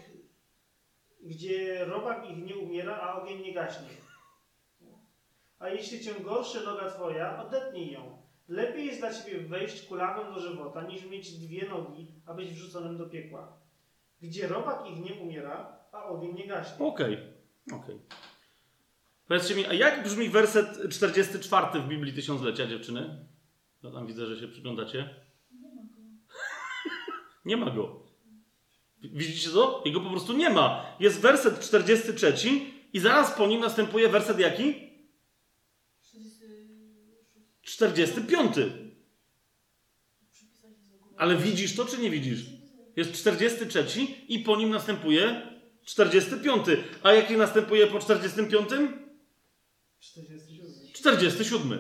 robak ich nie umiera, a ogień nie gaśnie. A jeśli cię gorszy noga twoja, odetnij ją. Lepiej jest dla ciebie wejść kulawą do żywota, niż mieć 2 nogi, a być wrzuconym do piekła. Gdzie robak ich nie umiera, a ogień nie gaśnie. Okej. Powiedzcie mi, a jak brzmi werset 44 w Biblii Tysiąclecia, dziewczyny? No tam widzę, że się przyglądacie. Nie ma go. Widzicie to? Jego po prostu nie ma. Jest werset 43 i zaraz po nim następuje werset jaki? 45. Ale widzisz to, czy nie widzisz? Jest 43 i po nim następuje 45. A jaki następuje po 45? 47.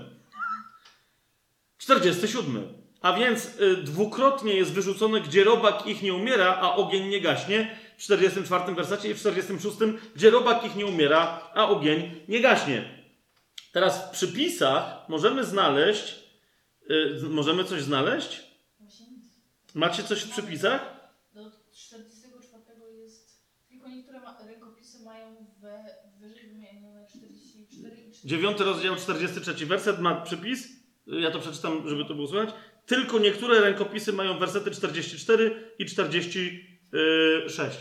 47. A więc dwukrotnie jest wyrzucone, gdzie robak ich nie umiera, a ogień nie gaśnie. W 44 wersecie i w 46, gdzie robak ich nie umiera, a ogień nie gaśnie. Teraz w przypisach możemy znaleźć... możemy coś znaleźć? Macie coś w przypisach? Do 44 jest... Tylko niektóre rękopisy mają wyżej wymienione 44 i 40. 9 rozdział, 43 werset ma przypis. Ja to przeczytam, żeby to było słychać. Tylko niektóre rękopisy mają wersety 44 i 46.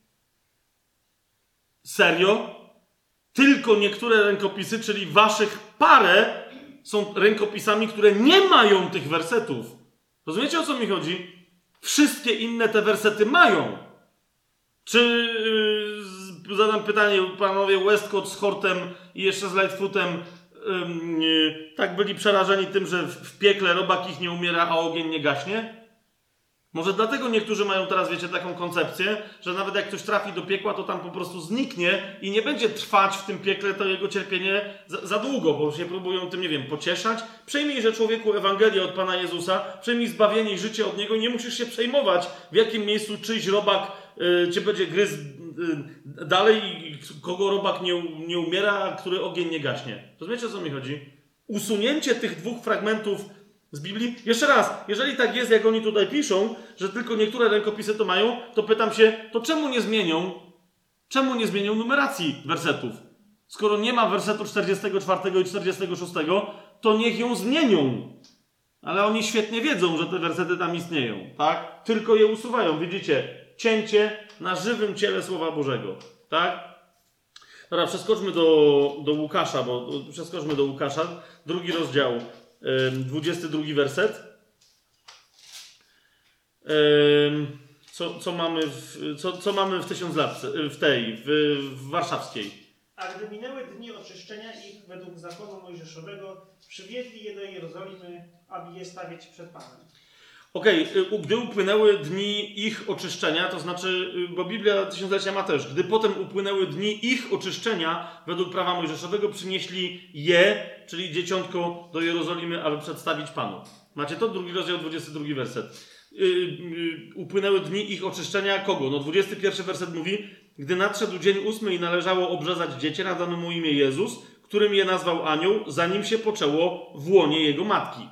Serio? Tylko niektóre rękopisy, czyli waszych parę, są rękopisami, które nie mają tych wersetów. Rozumiecie, o co mi chodzi? Wszystkie inne te wersety mają. Czy zadam pytanie, panowie Westcott z Hortem i jeszcze z Lightfootem tak byli przerażeni tym, że w piekle robak ich nie umiera, a ogień nie gaśnie? Może dlatego niektórzy mają teraz, wiecie, taką koncepcję, że nawet jak ktoś trafi do piekła, to tam po prostu zniknie i nie będzie trwać w tym piekle to jego cierpienie za długo, bo się próbują tym, nie wiem, pocieszać. Przyjmij, że człowieku Ewangelię od Pana Jezusa, przyjmij zbawienie i życie od Niego i nie musisz się przejmować, w jakim miejscu czyjś robak cię będzie gryzł dalej i kogo robak nie umiera, a który ogień nie gaśnie. Rozumiecie, o co mi chodzi? Usunięcie tych dwóch fragmentów z Biblii. Jeszcze raz, jeżeli tak jest, jak oni tutaj piszą, że tylko niektóre rękopisy to mają, to pytam się, to czemu nie zmienią numeracji wersetów? Skoro nie ma wersetu 44 i 46, to niech ją zmienią. Ale oni świetnie wiedzą, że te wersety tam istnieją, tak? Tylko je usuwają, widzicie? Cięcie na żywym ciele Słowa Bożego, tak? Dobra, przeskoczmy do Łukasza, przeskoczmy do Łukasza, 2 rozdział, 22 werset. Co mamy w tysiąclatce, w warszawskiej? A gdy minęły dni oczyszczenia ich według zakonu mojżeszowego, przywieźli je do Jerozolimy, aby je stawić przed Panem. Gdy upłynęły dni ich oczyszczenia, to znaczy, bo Biblia Tysiąclecia ma też, gdy potem upłynęły dni ich oczyszczenia według prawa mojżeszowego, przynieśli je, czyli dzieciątko, do Jerozolimy, aby przedstawić Panu. Macie to? 2 rozdział, 22 werset. Upłynęły dni ich oczyszczenia kogo? 21 werset mówi, gdy nadszedł dzień 8 i należało obrzezać dziecię, nadano mu imię Jezus, którym je nazwał anioł, zanim się poczęło w łonie jego matki.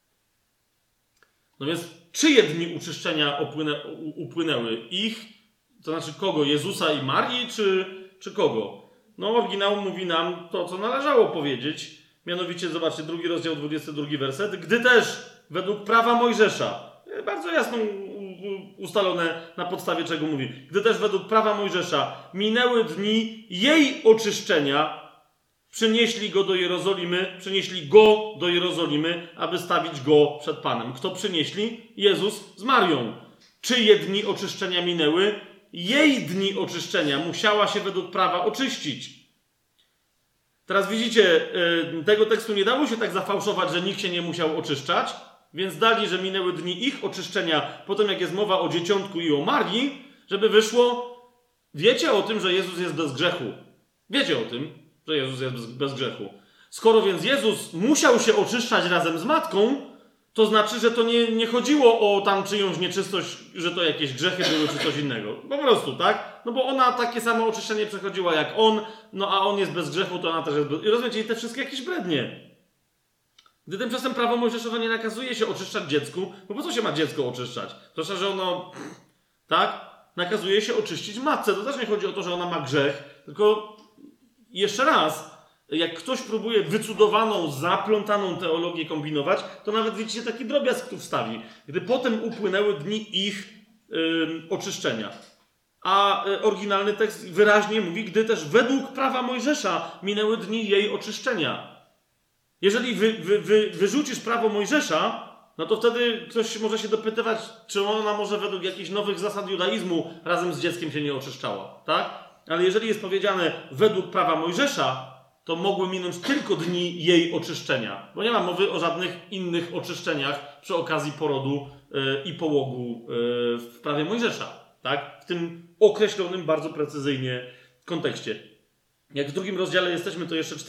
No więc czyje dni uczyszczenia upłynęły? Ich, to znaczy kogo? Jezusa i Marii, czy kogo? No oryginał mówi nam to, co należało powiedzieć. Mianowicie, zobaczcie, 2 rozdział, 22 werset. Gdy też według prawa Mojżesza, bardzo jasno ustalone na podstawie czego mówi, gdy też według prawa Mojżesza minęły dni jej oczyszczenia, przynieśli go do Jerozolimy, aby stawić go przed Panem. Kto przynieśli? Jezus z Marią. Czyje dni oczyszczenia minęły? Jej dni oczyszczenia. Musiała się według prawa oczyścić. Teraz widzicie, tego tekstu nie dało się tak zafałszować, że nikt się nie musiał oczyszczać, więc dali, że minęły dni ich oczyszczenia, potem jak jest mowa o dzieciątku i o Marii, żeby wyszło, wiecie o tym, że Jezus jest bez grzechu. Wiecie o tym, że Jezus jest bez grzechu. Skoro więc Jezus musiał się oczyszczać razem z matką, to znaczy, że to nie chodziło o tam czyjąś nieczystość, że to jakieś grzechy były, czy coś innego. Po prostu, tak? No bo ona takie samo oczyszczenie przechodziła jak on, no a on jest bez grzechu, to ona też jest bez... I rozumiecie, te wszystkie jakieś brednie. Gdy tymczasem prawo mojżeszowe nie nakazuje się oczyszczać dziecku, bo po co się ma dziecko oczyszczać? Proszę, że ono... Tak? Nakazuje się oczyścić matce. To też nie chodzi o to, że ona ma grzech, tylko jeszcze raz, jak ktoś próbuje wycudowaną, zaplątaną teologię kombinować, to nawet widzicie taki drobiazg tu wstawi. Gdy potem upłynęły dni ich oczyszczenia. A oryginalny tekst wyraźnie mówi, gdy też według prawa Mojżesza minęły dni jej oczyszczenia. Jeżeli wyrzucisz prawo Mojżesza, no to wtedy ktoś może się dopytywać, czy ona może według jakichś nowych zasad judaizmu razem z dzieckiem się nie oczyszczała, tak? Ale jeżeli jest powiedziane według prawa Mojżesza, to mogły minąć tylko dni jej oczyszczenia, bo nie ma mowy o żadnych innych oczyszczeniach przy okazji porodu i połogu w prawie Mojżesza, tak? W tym określonym bardzo precyzyjnie kontekście. Jak w 2 rozdziale jesteśmy, to jeszcze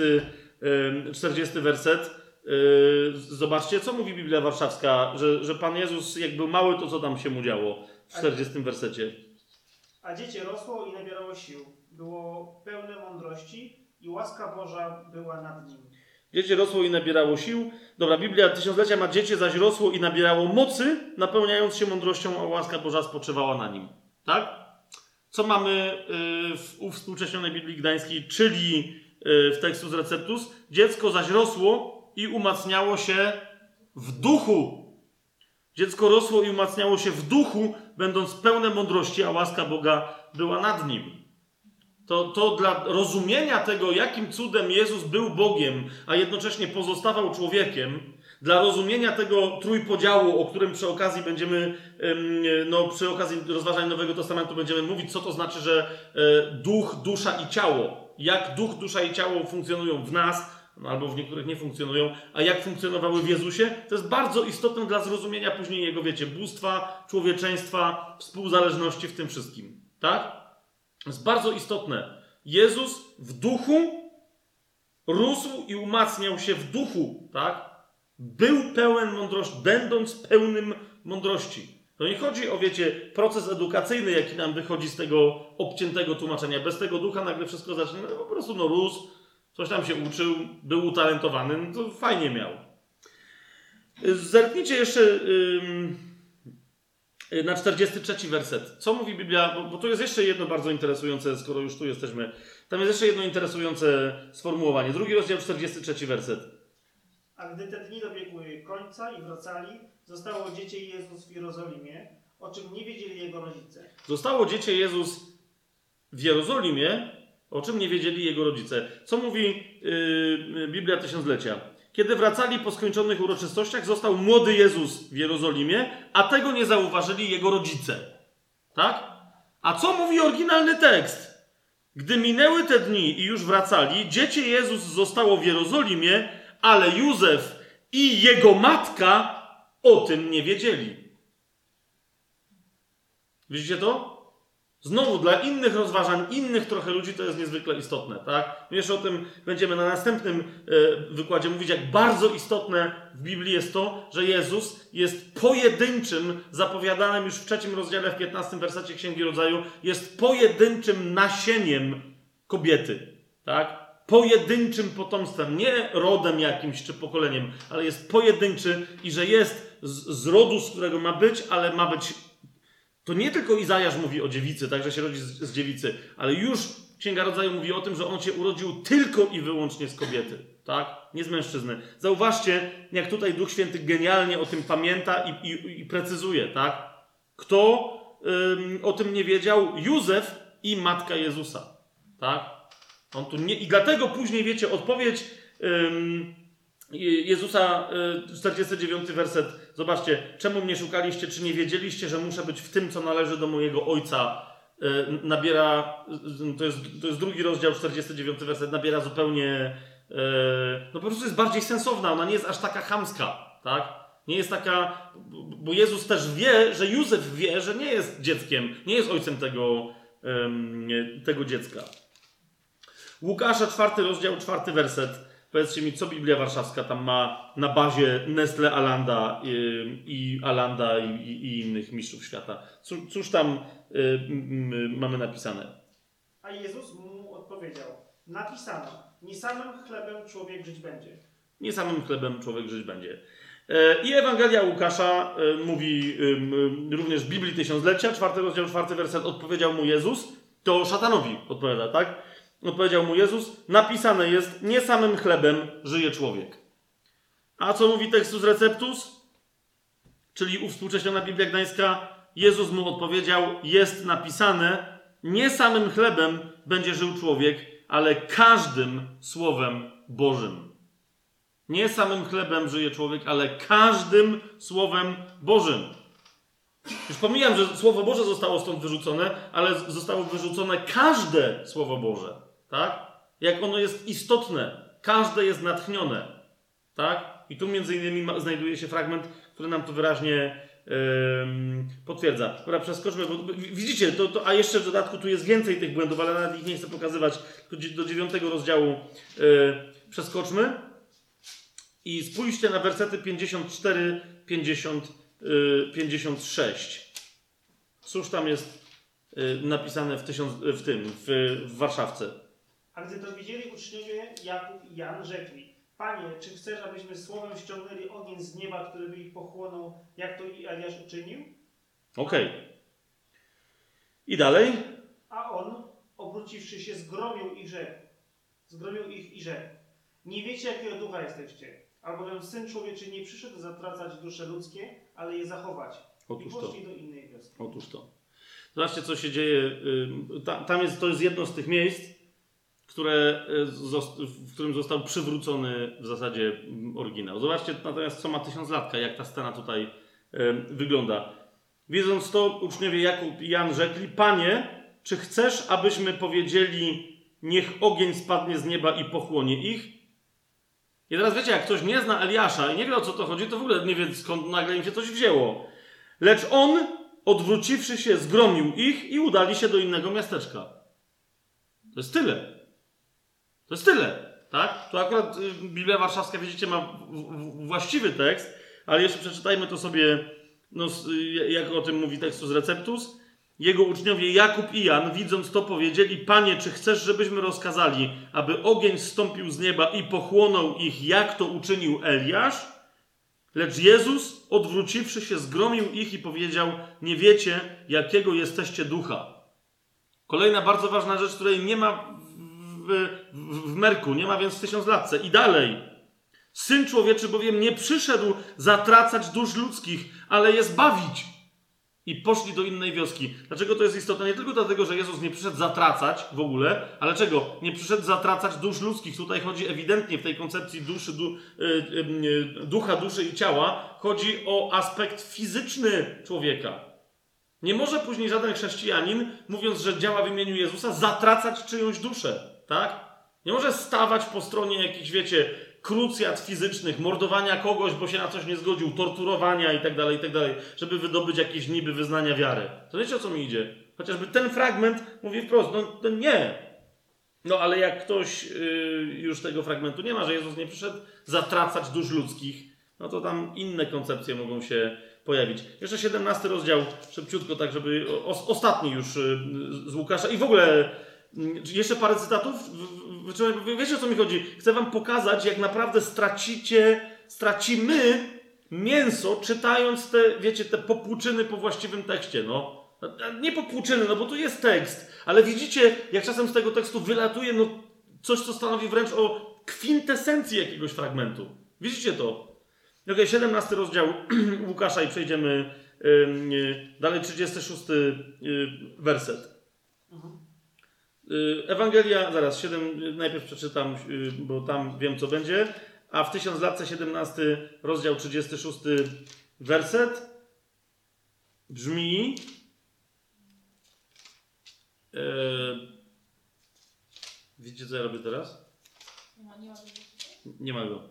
40 werset. Zobaczcie, co mówi Biblia Warszawska, że Pan Jezus, jak był mały, to co tam się mu działo w 40 wersecie. A dziecię rosło i nabierało sił. Było pełne mądrości i łaska Boża była nad nim. Dziecię rosło i nabierało sił. Dobra, Biblia Tysiąclecia ma dziecię zaś rosło i nabierało mocy, napełniając się mądrością, a łaska Boża spoczywała na nim. Tak? Co mamy w uwspółcześnionej Biblii Gdańskiej, czyli w tekstu z Receptus? Dziecko zaś rosło i umacniało się w duchu. Dziecko rosło i umacniało się w duchu, będąc pełne mądrości, a łaska Boga była nad nim. To dla rozumienia tego, jakim cudem Jezus był Bogiem, a jednocześnie pozostawał człowiekiem, dla rozumienia tego trójpodziału, o którym przy okazji będziemy, przy okazji rozważań Nowego Testamentu będziemy mówić, co to znaczy, że duch, dusza i ciało, jak duch, dusza i ciało funkcjonują w nas, albo w niektórych nie funkcjonują, a jak funkcjonowały w Jezusie, to jest bardzo istotne dla zrozumienia później Jego, bóstwa, człowieczeństwa, współzależności w tym wszystkim. Tak? To jest bardzo istotne. Jezus w duchu rósł i umacniał się w duchu, tak? Był pełen mądrości, będąc pełnym mądrości. To nie chodzi o, proces edukacyjny, jaki nam wychodzi z tego obciętego tłumaczenia. Bez tego ducha nagle wszystko zacznie, po prostu rósł, coś tam się uczył, był utalentowany, to fajnie miał. Zerknijcie jeszcze na 43 werset. Co mówi Biblia? Bo tu jest jeszcze jedno bardzo interesujące, skoro już tu jesteśmy. Tam jest jeszcze jedno interesujące sformułowanie. 2 rozdział, 43 werset. A gdy te dni dobiegły końca i wracali, zostało dziecię Jezus w Jerozolimie, o czym nie wiedzieli jego rodzice. Zostało dziecię Jezus w Jerozolimie, o czym nie wiedzieli jego rodzice. Co mówi Biblia Tysiąclecia? Kiedy wracali po skończonych uroczystościach, został młody Jezus w Jerozolimie, a tego nie zauważyli jego rodzice. Tak? A co mówi oryginalny tekst? Gdy minęły te dni i już wracali, dziecię Jezus zostało w Jerozolimie, ale Józef i jego matka o tym nie wiedzieli. Widzicie to? Znowu, dla innych rozważań, innych trochę ludzi to jest niezwykle istotne, tak? Jeszcze o tym będziemy na następnym wykładzie mówić, jak bardzo istotne w Biblii jest to, że Jezus jest pojedynczym, zapowiadanym już w 3 rozdziale, w 15 wersecie Księgi Rodzaju, jest pojedynczym nasieniem kobiety, tak? Pojedynczym potomstwem, nie rodem jakimś czy pokoleniem, ale jest pojedynczy i że jest z rodu, z którego ma być, ale ma być. To nie tylko Izajasz mówi o dziewicy, tak, że się rodzi z dziewicy, ale już Księga Rodzaju mówi o tym, że on się urodził tylko i wyłącznie z kobiety, tak? Nie z mężczyzny. Zauważcie, jak tutaj Duch Święty genialnie o tym pamięta i precyzuje, tak? Kto o tym nie wiedział? Józef i matka Jezusa, tak? On tu nie... I dlatego później, odpowiedź Jezusa, 49 werset. Zobaczcie, czemu mnie szukaliście, czy nie wiedzieliście, że muszę być w tym, co należy do mojego Ojca? Nabiera, to jest 2 rozdział, 49 werset, nabiera zupełnie, po prostu jest bardziej sensowna, ona nie jest aż taka chamska, tak? Nie jest taka, bo Jezus też wie, że Józef wie, że nie jest dzieckiem, nie jest ojcem tego dziecka. Łukasza, 4 rozdział, 4 werset. Powiedzcie mi, co Biblia Warszawska tam ma na bazie Nestle Alanda i innych mistrzów świata. Cóż tam mamy napisane? A Jezus mu odpowiedział: napisano, nie samym chlebem człowiek żyć będzie. Nie samym chlebem człowiek żyć będzie. I Ewangelia Łukasza mówi również w Biblii Tysiąclecia, 4 rozdział, 4 werset, odpowiedział mu Jezus, to szatanowi odpowiada, tak? Odpowiedział mu Jezus, napisane jest, nie samym chlebem żyje człowiek. A co mówi tekst z Receptus? Czyli uwspółcześniona Biblia Gdańska, Jezus mu odpowiedział, jest napisane, nie samym chlebem będzie żył człowiek, ale każdym Słowem Bożym. Nie samym chlebem żyje człowiek, ale każdym Słowem Bożym. Już pomijam, że Słowo Boże zostało stąd wyrzucone, ale zostało wyrzucone każde Słowo Boże. Tak? Jak ono jest istotne. Każde jest natchnione. Tak? I tu między innymi znajduje się fragment, który nam to wyraźnie potwierdza. Dobra, przeskoczmy, bo widzicie, a jeszcze w dodatku tu jest więcej tych błędów, ale nawet ich nie chcę pokazywać. Do 9 rozdziału przeskoczmy i spójrzcie na wersety 54, 50, 56. Cóż tam jest napisane w Warszawce. A gdy to widzieli uczniowie, Jakub i Jan rzekli: Panie, czy chcesz, abyśmy słowem ściągnęli ogień z nieba, który by ich pochłonął, jak to i Eliasz uczynił? Okej. I dalej? A on, obróciwszy się, zgromił ich i rzekł: Nie wiecie, jakiego ducha jesteście, albowiem Syn Człowieczy nie przyszedł zatracać dusze ludzkie, ale je zachować. Otóż I poszli do innej wioski. Otóż to. Zobaczcie, co się dzieje. To jest jedno z tych miejsc, w którym został przywrócony w zasadzie oryginał. Zobaczcie natomiast, co ma 1000-latka, jak ta scena tutaj wygląda. Widząc to, uczniowie Jakub i Jan rzekli: Panie, czy chcesz, abyśmy powiedzieli, niech ogień spadnie z nieba i pochłonie ich? I teraz wiecie, jak ktoś nie zna Eliasza i nie wie, o co to chodzi, to w ogóle nie wie, skąd nagle im się coś wzięło. Lecz on, odwróciwszy się, zgromił ich i udali się do innego miasteczka. To jest tyle. To jest tyle, tak? To akurat Biblia Warszawska, widzicie, ma właściwy tekst, ale jeszcze przeczytajmy to sobie, jak o tym mówi Textus Receptus. Jego uczniowie Jakub i Jan, widząc to, powiedzieli: Panie, czy chcesz, żebyśmy rozkazali, aby ogień zstąpił z nieba i pochłonął ich, jak to uczynił Eliasz? Lecz Jezus, odwróciwszy się, zgromił ich i powiedział: Nie wiecie, jakiego jesteście ducha. Kolejna bardzo ważna rzecz, której nie ma w Merku, nie ma więc w 1000-latce. I dalej. Syn Człowieczy bowiem nie przyszedł zatracać dusz ludzkich, ale je zbawić. I poszli do innej wioski. Dlaczego to jest istotne? Nie tylko dlatego, że Jezus nie przyszedł zatracać w ogóle, ale czego? Nie przyszedł zatracać dusz ludzkich. Tutaj chodzi ewidentnie w tej koncepcji ducha, duszy i ciała. Chodzi o aspekt fizyczny człowieka. Nie może później żaden chrześcijanin, mówiąc, że działa w imieniu Jezusa, zatracać czyjąś duszę. Tak? Nie może stawać po stronie jakichś, wiecie, krucjat fizycznych, mordowania kogoś, bo się na coś nie zgodził, torturowania itd., żeby wydobyć jakieś niby wyznania wiary. To wiecie, o co mi idzie? Chociażby ten fragment mówi wprost, no nie. No ale jak ktoś już tego fragmentu nie ma, że Jezus nie przyszedł zatracać dusz ludzkich, no to tam inne koncepcje mogą się pojawić. Jeszcze 17 rozdział, szybciutko, tak żeby ostatni już z Łukasza i w ogóle jeszcze parę cytatów. Wiecie, o co mi chodzi? Chcę wam pokazać, jak naprawdę stracimy mięso, czytając te, wiecie, te popłuczyny po właściwym tekście, no. Nie popłuczyny, no bo tu jest tekst, ale widzicie, jak czasem z tego tekstu wylatuje, no, coś, co stanowi wręcz o kwintesencji jakiegoś fragmentu. Widzicie to? Okej, 17 rozdział Łukasza i przejdziemy dalej, 36 werset. Ewangelia, zaraz, 7, najpierw przeczytam, bo tam wiem, co będzie, a w 1000-latce 17 rozdział 36 werset brzmi widzicie, co ja robię teraz? Nie ma go.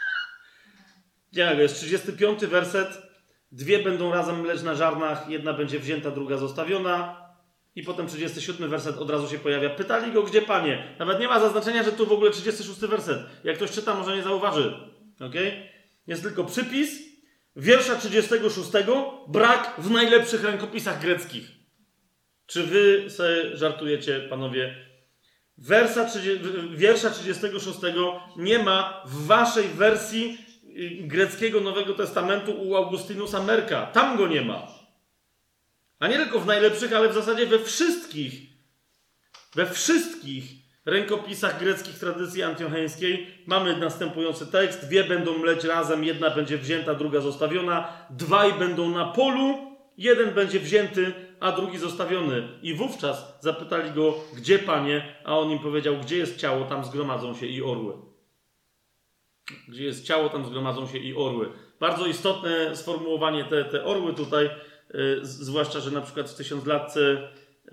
Jest 35 werset. 2 będą razem mleć na żarnach, jedna będzie wzięta, druga zostawiona. I potem 37 werset od razu się pojawia. Pytali go, gdzie Panie? Nawet nie ma zaznaczenia, że tu w ogóle 36 werset. Jak ktoś czyta, może nie zauważy. Okay? Jest tylko przypis. Wiersza 36 brak w najlepszych rękopisach greckich. Czy wy sobie żartujecie, panowie? Wiersza 36 nie ma w waszej wersji greckiego Nowego Testamentu u Augustynusa Merka. Tam go nie ma. A nie tylko w najlepszych, ale w zasadzie we wszystkich rękopisach greckich tradycji antiocheńskiej mamy następujący tekst. 2 będą mleć razem, jedna będzie wzięta, druga zostawiona. 2 będą na polu, jeden będzie wzięty, a drugi zostawiony. I wówczas zapytali go, gdzie Panie? A on im powiedział, gdzie jest ciało, tam zgromadzą się i orły. Gdzie jest ciało, tam zgromadzą się i orły. Bardzo istotne sformułowanie te orły tutaj, zwłaszcza, że na przykład w 1000-latce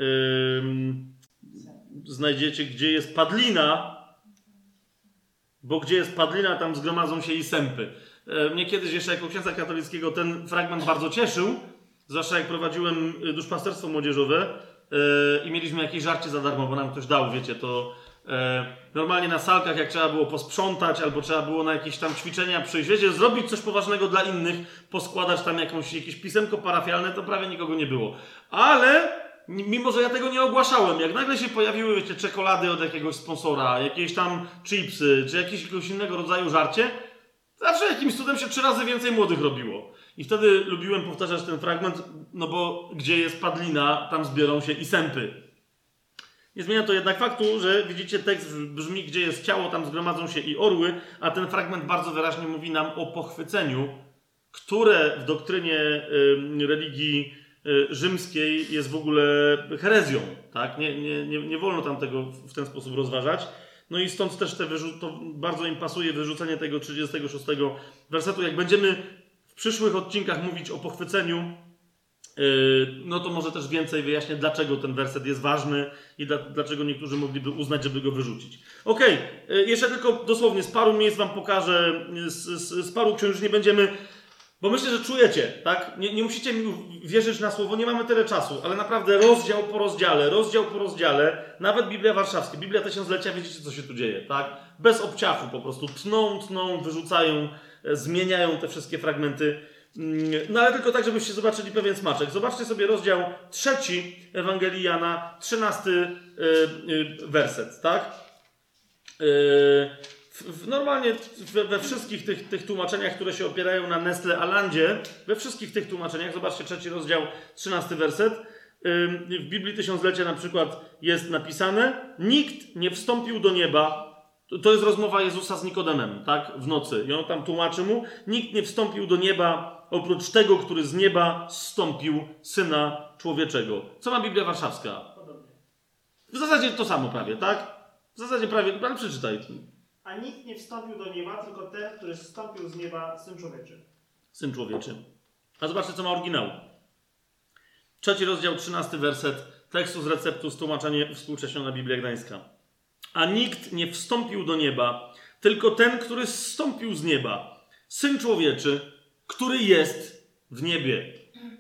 znajdziecie, gdzie jest padlina, bo gdzie jest padlina, tam zgromadzą się i sępy. Mnie kiedyś jeszcze jako księdza katolickiego ten fragment bardzo cieszył, zwłaszcza jak prowadziłem duszpasterstwo młodzieżowe i mieliśmy jakieś żarcie za darmo, bo nam ktoś dał, wiecie, to normalnie na salkach, jak trzeba było posprzątać, albo trzeba było na jakieś tam ćwiczenia przyjść, wiecie, zrobić coś poważnego dla innych, poskładać tam jakieś pisemko parafialne, to prawie nikogo nie było. Ale mimo, że ja tego nie ogłaszałem, jak nagle się pojawiły, wiecie, czekolady od jakiegoś sponsora, jakieś tam chipsy, czy jakiegoś innego rodzaju żarcie, zawsze jakimś cudem się 3 razy więcej młodych robiło. I wtedy lubiłem powtarzać ten fragment, no bo gdzie jest padlina, tam zbiorą się i sępy. Nie zmienia to jednak faktu, że widzicie, tekst brzmi, gdzie jest ciało, tam zgromadzą się i orły, a ten fragment bardzo wyraźnie mówi nam o pochwyceniu, które w doktrynie religii rzymskiej jest w ogóle herezją. Tak? Nie wolno tam tego w ten sposób rozważać. No i stąd też to bardzo im pasuje wyrzucenie tego 36 wersetu. Jak będziemy w przyszłych odcinkach mówić o pochwyceniu, no to może też więcej wyjaśnię, dlaczego ten werset jest ważny i dlaczego niektórzy mogliby uznać, żeby go wyrzucić. Okej, jeszcze tylko dosłownie z paru miejsc wam pokażę, z paru książek nie będziemy, bo myślę, że czujecie, tak? Nie musicie mi wierzyć na słowo, nie mamy tyle czasu, ale naprawdę rozdział po rozdziale, nawet Biblia Warszawska, Biblia Tysiąclecia, wiecie, co się tu dzieje, tak? Bez obciachu po prostu tną, wyrzucają, zmieniają te wszystkie fragmenty. No ale tylko tak, żebyście zobaczyli pewien smaczek. Zobaczcie sobie rozdział 3 Ewangelii Jana, 13 werset, tak? Normalnie we wszystkich tych tłumaczeniach, które się opierają na Nestle Alandzie, we wszystkich tych tłumaczeniach, zobaczcie 3 rozdział, 13 werset, w Biblii Tysiąclecia na przykład jest napisane: nikt nie wstąpił do nieba. To jest rozmowa Jezusa z Nikodemem, tak? W nocy. I on tam tłumaczy mu: nikt nie wstąpił do nieba oprócz tego, który z nieba zstąpił, Syna Człowieczego. Co ma Biblia Warszawska? Podobnie. W zasadzie to samo prawie, tak? W zasadzie prawie, ale przeczytaj. A nikt nie wstąpił do nieba, tylko ten, który zstąpił z nieba, Syn Człowieczy. Syn Człowieczy. A zobaczcie, co ma oryginał. 3 rozdział, 13 werset tekstu z receptu z tłumaczenia współcześniona Biblia Gdańska. A nikt nie wstąpił do nieba, tylko ten, który zstąpił z nieba. Syn Człowieczy, który jest w niebie.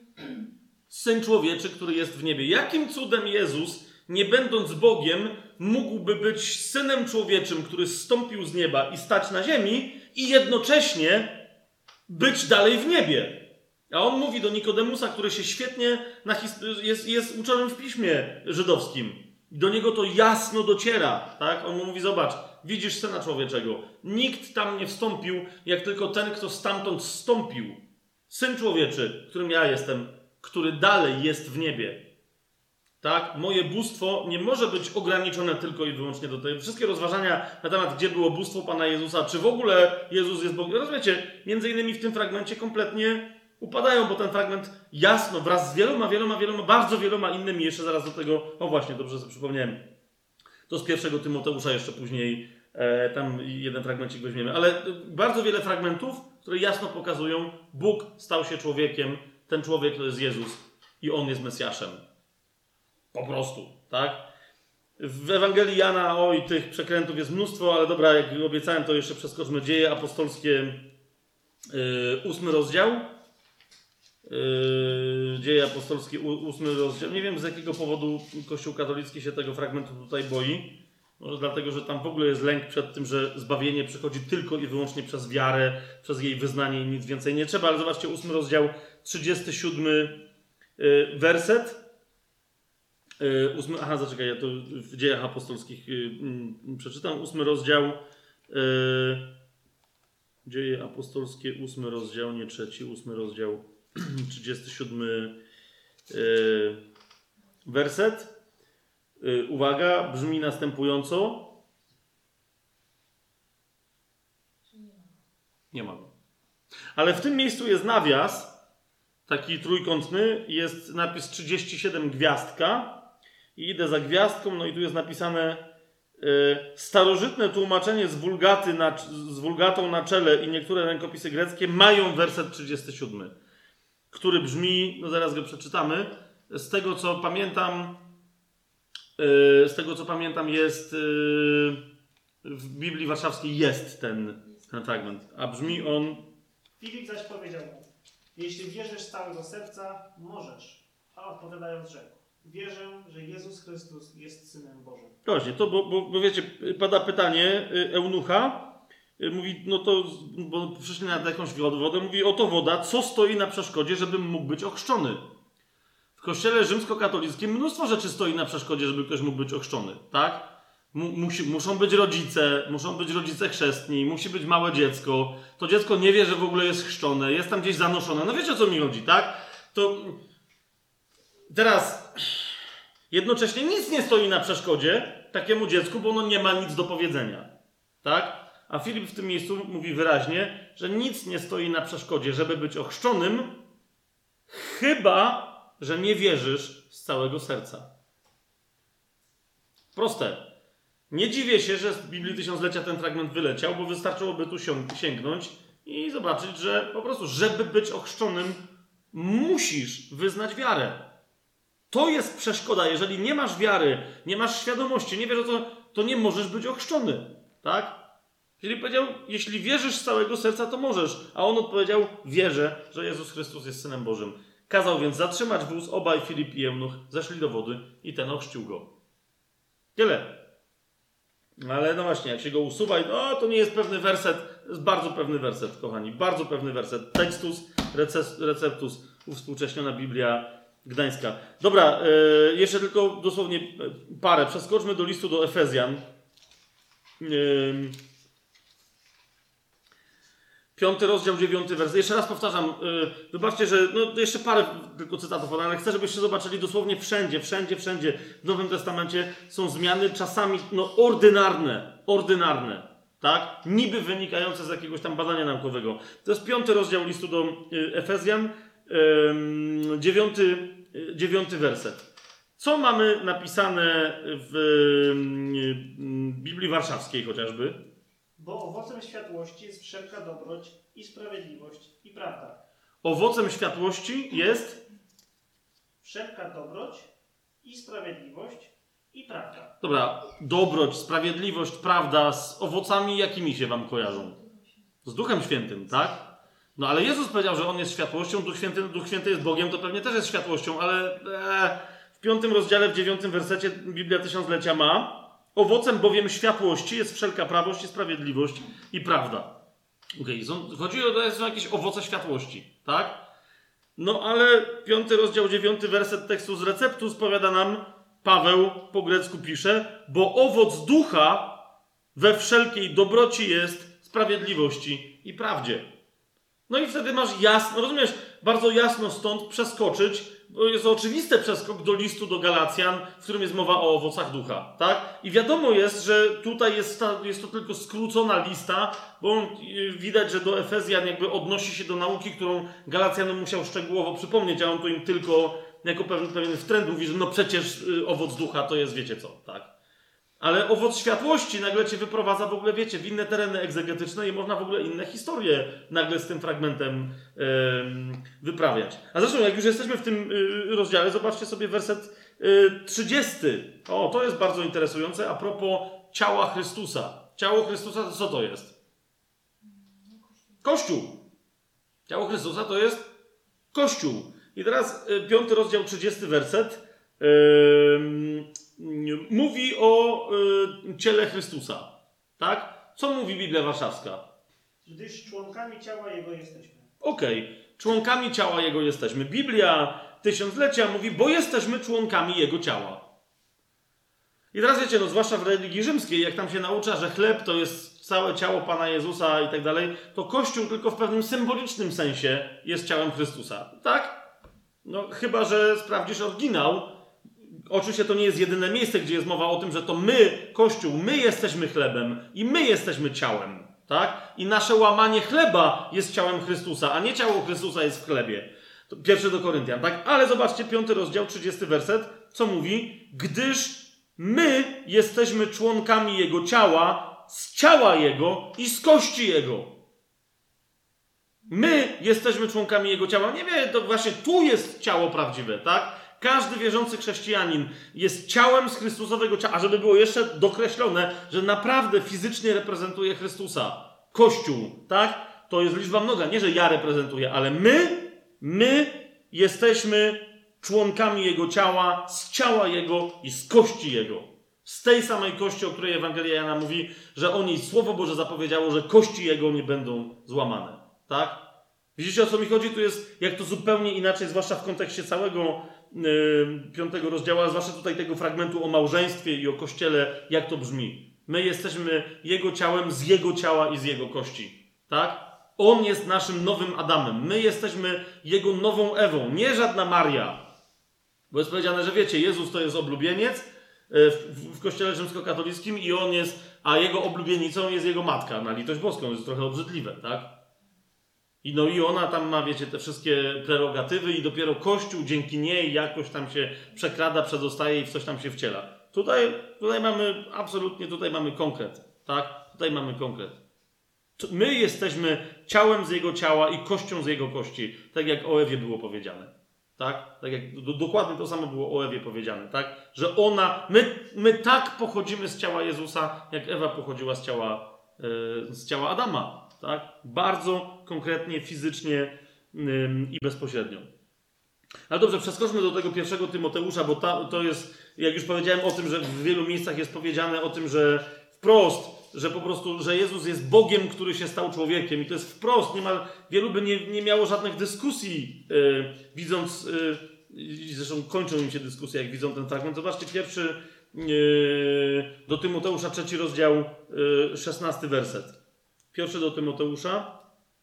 Syn Człowieczy, który jest w niebie. Jakim cudem Jezus, nie będąc Bogiem, mógłby być Synem Człowieczym, który zstąpił z nieba i stać na ziemi i jednocześnie być dalej w niebie? A on mówi do Nikodemusa, który się świetnie jest uczonym w piśmie żydowskim. Do niego to jasno dociera, tak? On mu mówi: zobacz, widzisz Syna Człowieczego. Nikt tam nie wstąpił, jak tylko ten, kto stamtąd zstąpił. Syn Człowieczy, którym ja jestem, który dalej jest w niebie. Tak? Moje bóstwo nie może być ograniczone tylko i wyłącznie do tego. Wszystkie rozważania na temat, gdzie było bóstwo Pana Jezusa, czy w ogóle Jezus jest Bogiem, rozumiecie, między innymi w tym fragmencie kompletnie upadają, bo ten fragment jasno, wraz z wieloma, bardzo wieloma innymi, jeszcze zaraz do tego, o właśnie, dobrze sobie przypomniałem, to z 1 Tymoteusza jeszcze później, tam jeden fragmencik weźmiemy, ale bardzo wiele fragmentów, które jasno pokazują: Bóg stał się człowiekiem, ten człowiek to jest Jezus i On jest Mesjaszem. Po prostu, tak? W Ewangelii Jana, oj, tych przekrętów jest mnóstwo, ale dobra, jak obiecałem, to jeszcze przeskoczmy. Dzieje apostolskie, 8 rozdział. Dzieje apostolskie, 8 rozdział. Nie wiem, z jakiego powodu Kościół katolicki się tego fragmentu tutaj boi. Może dlatego, że tam w ogóle jest lęk przed tym, że zbawienie przychodzi tylko i wyłącznie przez wiarę, przez jej wyznanie i nic więcej nie trzeba. Ale zobaczcie, 8 rozdział, 37 werset. Zaczekaj, ja to w Dziejach Apostolskich przeczytam. 8 rozdział. Dzieje Apostolskie, 8 rozdział, nie 3, 8 rozdział, 37 werset. Uwaga, brzmi następująco. Nie ma go. Ale w tym miejscu jest nawias, taki trójkątny, jest napis 37 gwiazdka i idę za gwiazdką, no i tu jest napisane Starożytne tłumaczenie z wulgatą na czele i niektóre rękopisy greckie mają werset 37, który brzmi, no zaraz go przeczytamy, z tego co pamiętam jest w Biblii Warszawskiej jest ten fragment, a brzmi on: Filip zaś powiedział mu: jeśli wierzysz z całego serca, możesz. A odpowiadając rzekł: wierzę, że Jezus Chrystus jest Synem Bożym. Właśnie, to bo wiecie, pada pytanie eunucha, mówi, no to, bo przyszli na jakąś wodę, mówi, oto woda, co stoi na przeszkodzie, żebym mógł być ochrzczony? W kościele rzymskokatolickim mnóstwo rzeczy stoi na przeszkodzie, żeby ktoś mógł być ochrzczony, tak? Muszą być rodzice chrzestni, musi być małe dziecko, to dziecko nie wie, że w ogóle jest chrzczone, jest tam gdzieś zanoszone, no wiecie o co mi chodzi, tak? To teraz jednocześnie nic nie stoi na przeszkodzie takiemu dziecku, bo ono nie ma nic do powiedzenia, tak? A Filip w tym miejscu mówi wyraźnie, że nic nie stoi na przeszkodzie, żeby być ochrzczonym, chyba że nie wierzysz z całego serca. Proste. Nie dziwię się, że z Biblii Tysiąclecia ten fragment wyleciał, bo wystarczyłoby tu sięgnąć i zobaczyć, że po prostu, żeby być ochrzczonym, musisz wyznać wiarę. To jest przeszkoda. Jeżeli nie masz wiary, nie masz świadomości, nie wiesz o co, to nie możesz być ochrzczony. Tak? Filip powiedział, jeśli wierzysz z całego serca, to możesz. A on odpowiedział, wierzę, że Jezus Chrystus jest Synem Bożym. Kazał więc zatrzymać wóz, obaj Filip i eunuch zeszli do wody i ten ochrzcił go. Tyle. Ale no właśnie, jak się go usuwa, to nie jest pewny werset, to jest bardzo pewny werset, kochani, bardzo pewny werset. Textus receptus, uwspółcześniona Biblia Gdańska. Dobra, jeszcze tylko dosłownie parę. Przeskoczmy do listu do Efezjan. 5 rozdział, 9 werset. Jeszcze raz powtarzam, wybaczcie, że no, jeszcze parę tylko cytatów, ale chcę, żebyście zobaczyli dosłownie wszędzie w Nowym Testamencie są zmiany, czasami no, ordynarne, tak? Niby wynikające z jakiegoś tam badania naukowego. To jest 5 rozdział listu do Efezjan, 9 werset. Co mamy napisane w Biblii Warszawskiej chociażby? Bo owocem światłości jest wszelka dobroć i sprawiedliwość i prawda. Owocem światłości jest wszelka dobroć i sprawiedliwość i prawda. Dobra, dobroć, sprawiedliwość, prawda, z owocami jakimi się wam kojarzą? Z Duchem Świętym, tak? No ale Jezus powiedział, że On jest światłością, Duch Święty jest Bogiem, to pewnie też jest światłością, ale w 5 rozdziale, w 9 wersecie Biblia Tysiąclecia ma: owocem bowiem światłości jest wszelka prawość i sprawiedliwość i prawda. Okej, chodzi o to, że są jakieś owoce światłości, tak? No ale 5 rozdział, 9 werset tekstu z Receptus powiada nam, Paweł po grecku pisze, bo owoc ducha we wszelkiej dobroci jest, sprawiedliwości i prawdzie. No i wtedy masz jasno, rozumiesz, bardzo jasno stąd przeskoczyć, bo jest oczywisty przeskok do listu do Galacjan, w którym jest mowa o owocach ducha, tak? I wiadomo jest, że tutaj jest to tylko skrócona lista, bo widać, że do Efezjan jakby odnosi się do nauki, którą Galacjanom musiał szczegółowo przypomnieć, a on to im tylko jako pewien wtręt mówi, że no przecież owoc ducha to jest wiecie co, tak? Ale owoc światłości nagle cię wyprowadza w ogóle, wiecie, w inne tereny egzegetyczne i można w ogóle inne historie nagle z tym fragmentem wyprawiać. A zresztą, jak już jesteśmy w tym rozdziale, zobaczcie sobie werset 30. O, to jest bardzo interesujące a propos ciała Chrystusa. Ciało Chrystusa to co to jest? Kościół. Ciało Chrystusa to jest Kościół. I teraz 5 rozdział, 30 werset mówi o ciele Chrystusa. Tak? Co mówi Biblia Warszawska? Gdyż członkami ciała Jego jesteśmy. Okej, członkami ciała Jego jesteśmy. Biblia Tysiąclecia mówi, bo jesteśmy członkami Jego ciała. I teraz wiecie, no zwłaszcza w religii rzymskiej, jak tam się naucza, że chleb to jest całe ciało Pana Jezusa i tak dalej, to Kościół tylko w pewnym symbolicznym sensie jest ciałem Chrystusa. Tak? No chyba, że sprawdzisz oryginał. Oczywiście to nie jest jedyne miejsce, gdzie jest mowa o tym, że to my, Kościół, my jesteśmy chlebem i my jesteśmy ciałem, tak? I nasze łamanie chleba jest ciałem Chrystusa, a nie ciało Chrystusa jest w chlebie. To 1 do Koryntian, tak? Ale zobaczcie, 5 rozdział, 30 werset, co mówi? Gdyż My jesteśmy członkami Jego ciała, z ciała Jego i z kości Jego. My jesteśmy członkami Jego ciała. Nie wiem, to właśnie tu jest ciało prawdziwe, tak? Każdy wierzący chrześcijanin jest ciałem z Chrystusowego ciała, a żeby było jeszcze dokreślone, że naprawdę fizycznie reprezentuje Chrystusa. Kościół, tak? To jest liczba mnoga. Nie, że ja reprezentuję, ale my jesteśmy członkami Jego ciała, z ciała Jego i z kości Jego. Z tej samej kości, o której Ewangelia Jana mówi, że o niej Słowo Boże zapowiedziało, że kości Jego nie będą złamane. Tak? Widzicie, o co mi chodzi? Tu jest jak to zupełnie inaczej, zwłaszcza w kontekście całego 5 rozdziału, a zwłaszcza tutaj tego fragmentu o małżeństwie i o Kościele, jak to brzmi. My jesteśmy Jego ciałem, z Jego ciała i z Jego kości. Tak? On jest naszym nowym Adamem. My jesteśmy Jego nową Ewą, nie żadna Maria. Bo jest powiedziane, że wiecie, Jezus to jest oblubieniec w Kościele rzymskokatolickim i on jest, a Jego oblubienicą jest Jego matka, na litość boską. To jest trochę obrzydliwe, tak? I ona tam ma, wiecie, te wszystkie prerogatywy i dopiero Kościół dzięki niej jakoś tam się przekrada, przedostaje i w coś tam się wciela. Tutaj mamy absolutnie, tutaj mamy konkret, tak? Tutaj mamy konkret. My jesteśmy ciałem z Jego ciała i kością z Jego kości, tak jak o Ewie było powiedziane, tak? Tak jak dokładnie to samo było o Ewie powiedziane, tak? Że my tak pochodzimy z ciała Jezusa, jak Ewa pochodziła z ciała Adama. Tak? Bardzo konkretnie, fizycznie i bezpośrednio. Ale dobrze, przeskoczmy do tego 1 Tymoteusza, bo to jest, jak już powiedziałem o tym, że w wielu miejscach jest powiedziane o tym, że wprost, że po prostu, że Jezus jest Bogiem, który się stał człowiekiem. I to jest wprost. Wielu by nie miało żadnych dyskusji, widząc, zresztą kończą im się dyskusje, jak widzą ten fragment. Zobaczcie, 1 do Tymoteusza, 3 rozdział, 16 werset. 1 do Tymoteusza,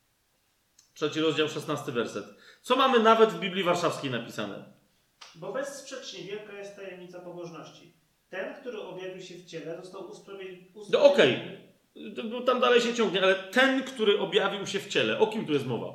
3 rozdział, 16 werset. Co mamy nawet w Biblii Warszawskiej napisane? Bo bezsprzecznie wielka jest tajemnica pobożności. Ten, który objawił się w ciele, został usprawiedliwiony. No okej. Bo tam dalej się ciągnie, ale ten, który objawił się w ciele. O kim tu jest mowa?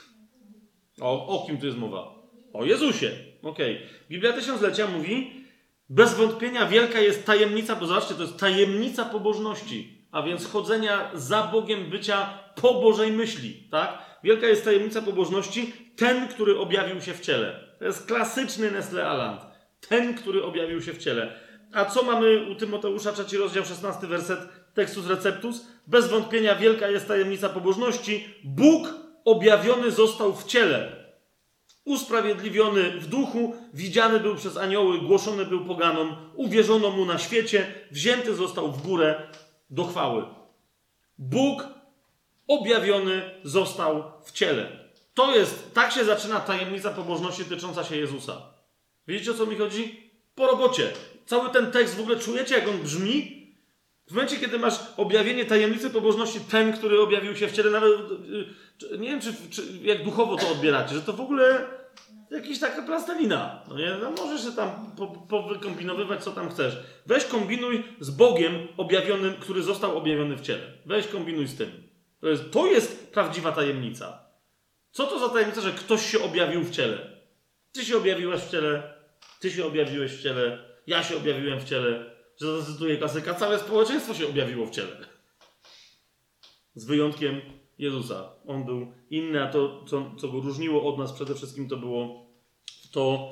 O kim tu jest mowa? O Jezusie. Okej. Biblia Tysiąclecia mówi, bez wątpienia wielka jest tajemnica, bo zobaczcie, to jest tajemnica pobożności. A więc chodzenia za Bogiem, bycia po Bożej myśli, tak? Wielka jest tajemnica pobożności, ten, który objawił się w ciele. To jest klasyczny Nestle Aland. Ten, który objawił się w ciele. A co mamy u Tymoteusza, 3 rozdział, 16 werset, Textus Receptus? Bez wątpienia wielka jest tajemnica pobożności. Bóg objawiony został w ciele. Usprawiedliwiony w duchu, widziany był przez anioły, głoszony był poganom, uwierzono mu na świecie, wzięty został w górę do chwały. Bóg objawiony został w ciele. Tak się zaczyna tajemnica pobożności dotycząca się Jezusa. Widzicie, o co mi chodzi? Po robocie. Cały ten tekst w ogóle czujecie, jak on brzmi? W momencie, kiedy masz objawienie tajemnicy pobożności, ten, który objawił się w ciele, nawet nie wiem, czy jak duchowo to odbieracie, że to w ogóle jakaś taka plastelina. No nie? No możesz się tam powykombinowywać, co tam chcesz. Weź kombinuj z Bogiem objawionym, który został objawiony w ciele. Weź kombinuj z tym. To jest prawdziwa tajemnica. Co to za tajemnica, że ktoś się objawił w ciele? Ty się objawiłeś w ciele, ty się objawiłeś w ciele, ja się objawiłem w ciele, że zacytuję klasyka, całe społeczeństwo się objawiło w ciele. Z wyjątkiem Jezusa. On był inny, a to, co go różniło od nas przede wszystkim, to było to,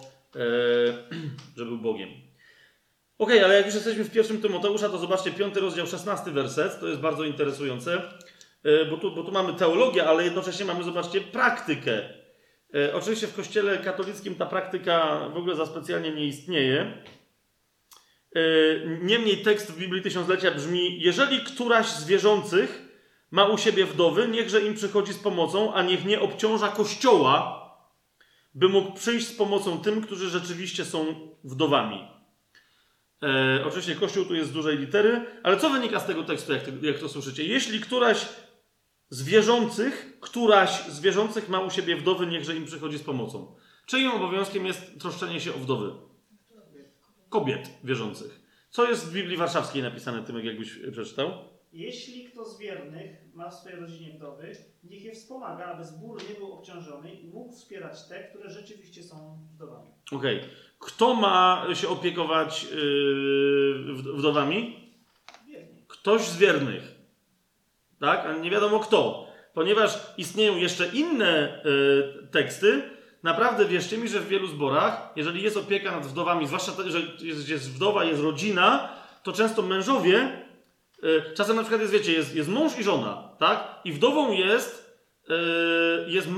że był Bogiem. Okej, ale jak już jesteśmy w 1 Tymoteusza, to zobaczcie 5 rozdział, 16 werset. To jest bardzo interesujące, bo tu mamy teologię, ale jednocześnie mamy, zobaczcie, praktykę. Oczywiście w Kościele katolickim ta praktyka w ogóle za specjalnie nie istnieje. Niemniej tekst w Biblii Tysiąclecia brzmi: jeżeli któraś z wierzących ma u siebie wdowy, niechże im przychodzi z pomocą, a niech nie obciąża Kościoła, by mógł przyjść z pomocą tym, którzy rzeczywiście są wdowami. Oczywiście Kościół tu jest z dużej litery, ale co wynika z tego tekstu, jak to słyszycie? Jeśli któraś z wierzących ma u siebie wdowy, niechże im przychodzi z pomocą. Czyim obowiązkiem jest troszczenie się o wdowy? Kobiet wierzących. Co jest w Biblii Warszawskiej napisane, Tymek, jakbyś przeczytał? Jeśli kto z wiernych ma w swojej rodzinie wdowy, niech je wspomaga, aby zbór nie był obciążony i mógł wspierać te, które rzeczywiście są wdowami. Okej. Kto ma się opiekować wdowami? Wierni. Ktoś z wiernych. Tak? Ale nie wiadomo kto. Ponieważ istnieją jeszcze inne teksty, naprawdę wierzcie mi, że w wielu zborach, jeżeli jest opieka nad wdowami, zwłaszcza, że jest wdowa, jest rodzina, to często mężowie, czasem na przykład jest, wiecie, jest mąż i żona, tak? I wdową jest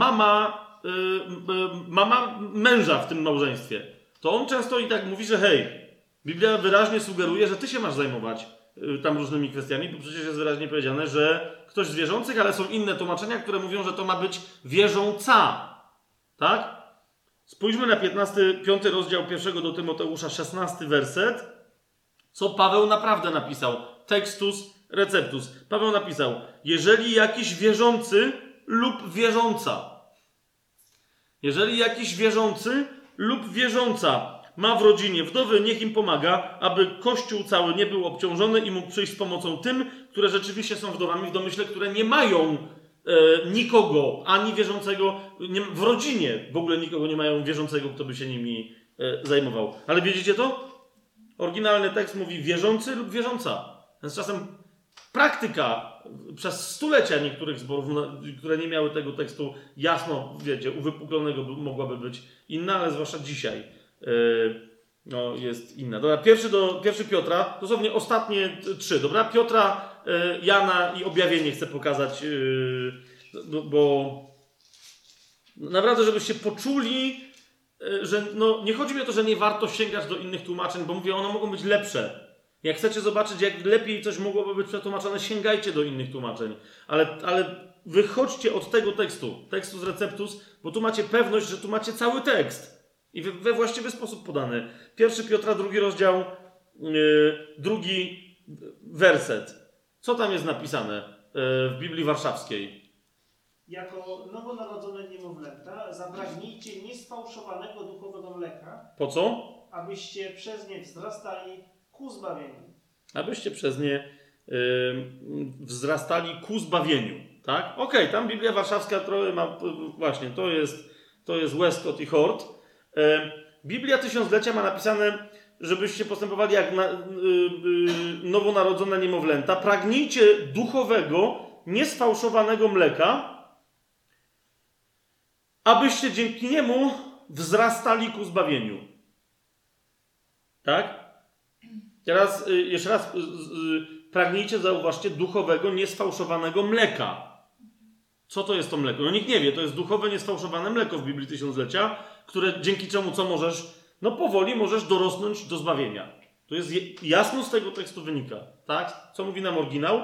mama męża w tym małżeństwie. To on często i tak mówi, że hej, Biblia wyraźnie sugeruje, że ty się masz zajmować tam różnymi kwestiami, bo przecież jest wyraźnie powiedziane, że ktoś z wierzących, ale są inne tłumaczenia, które mówią, że to ma być wierząca. Tak? Spójrzmy na 5 rozdział 1 do Tymoteusza, 16 werset, co Paweł naprawdę napisał. Textus receptus. Paweł napisał, jeżeli jakiś wierzący lub wierząca, jeżeli jakiś wierzący lub wierząca ma w rodzinie wdowy, niech im pomaga, aby Kościół cały nie był obciążony i mógł przyjść z pomocą tym, które rzeczywiście są wdowami w domyśle, które nie mają nikogo, ani wierzącego, w rodzinie w ogóle nikogo nie mają wierzącego, kto by się nimi zajmował. Ale wiedzicie to? Oryginalny tekst mówi wierzący lub wierząca. Więc czasem praktyka przez stulecia niektórych zborów, które nie miały tego tekstu jasno, wiecie, uwypuklonego, mogłaby być inna, ale zwłaszcza dzisiaj jest inna. Dobra, 1 Piotra, dosłownie ostatnie 3, dobra? Piotra, Jana i objawienie chcę pokazać, bo naprawdę, żebyście poczuli, że nie chodzi mi o to, że nie warto sięgać do innych tłumaczeń, bo mówię, one mogą być lepsze. Jak chcecie zobaczyć, jak lepiej coś mogłoby być przetłumaczone, sięgajcie do innych tłumaczeń. Ale wychodźcie od tego tekstu z Receptus, bo tu macie pewność, że tu macie cały tekst. I we właściwy sposób podany. 1 Piotra, 2 rozdział, 2 werset. Co tam jest napisane w Biblii Warszawskiej? Jako nowonarodzone niemowlęta zapragnijcie niesfałszowanego duchowego mleka. Po co? Abyście przez nie wzrastali ku zbawieniu. Abyście przez nie wzrastali ku zbawieniu. Tak? Okej, tam Biblia Warszawska trochę ma... Właśnie, to jest Westcott i Hort. Biblia Tysiąclecia ma napisane, żebyście postępowali jak nowonarodzone niemowlęta. Pragnijcie duchowego, niesfałszowanego mleka, abyście dzięki niemu wzrastali ku zbawieniu. Tak? Teraz jeszcze raz pragnijcie, zauważcie, duchowego, niesfałszowanego mleka. Co to jest to mleko? Nikt nie wie. To jest duchowe, niesfałszowane mleko w Biblii Tysiąclecia, które dzięki czemu co możesz? Powoli możesz dorosnąć do zbawienia. To jest jasno z tego tekstu wynika. Tak? Co mówi nam oryginał?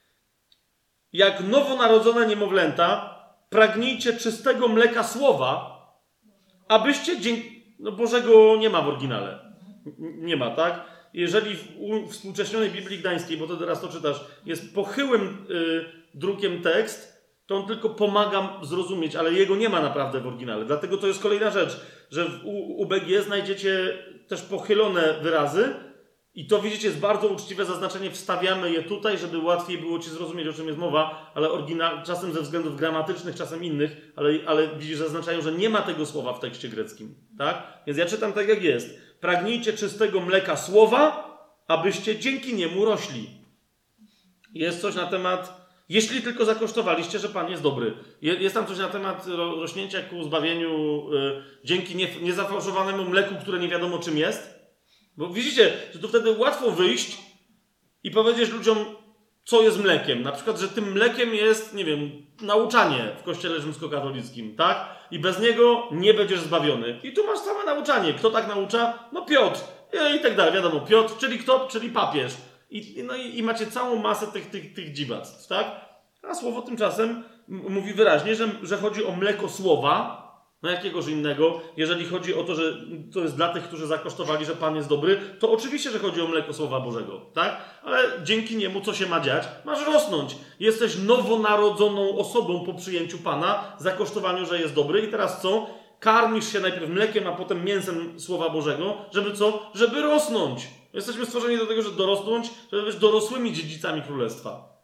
Jak nowonarodzone niemowlęta, pragnijcie czystego mleka słowa, abyście dzięki... Bożego nie ma w oryginale. Nie ma, tak? Jeżeli w współcześnionej Biblii Gdańskiej, bo to teraz to czytasz, jest pochyłym drukiem tekst, to on tylko pomaga zrozumieć, ale jego nie ma naprawdę w oryginale. Dlatego to jest kolejna rzecz, że w UBG znajdziecie też pochylone wyrazy i to, widzicie, jest bardzo uczciwe zaznaczenie. Wstawiamy je tutaj, żeby łatwiej było ci zrozumieć, o czym jest mowa, ale czasem ze względów gramatycznych, czasem innych, ale widzisz, zaznaczają, że nie ma tego słowa w tekście greckim. Tak? Więc ja czytam tak, jak jest. Pragnijcie czystego mleka słowa, abyście dzięki niemu rośli. Jest coś na temat... Jeśli tylko zakosztowaliście, że Pan jest dobry. Jest tam coś na temat rośnięcia ku zbawieniu dzięki niezafałszowanemu mleku, które nie wiadomo czym jest. Bo widzicie, że tu wtedy łatwo wyjść i powiedzieć ludziom, co jest mlekiem. Na przykład, że tym mlekiem jest, nie wiem, nauczanie w kościele rzymskokatolickim, tak? I bez niego nie będziesz zbawiony. I tu masz całe nauczanie. Kto tak naucza? Piotr. I tak dalej. Wiadomo, Piotr, czyli kto? Czyli papież. I macie całą masę tych dziwactw, tak? A słowo tymczasem mówi wyraźnie, że chodzi o mleko słowa, jakiegoś innego. Jeżeli chodzi o to, że to jest dla tych, którzy zakosztowali, że Pan jest dobry, to oczywiście, że chodzi o mleko Słowa Bożego, tak? Ale dzięki niemu co się ma dziać? Masz rosnąć. Jesteś nowonarodzoną osobą po przyjęciu Pana, zakosztowaniu, że jest dobry i teraz co? Karmisz się najpierw mlekiem, a potem mięsem Słowa Bożego, żeby co? Żeby rosnąć. Jesteśmy stworzeni do tego, żeby dorosnąć, żeby być dorosłymi dziedzicami Królestwa.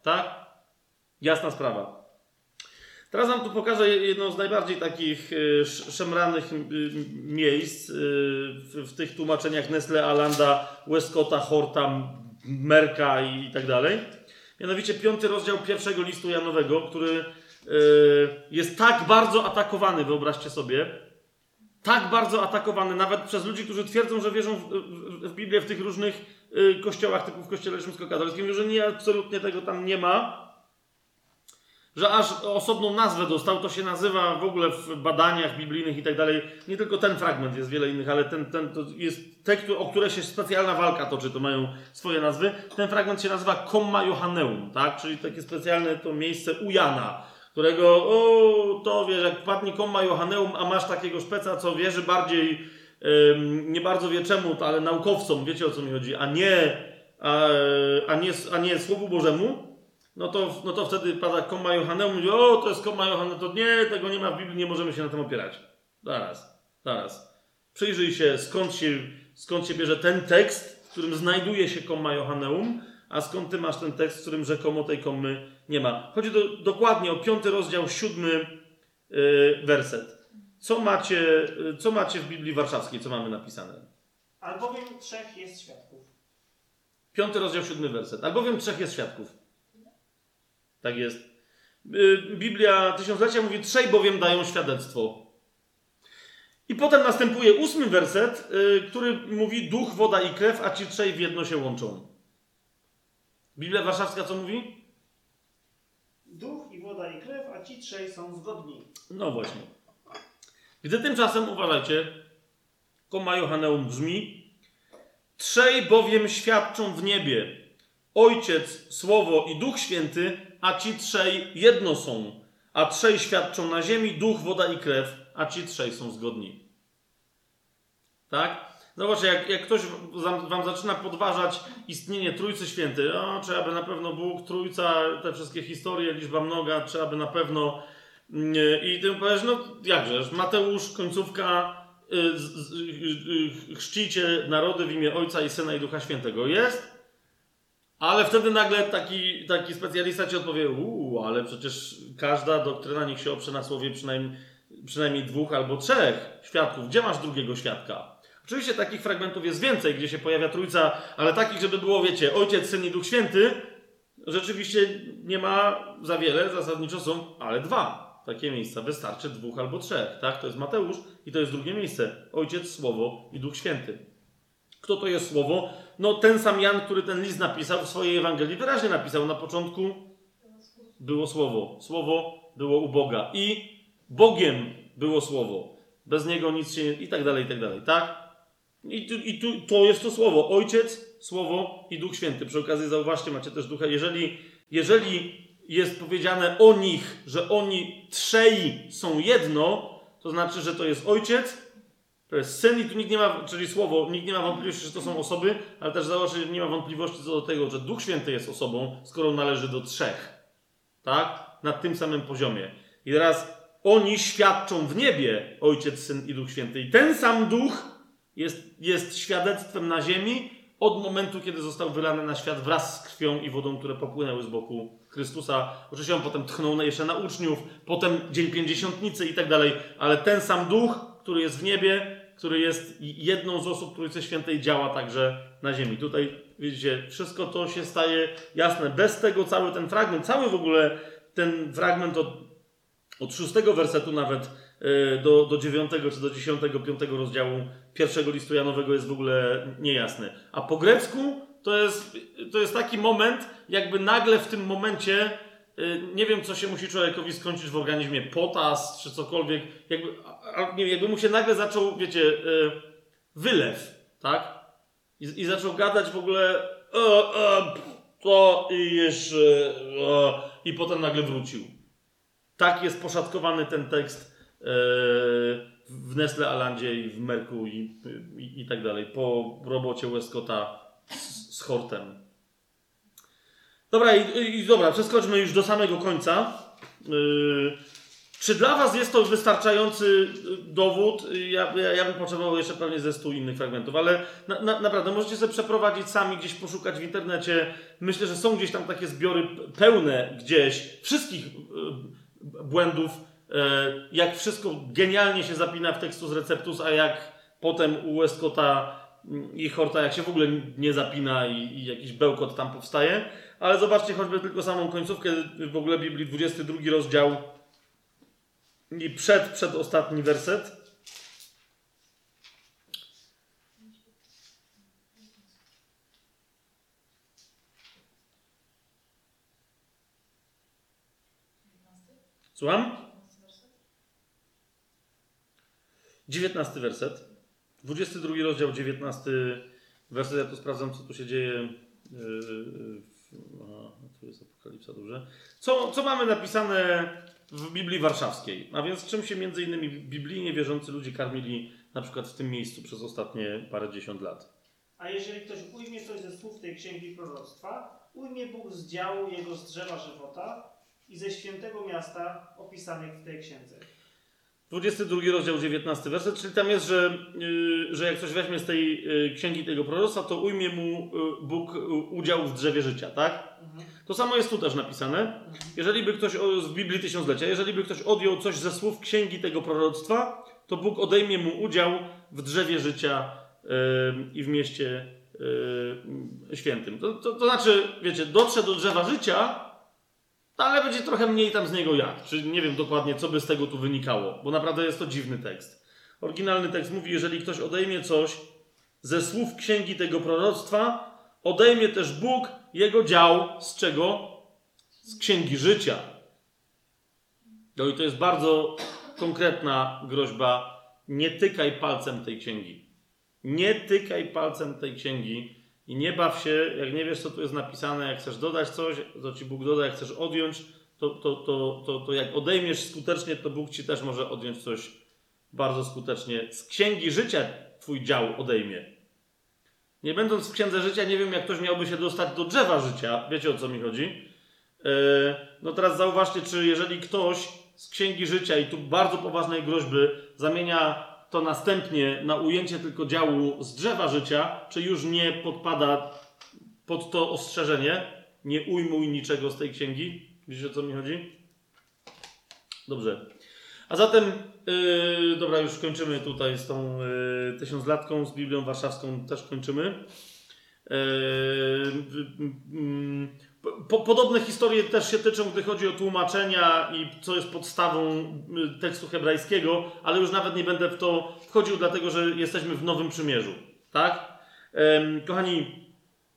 Tak? Jasna sprawa. Teraz wam tu pokażę jedno z najbardziej takich szemranych miejsc w tych tłumaczeniach Nestle, Allanda, Westcotta, Horta, Merka i tak dalej. Mianowicie 5 rozdział 1 listu Janowego, który jest tak bardzo atakowany, wyobraźcie sobie, tak bardzo atakowany nawet przez ludzi, którzy twierdzą, że wierzą w Biblię w tych różnych kościołach, typu w kościele rzymskokatolickim, że nie, absolutnie tego tam nie ma, że aż osobną nazwę dostał, to się nazywa w ogóle w badaniach biblijnych i tak dalej, nie tylko ten fragment, jest wiele innych, ale ten to jest te, o które się specjalna walka toczy, to mają swoje nazwy. Ten fragment się nazywa Comma Johanneum, tak? Czyli takie specjalne to miejsce u Jana, którego, to wiesz, jak padnie Comma Johanneum, a masz takiego szpeca, co wierzy bardziej, nie bardzo wie czemu, ale naukowcom, wiecie o co mi chodzi, a nie Słowu Bożemu, no to wtedy pada Comma Johanneum, mówi, to jest Comma Johanneum, to nie, tego nie ma w Biblii, nie możemy się na tym opierać. Zaraz. Przyjrzyj się, skąd się bierze ten tekst, w którym znajduje się Comma Johanneum, a skąd ty masz ten tekst, w którym rzekomo tej kommy nie ma. Chodzi dokładnie o 5 rozdział, 7 werset. Co macie w Biblii Warszawskiej, co mamy napisane? Albowiem 3 jest świadków. 5 rozdział, 7 werset. Albowiem 3 jest świadków. Tak jest. Biblia Tysiąclecia mówi, 3 bowiem dają świadectwo. I potem następuje 8 werset, który mówi, duch, woda i krew, a ci 3 w jedno się łączą. Biblia Warszawska co mówi? Duch i woda i krew, a ci 3 są zgodni. No właśnie. Gdy tymczasem, uważajcie, Comma Johanneum brzmi, 3 bowiem świadczą w niebie, Ojciec, Słowo i Duch Święty, a ci 3 jedno są, a 3 świadczą na ziemi, duch, woda i krew, a ci 3 są zgodni. Tak? Zobaczcie, jak ktoś wam zaczyna podważać istnienie Trójcy Świętej, trzeba by na pewno Bóg, Trójca, te wszystkie historie, liczba mnoga, trzeba by na pewno... I ty powiesz, jakżeż, Mateusz, końcówka, chrzcicie narody w imię Ojca i Syna i Ducha Świętego. Jest? Ale wtedy nagle taki specjalista ci odpowie, ale przecież każda doktryna niech się oprze na słowie przynajmniej 2 albo 3 świadków. Gdzie masz drugiego świadka? Oczywiście takich fragmentów jest więcej, gdzie się pojawia Trójca, ale takich, żeby było, wiecie, Ojciec, Syn i Duch Święty, rzeczywiście nie ma za wiele, zasadniczo są, ale 2 takie miejsca. Wystarczy 2 albo 3, tak? To jest Mateusz i to jest drugie miejsce. Ojciec, Słowo i Duch Święty. Kto to jest Słowo? Ten sam Jan, który ten list napisał w swojej Ewangelii, wyraźnie napisał, na początku było Słowo. Słowo było u Boga i Bogiem było Słowo. Bez Niego nic się... i tak dalej, tak? I to jest to Słowo. Ojciec, Słowo i Duch Święty. Przy okazji zauważcie, macie też Ducha. Jeżeli jest powiedziane o nich, że oni 3 są jedno, to znaczy, że to jest Ojciec, to jest Syn i tu nikt nie ma, czyli Słowo, nikt nie ma wątpliwości, że to są osoby, ale też zauważcie, że nie ma wątpliwości co do tego, że Duch Święty jest osobą, skoro należy do 3. Tak? Na tym samym poziomie. I teraz oni świadczą w niebie, Ojciec, Syn i Duch Święty. I ten sam Duch jest świadectwem na ziemi od momentu, kiedy został wylany na świat wraz z krwią i wodą, które popłynęły z boku Chrystusa. Oczywiście on potem tchnął jeszcze na uczniów, potem Dzień Pięćdziesiątnicy i tak dalej, ale ten sam Duch, który jest w niebie, który jest jedną z osób Trójcy Świętej, działa także na ziemi. Tutaj widzicie, wszystko to się staje jasne. Bez tego cały ten fragment, cały w ogóle ten fragment od 6 wersetu nawet do 9 czy do 10, 5 rozdziału 1 listu Janowego jest w ogóle niejasny. A po grecku to jest taki moment, jakby nagle w tym momencie, nie wiem, co się musi człowiekowi skończyć w organizmie, potas czy cokolwiek, jakby mu się nagle zaczął, wiecie, wylew, tak? I zaczął gadać w ogóle to i jeszcze i potem nagle wrócił. Tak jest poszatkowany ten tekst w Nestle, Allandzie i w Merku i tak dalej, po robocie Westcotta z Hortem. Dobra, dobra, przeskoczmy już do samego końca. Czy dla was jest to wystarczający dowód? Ja bym potrzebował jeszcze pewnie ze 100 innych fragmentów, ale naprawdę możecie sobie przeprowadzić sami, gdzieś poszukać w internecie. Myślę, że są gdzieś tam takie zbiory pełne gdzieś wszystkich błędów, jak wszystko genialnie się zapina w Textus Receptus, a jak potem u Westcotta i Horta, jak się w ogóle nie zapina i jakiś bełkot tam powstaje. Ale zobaczcie choćby tylko samą końcówkę w ogóle Biblii, 22 rozdział i przedostatni werset. Słucham? 19 werset. 22 rozdział, 19 werset. Ja tu sprawdzam, co tu się dzieje. Tu jest Apokalipsa, dobrze. Co mamy napisane w Biblii Warszawskiej? A więc czym się między innymi biblijnie wierzący ludzie karmili na przykład w tym miejscu przez ostatnie parędziesiąt lat? A jeżeli ktoś ujmie coś ze słów tej księgi proroctwa, ujmie Bóg z działu jego z drzewa żywota i ze świętego miasta opisanych w tej księdze. 22 rozdział, 19 werset, czyli tam jest, że jak ktoś weźmie z tej księgi tego proroctwa, to ujmie mu Bóg udział w drzewie życia, tak? To samo jest tu też napisane. Jeżeli by ktoś w Biblii Tysiąclecia, jeżeli by ktoś odjął coś ze słów księgi tego proroctwa, to Bóg odejmie mu udział w drzewie życia i w mieście świętym. To znaczy, wiecie, dotrze do drzewa życia, ale będzie trochę mniej tam z niego jadł. Czyli nie wiem dokładnie, co by z tego tu wynikało, bo naprawdę jest to dziwny tekst. Oryginalny tekst mówi, jeżeli ktoś odejmie coś ze słów księgi tego proroctwa, odejmie też Bóg jego dział z czego? Z księgi życia. No i to jest bardzo konkretna groźba. Nie tykaj palcem tej księgi. Nie tykaj palcem tej księgi. I nie baw się, jak nie wiesz, co tu jest napisane, jak chcesz dodać coś, to ci Bóg doda, jak chcesz odjąć, to jak odejmiesz skutecznie, to Bóg ci też może odjąć coś bardzo skutecznie. Z księgi życia twój dział odejmie. Nie będąc w księdze życia, nie wiem, jak ktoś miałby się dostać do drzewa życia. Wiecie, o co mi chodzi? No teraz zauważcie, czy jeżeli ktoś z księgi życia i tu bardzo poważnej groźby zamienia to następnie na ujęcie tylko działu z drzewa życia, czy już nie podpada pod to ostrzeżenie? Nie ujmuj niczego z tej księgi. Widzicie, o co mi chodzi? Dobrze. A zatem, dobra, już kończymy tutaj z tą tysiąclatką, z Biblią Warszawską też kończymy. Podobne historie też się tyczą, gdy chodzi o tłumaczenia i co jest podstawą tekstu hebrajskiego, ale już nawet nie będę w to wchodził, dlatego że jesteśmy w Nowym Przymierzu. Tak? Kochani,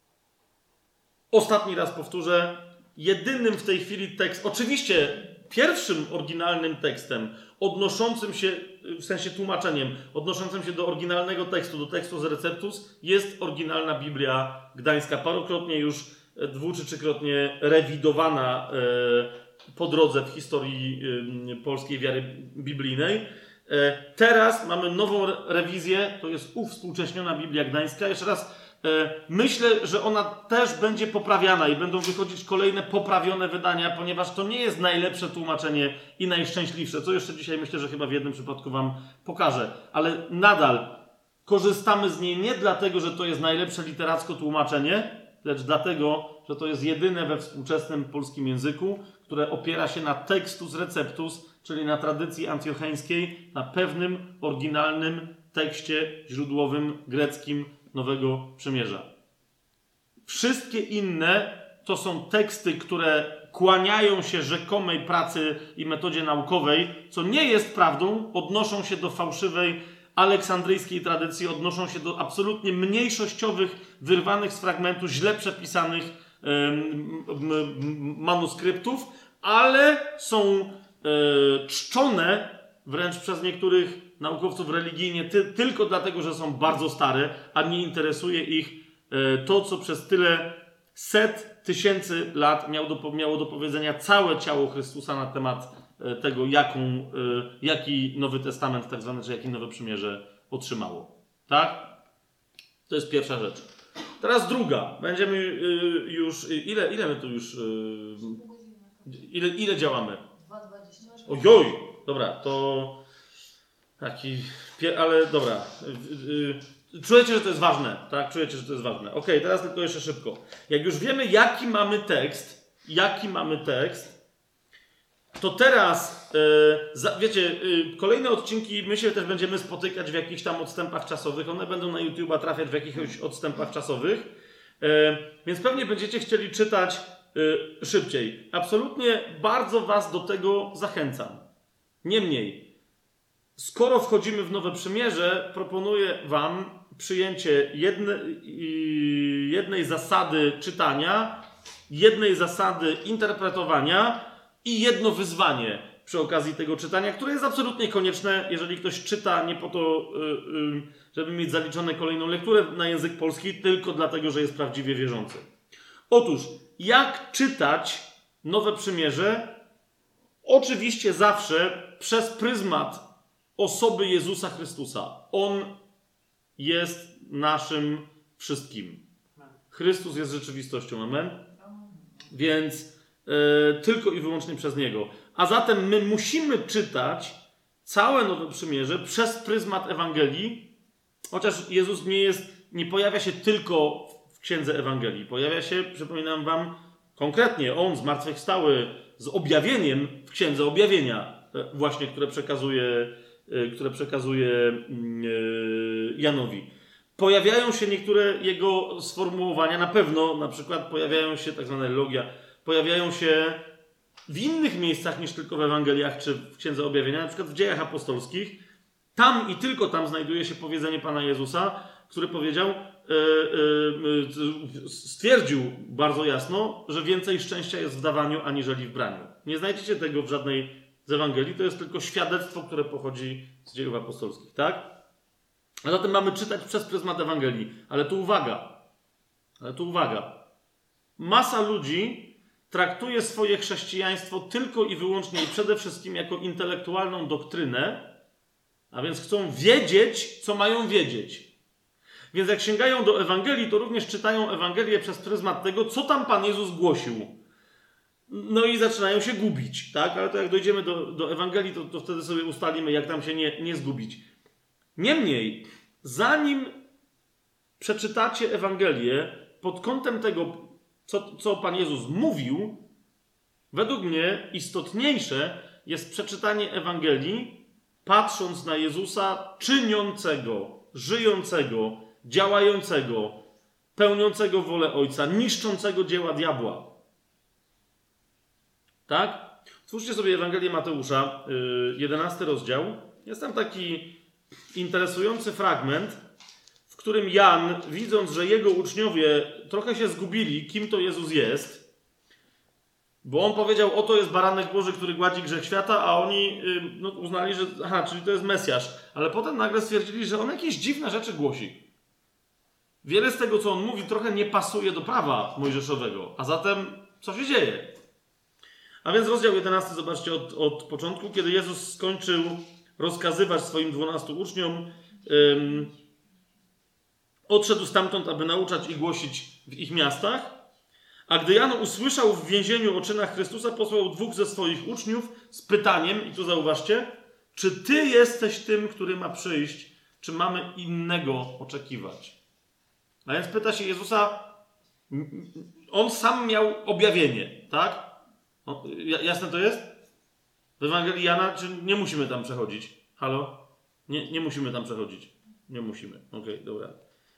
ostatni raz powtórzę, jedynym w tej chwili tekst, oczywiście pierwszym oryginalnym tekstem odnoszącym się, w sensie tłumaczeniem, odnoszącym się do oryginalnego tekstu, do tekstu z Receptus, jest oryginalna Biblia Gdańska, parokrotnie już dwu- czy trzykrotnie rewidowana po drodze w historii polskiej wiary biblijnej. Teraz mamy nową rewizję, to jest uwspółcześniona Biblia Gdańska. Jeszcze raz, myślę, że ona też będzie poprawiana i będą wychodzić kolejne poprawione wydania, ponieważ to nie jest najlepsze tłumaczenie i najszczęśliwsze, co jeszcze dzisiaj myślę, że chyba w jednym przypadku wam pokażę. Ale nadal korzystamy z niej nie dlatego, że to jest najlepsze literacko tłumaczenie, lecz dlatego, że to jest jedyne we współczesnym polskim języku, które opiera się na Textus Receptus, czyli na tradycji antiocheńskiej, na pewnym oryginalnym tekście źródłowym greckim Nowego Przymierza. Wszystkie inne to są teksty, które kłaniają się rzekomej pracy i metodzie naukowej, co nie jest prawdą, odnoszą się do fałszywej aleksandryjskiej tradycji, odnoszą się do absolutnie mniejszościowych, wyrwanych z fragmentu, źle przepisanych manuskryptów, ale są czczone wręcz przez niektórych naukowców religijnie tylko dlatego, że są bardzo stare, a nie interesuje ich to, co przez tyle set tysięcy lat miało do powiedzenia całe ciało Chrystusa na temat tego, jaki Nowy Testament, tak zwany, czy jakie Nowe Przymierze otrzymało. Tak? To jest pierwsza rzecz. Teraz druga. Będziemy już... Ile my tu już... Ile działamy? 2,20. Ojoj! Dobra, to taki... Ale dobra. Czujecie, że to jest ważne, tak? Czujecie, że to jest ważne. Okej, teraz tylko jeszcze szybko. Jak już wiemy, jaki mamy tekst, to teraz, wiecie, kolejne odcinki my się też będziemy spotykać w jakichś tam odstępach czasowych. One będą na YouTube'a trafiać w jakichś odstępach czasowych. Więc pewnie będziecie chcieli czytać szybciej. Absolutnie bardzo was do tego zachęcam. Niemniej, skoro wchodzimy w Nowe Przymierze, proponuję wam przyjęcie jednej zasady czytania, jednej zasady interpretowania i jedno wyzwanie przy okazji tego czytania, które jest absolutnie konieczne, jeżeli ktoś czyta nie po to, żeby mieć zaliczone kolejną lekturę na język polski, tylko dlatego, że jest prawdziwie wierzący. Otóż, jak czytać Nowe Przymierze? Oczywiście zawsze przez pryzmat osoby Jezusa Chrystusa. On jest naszym wszystkim. Chrystus jest rzeczywistością. Amen? Więc tylko i wyłącznie przez Niego. A zatem my musimy czytać całe Nowe Przymierze przez pryzmat Ewangelii, chociaż Jezus nie pojawia się tylko w Księdze Ewangelii. Pojawia się, przypominam wam, konkretnie On zmartwychwstały z objawieniem w Księdze Objawienia, właśnie, które przekazuje Janowi. Pojawiają się niektóre jego sformułowania, na pewno, na przykład pojawiają się tak zwane logia, pojawiają się w innych miejscach niż tylko w Ewangeliach czy w Księdze Objawienia, na przykład w Dziejach Apostolskich. Tam i tylko tam znajduje się powiedzenie Pana Jezusa, który powiedział, stwierdził bardzo jasno, że więcej szczęścia jest w dawaniu aniżeli w braniu. Nie znajdziecie tego w żadnej z Ewangelii, to jest tylko świadectwo, które pochodzi z Dziejów Apostolskich, tak? A zatem mamy czytać przez pryzmat Ewangelii. Ale tu uwaga. Masa ludzi traktuje swoje chrześcijaństwo tylko i wyłącznie i przede wszystkim jako intelektualną doktrynę, a więc chcą wiedzieć, co mają wiedzieć. Więc jak sięgają do Ewangelii, to również czytają Ewangelię przez pryzmat tego, co tam Pan Jezus głosił. No i zaczynają się gubić, tak? Ale to jak dojdziemy do Ewangelii, to wtedy sobie ustalimy, jak tam się nie zgubić. Niemniej, zanim przeczytacie Ewangelię pod kątem tego, co Pan Jezus mówił, według mnie istotniejsze jest przeczytanie Ewangelii, patrząc na Jezusa czyniącego, żyjącego, działającego, pełniącego wolę Ojca, niszczącego dzieła diabła. Tak? Twórzcie sobie Ewangelię Mateusza, 11 rozdział. Jest tam taki interesujący fragment, w którym Jan, widząc, że jego uczniowie trochę się zgubili, kim to Jezus jest, bo on powiedział, oto jest baranek Boży, który gładzi grzech świata, a oni uznali, że czyli to jest Mesjasz. Ale potem nagle stwierdzili, że on jakieś dziwne rzeczy głosi. Wiele z tego, co on mówi, trochę nie pasuje do prawa mojżeszowego. A zatem co się dzieje? A więc rozdział 11, zobaczcie od początku, kiedy Jezus skończył rozkazywać swoim 12 uczniom, odszedł stamtąd, aby nauczać i głosić w ich miastach. A gdy Jan usłyszał w więzieniu o czynach Chrystusa, posłał 2 ze swoich uczniów z pytaniem, i tu zauważcie, czy ty jesteś tym, który ma przyjść, czy mamy innego oczekiwać? A więc pyta się Jezusa, on sam miał objawienie, tak? Jasne to jest? W Ewangelii Jana, czy nie musimy tam przechodzić? Halo? Nie musimy tam przechodzić. Nie musimy. Okej, dobra.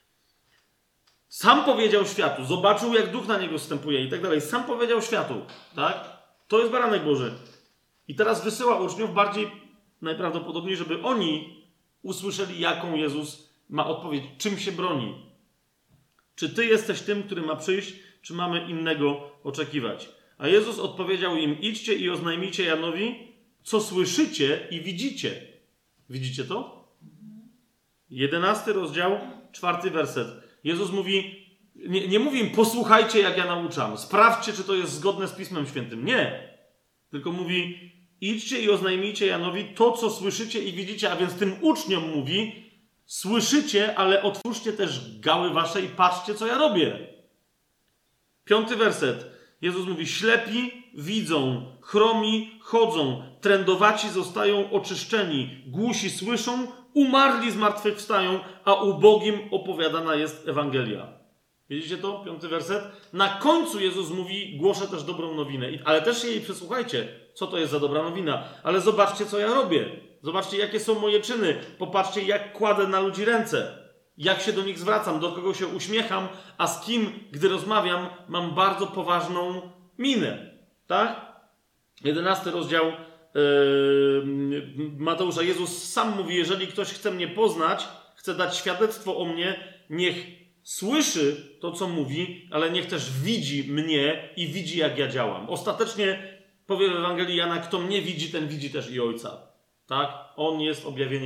Sam powiedział światu, zobaczył, jak duch na niego zstępuje i tak dalej. Sam powiedział światu, tak? To jest baranek Boży. I teraz wysyła uczniów bardziej najprawdopodobniej, żeby oni usłyszeli, jaką Jezus ma odpowiedź, czym się broni. Czy ty jesteś tym, który ma przyjść, czy mamy innego oczekiwać? A Jezus odpowiedział im, idźcie i oznajmijcie Janowi, co słyszycie i widzicie. Widzicie to? 11 rozdział, 4 werset. Jezus mówi, nie mówi im, posłuchajcie, jak ja nauczam. Sprawdźcie, czy to jest zgodne z Pismem Świętym. Nie. Tylko mówi, idźcie i oznajmijcie Janowi to, co słyszycie i widzicie. A więc tym uczniom mówi, słyszycie, ale otwórzcie też gały wasze i patrzcie, co ja robię. 5 werset. Jezus mówi, ślepi widzą, chromi chodzą, trędowaci zostają oczyszczeni, głusi słyszą, umarli zmartwychwstają, a ubogim opowiadana jest Ewangelia. Widzicie to? 5. werset. Na końcu Jezus mówi, głoszę też dobrą nowinę. Ale też się jej przysłuchajcie, co to jest za dobra nowina. Ale zobaczcie, co ja robię. Zobaczcie, jakie są moje czyny. Popatrzcie, jak kładę na ludzi ręce. Jak się do nich zwracam, do kogo się uśmiecham, a z kim, gdy rozmawiam, mam bardzo poważną minę. Tak? 11 rozdział Mateusza. Jezus sam mówi, jeżeli ktoś chce mnie poznać, chce dać świadectwo o mnie, niech słyszy to, co mówi, ale niech też widzi mnie i widzi, jak ja działam. Ostatecznie powie w Ewangelii Jana, kto mnie widzi, ten widzi też i Ojca. Tak? On jest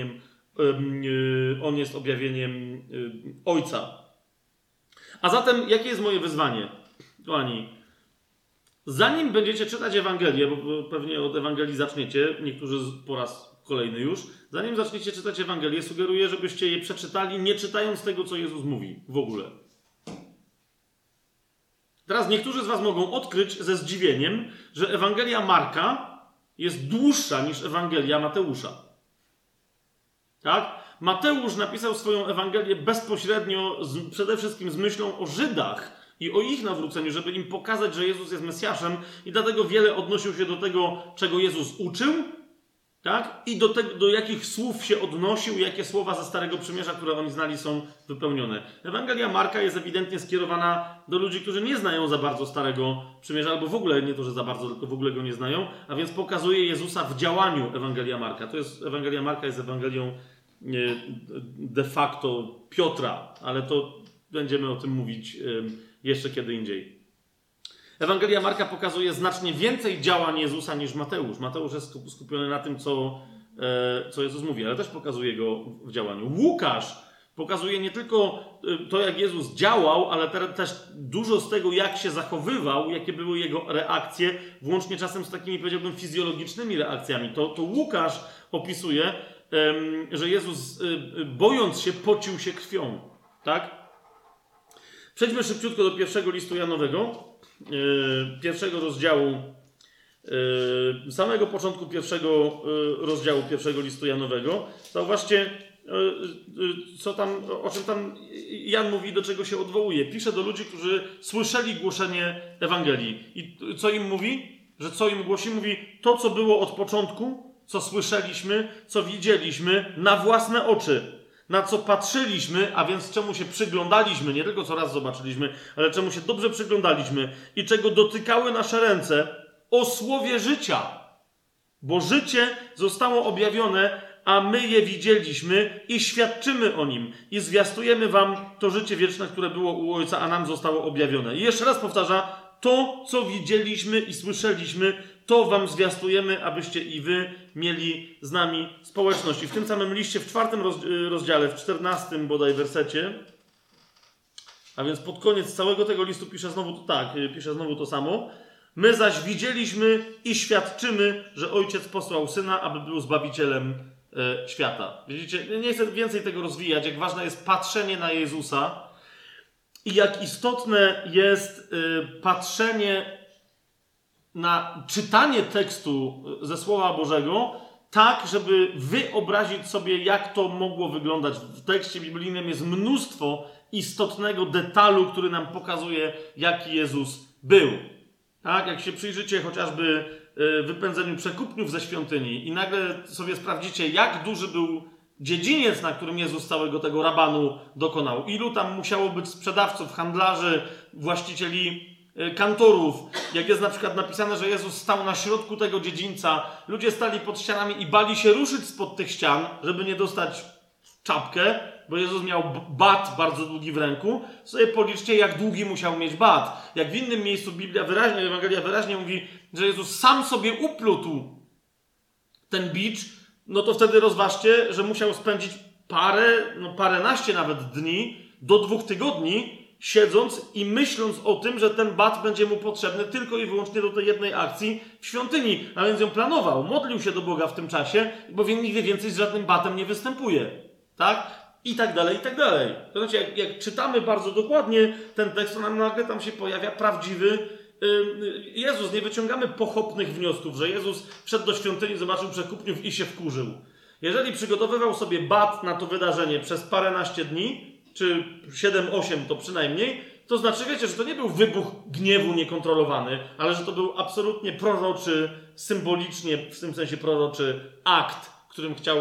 objawieniem Ojca. A zatem, jakie jest moje wyzwanie? Kochani, zanim będziecie czytać Ewangelię, bo pewnie od Ewangelii zaczniecie, niektórzy po raz kolejny już, zanim zaczniecie czytać Ewangelię, sugeruję, żebyście je przeczytali, nie czytając tego, co Jezus mówi w ogóle. Teraz niektórzy z was mogą odkryć ze zdziwieniem, że Ewangelia Marka jest dłuższa niż Ewangelia Mateusza. Tak? Mateusz napisał swoją Ewangelię bezpośrednio, przede wszystkim z myślą o Żydach i o ich nawróceniu, żeby im pokazać, że Jezus jest Mesjaszem i dlatego wiele odnosił się do tego, czego Jezus uczył, tak? I do jakich słów się odnosił, jakie słowa ze Starego Przymierza, które oni znali, są wypełnione. Ewangelia Marka jest ewidentnie skierowana do ludzi, którzy nie znają za bardzo Starego Przymierza, albo w ogóle, nie to, że za bardzo, tylko w ogóle go nie znają, a więc pokazuje Jezusa w działaniu Ewangelia Marka. Ewangelia Marka jest Ewangelią de facto Piotra, ale to będziemy o tym mówić jeszcze kiedy indziej. Ewangelia Marka pokazuje znacznie więcej działań Jezusa niż Mateusz. Mateusz jest skupiony na tym, co Jezus mówi, ale też pokazuje go w działaniu. Łukasz pokazuje nie tylko to, jak Jezus działał, ale też dużo z tego, jak się zachowywał, jakie były jego reakcje, włącznie czasem z takimi, powiedziałbym, fizjologicznymi reakcjami. To Łukasz opisuje, że Jezus, bojąc się, pocił się krwią. Tak? Przejdźmy szybciutko do pierwszego listu Janowego. Pierwszego rozdziału, samego początku pierwszego rozdziału pierwszego listu Janowego. Zauważcie, o czym tam Jan mówi, do czego się odwołuje. Pisze do ludzi, którzy słyszeli głoszenie Ewangelii. I co im mówi? Że co im głosi? Mówi to, co było od początku, co słyszeliśmy, co widzieliśmy na własne oczy. Na co patrzyliśmy, a więc czemu się przyglądaliśmy, nie tylko co raz zobaczyliśmy, ale czemu się dobrze przyglądaliśmy i czego dotykały nasze ręce, o słowie życia. Bo życie zostało objawione, a my je widzieliśmy i świadczymy o nim. I zwiastujemy wam to życie wieczne, które było u Ojca, a nam zostało objawione. I jeszcze raz powtarza, to, co widzieliśmy i słyszeliśmy, to wam zwiastujemy, abyście i wy mieli z nami społeczność. I w tym samym liście, w 4 rozdziale, w 14 bodaj wersecie, a więc pod koniec całego tego listu pisze znowu to samo. My zaś widzieliśmy i świadczymy, że Ojciec posłał Syna, aby był Zbawicielem świata. Widzicie, nie chcę więcej tego rozwijać, jak ważne jest patrzenie na Jezusa i jak istotne jest patrzenie na czytanie tekstu ze Słowa Bożego tak, żeby wyobrazić sobie, jak to mogło wyglądać. W tekście biblijnym jest mnóstwo istotnego detalu, który nam pokazuje, jaki Jezus był. Tak? Jak się przyjrzycie chociażby wypędzeniu przekupniów ze świątyni i nagle sobie sprawdzicie, jak duży był dziedziniec, na którym Jezus całego tego rabanu dokonał. Ilu tam musiało być sprzedawców, handlarzy, właścicieli kantorów. Jak jest na przykład napisane, że Jezus stał na środku tego dziedzińca, ludzie stali pod ścianami i bali się ruszyć spod tych ścian, żeby nie dostać w czapkę, bo Jezus miał bat bardzo długi w ręku. Sobie policzcie, jak długi musiał mieć bat. Jak w innym miejscu Ewangelia wyraźnie mówi, że Jezus sam sobie uplótł ten bicz, no to wtedy rozważcie, że musiał spędzić paręnaście nawet dni do 2 tygodni siedząc i myśląc o tym, że ten bat będzie mu potrzebny tylko i wyłącznie do tej jednej akcji w świątyni. A więc ją planował, modlił się do Boga w tym czasie, bowiem nigdy więcej z żadnym batem nie występuje. Tak? I tak dalej, i tak dalej. To znaczy, jak czytamy bardzo dokładnie ten tekst, to nam nagle tam się pojawia prawdziwy Jezus, nie wyciągamy pochopnych wniosków, że Jezus wszedł do świątyni, zobaczył przekupniów i się wkurzył. Jeżeli przygotowywał sobie bat na to wydarzenie przez paręnaście dni, czy 7-8 to przynajmniej, to znaczy, wiecie, że to nie był wybuch gniewu niekontrolowany, ale że to był absolutnie proroczy, symbolicznie, w tym sensie proroczy akt, którym chciał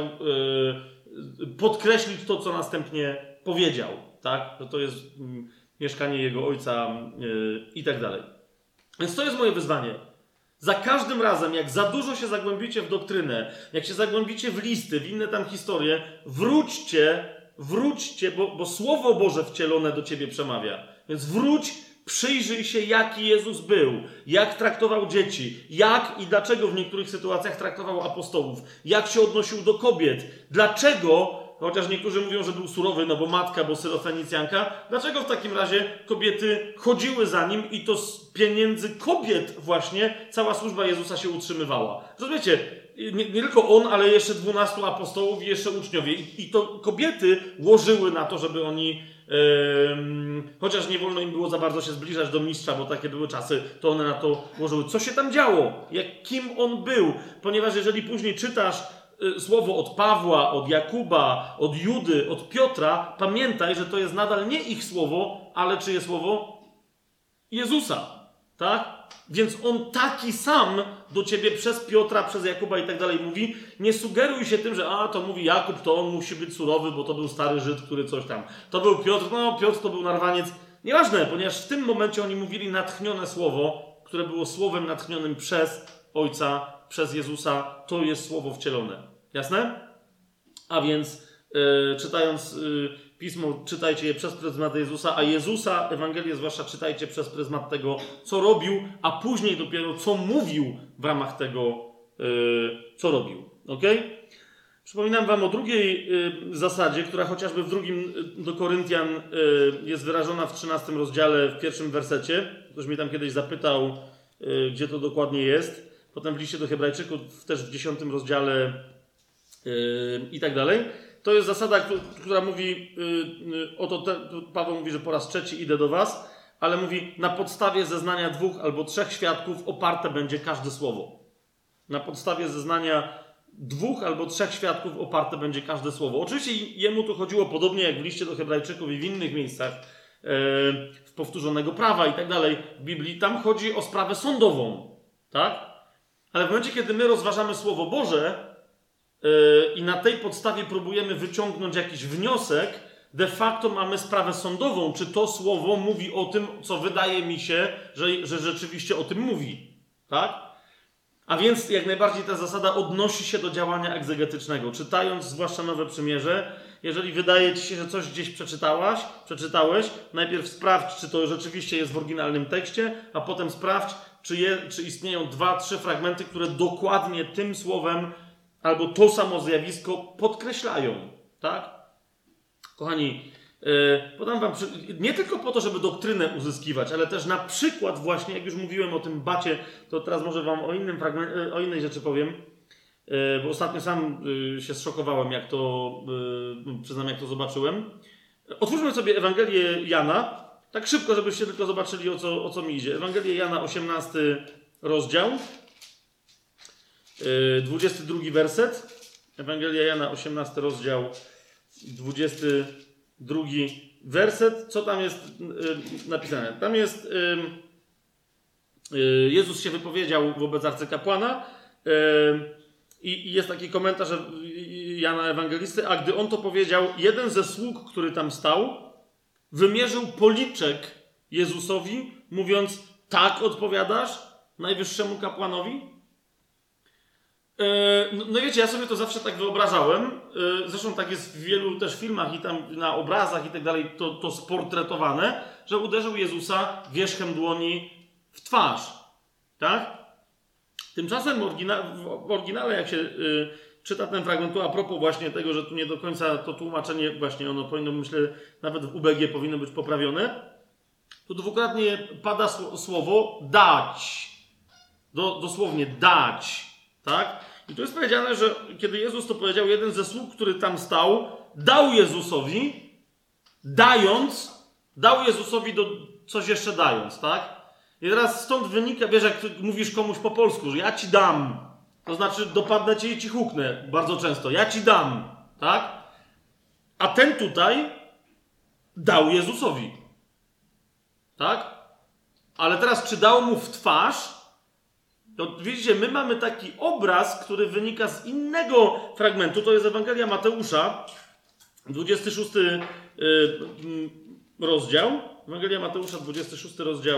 podkreślić to, co następnie powiedział. Tak? Że to jest mieszkanie jego ojca i tak dalej. Więc to jest moje wyzwanie. Za każdym razem, jak za dużo się zagłębicie w doktrynę, jak się zagłębicie w listy, w inne tam historie, wróćcie, bo Słowo Boże wcielone do ciebie przemawia. Więc wróć, przyjrzyj się, jaki Jezus był, jak traktował dzieci, jak i dlaczego w niektórych sytuacjach traktował apostołów, jak się odnosił do kobiet, dlaczego, chociaż niektórzy mówią, że był surowy, no bo matka, bo Syrofenicjanka, dlaczego w takim razie kobiety chodziły za nim i to z pieniędzy kobiet właśnie cała służba Jezusa się utrzymywała. Rozumiecie? Nie tylko on, ale jeszcze 12 apostołów i jeszcze uczniowie. I to kobiety łożyły na to, żeby oni, chociaż nie wolno im było za bardzo się zbliżać do mistrza, bo takie były czasy, to one na to łożyły. Co się tam działo? Kim on był? Ponieważ jeżeli później czytasz słowo od Pawła, od Jakuba, od Judy, od Piotra, pamiętaj, że to jest nadal nie ich słowo, ale czyje słowo? Jezusa. Tak? Więc on taki sam do ciebie przez Piotra, przez Jakuba i tak dalej mówi. Nie sugeruj się tym, że to mówi Jakub, to on musi być surowy, bo to był stary Żyd, który coś tam. To był Piotr, Piotr to był narwaniec. Nieważne, ponieważ w tym momencie oni mówili natchnione słowo, które było słowem natchnionym przez Ojca, przez Jezusa. To jest słowo wcielone. Jasne? A więc czytając Pismo, czytajcie je przez pryzmat Jezusa, a Jezusa, Ewangelię zwłaszcza, czytajcie przez pryzmat tego, co robił, a później dopiero co mówił w ramach tego, co robił. Ok? Przypominam wam o drugiej zasadzie, która chociażby w drugim do Koryntian jest wyrażona w 13 rozdziale, w 1 wersecie. Ktoś mnie tam kiedyś zapytał, gdzie to dokładnie jest. Potem w liście do Hebrajczyków, też w 10 rozdziale i tak dalej. To jest zasada, która mówi, Paweł mówi, że po raz trzeci idę do was, ale mówi, na podstawie zeznania 2 albo 3 świadków oparte będzie każde słowo. Na podstawie zeznania 2 albo 3 świadków oparte będzie każde słowo. Oczywiście jemu tu chodziło podobnie jak w liście do Hebrajczyków i w innych miejscach w powtórzonego prawa i tak dalej w Biblii. Tam chodzi o sprawę sądową. Tak? Ale w momencie, kiedy my rozważamy Słowo Boże, i na tej podstawie próbujemy wyciągnąć jakiś wniosek, de facto mamy sprawę sądową, czy to słowo mówi o tym, co wydaje mi się, że rzeczywiście o tym mówi. Tak? A więc jak najbardziej ta zasada odnosi się do działania egzegetycznego. Czytając zwłaszcza Nowe Przymierze, jeżeli wydaje ci się, że coś gdzieś przeczytałeś, najpierw sprawdź, czy to rzeczywiście jest w oryginalnym tekście, a potem sprawdź, czy istnieją 2-3 fragmenty, które dokładnie tym słowem albo to samo zjawisko podkreślają. Tak? Kochani, podam wam nie tylko po to, żeby doktrynę uzyskiwać, ale też na przykład właśnie, jak już mówiłem o tym bacie, to teraz może wam o innej rzeczy powiem, bo ostatnio sam się zszokowałem, przyznam, jak to zobaczyłem. Otwórzmy sobie Ewangelię Jana, tak szybko, żebyście tylko zobaczyli, o co mi idzie. Ewangelię Jana, 18 rozdział. 22 werset. Ewangelia Jana, 18 rozdział, 22 werset. Co tam jest napisane? Tam jest Jezus się wypowiedział wobec arcykapłana i jest taki komentarz Jana Ewangelisty, a gdy on to powiedział, jeden ze sług, który tam stał, wymierzył policzek Jezusowi, mówiąc, tak odpowiadasz najwyższemu kapłanowi? No wiecie, ja sobie to zawsze tak wyobrażałem. Zresztą tak jest w wielu też filmach i tam na obrazach i tak dalej to sportretowane, że uderzył Jezusa wierzchem dłoni w twarz. Tak? Tymczasem w oryginale, jak się czyta ten fragment, a propos właśnie tego, że tu nie do końca to tłumaczenie, właśnie ono powinno, myślę, nawet w UBG powinno być poprawione, tu dwukrotnie pada słowo dać. Dosłownie dać. Tak? I tu jest powiedziane, że kiedy Jezus to powiedział, jeden ze sług, który tam stał, dał Jezusowi, dał Jezusowi coś jeszcze dając, tak? I teraz stąd wynika, wiesz, jak mówisz komuś po polsku, że ja ci dam, to znaczy dopadnę cię i ci huknę bardzo często. Ja ci dam, tak? A ten tutaj dał Jezusowi. Tak? Ale teraz, czy dał mu w twarz? To widzicie, my mamy taki obraz, który wynika z innego fragmentu. To jest Ewangelia Mateusza, 26 rozdział. Ewangelia Mateusza, 26 rozdział.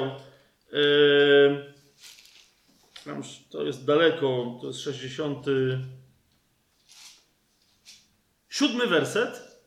To jest daleko, to jest 67 werset.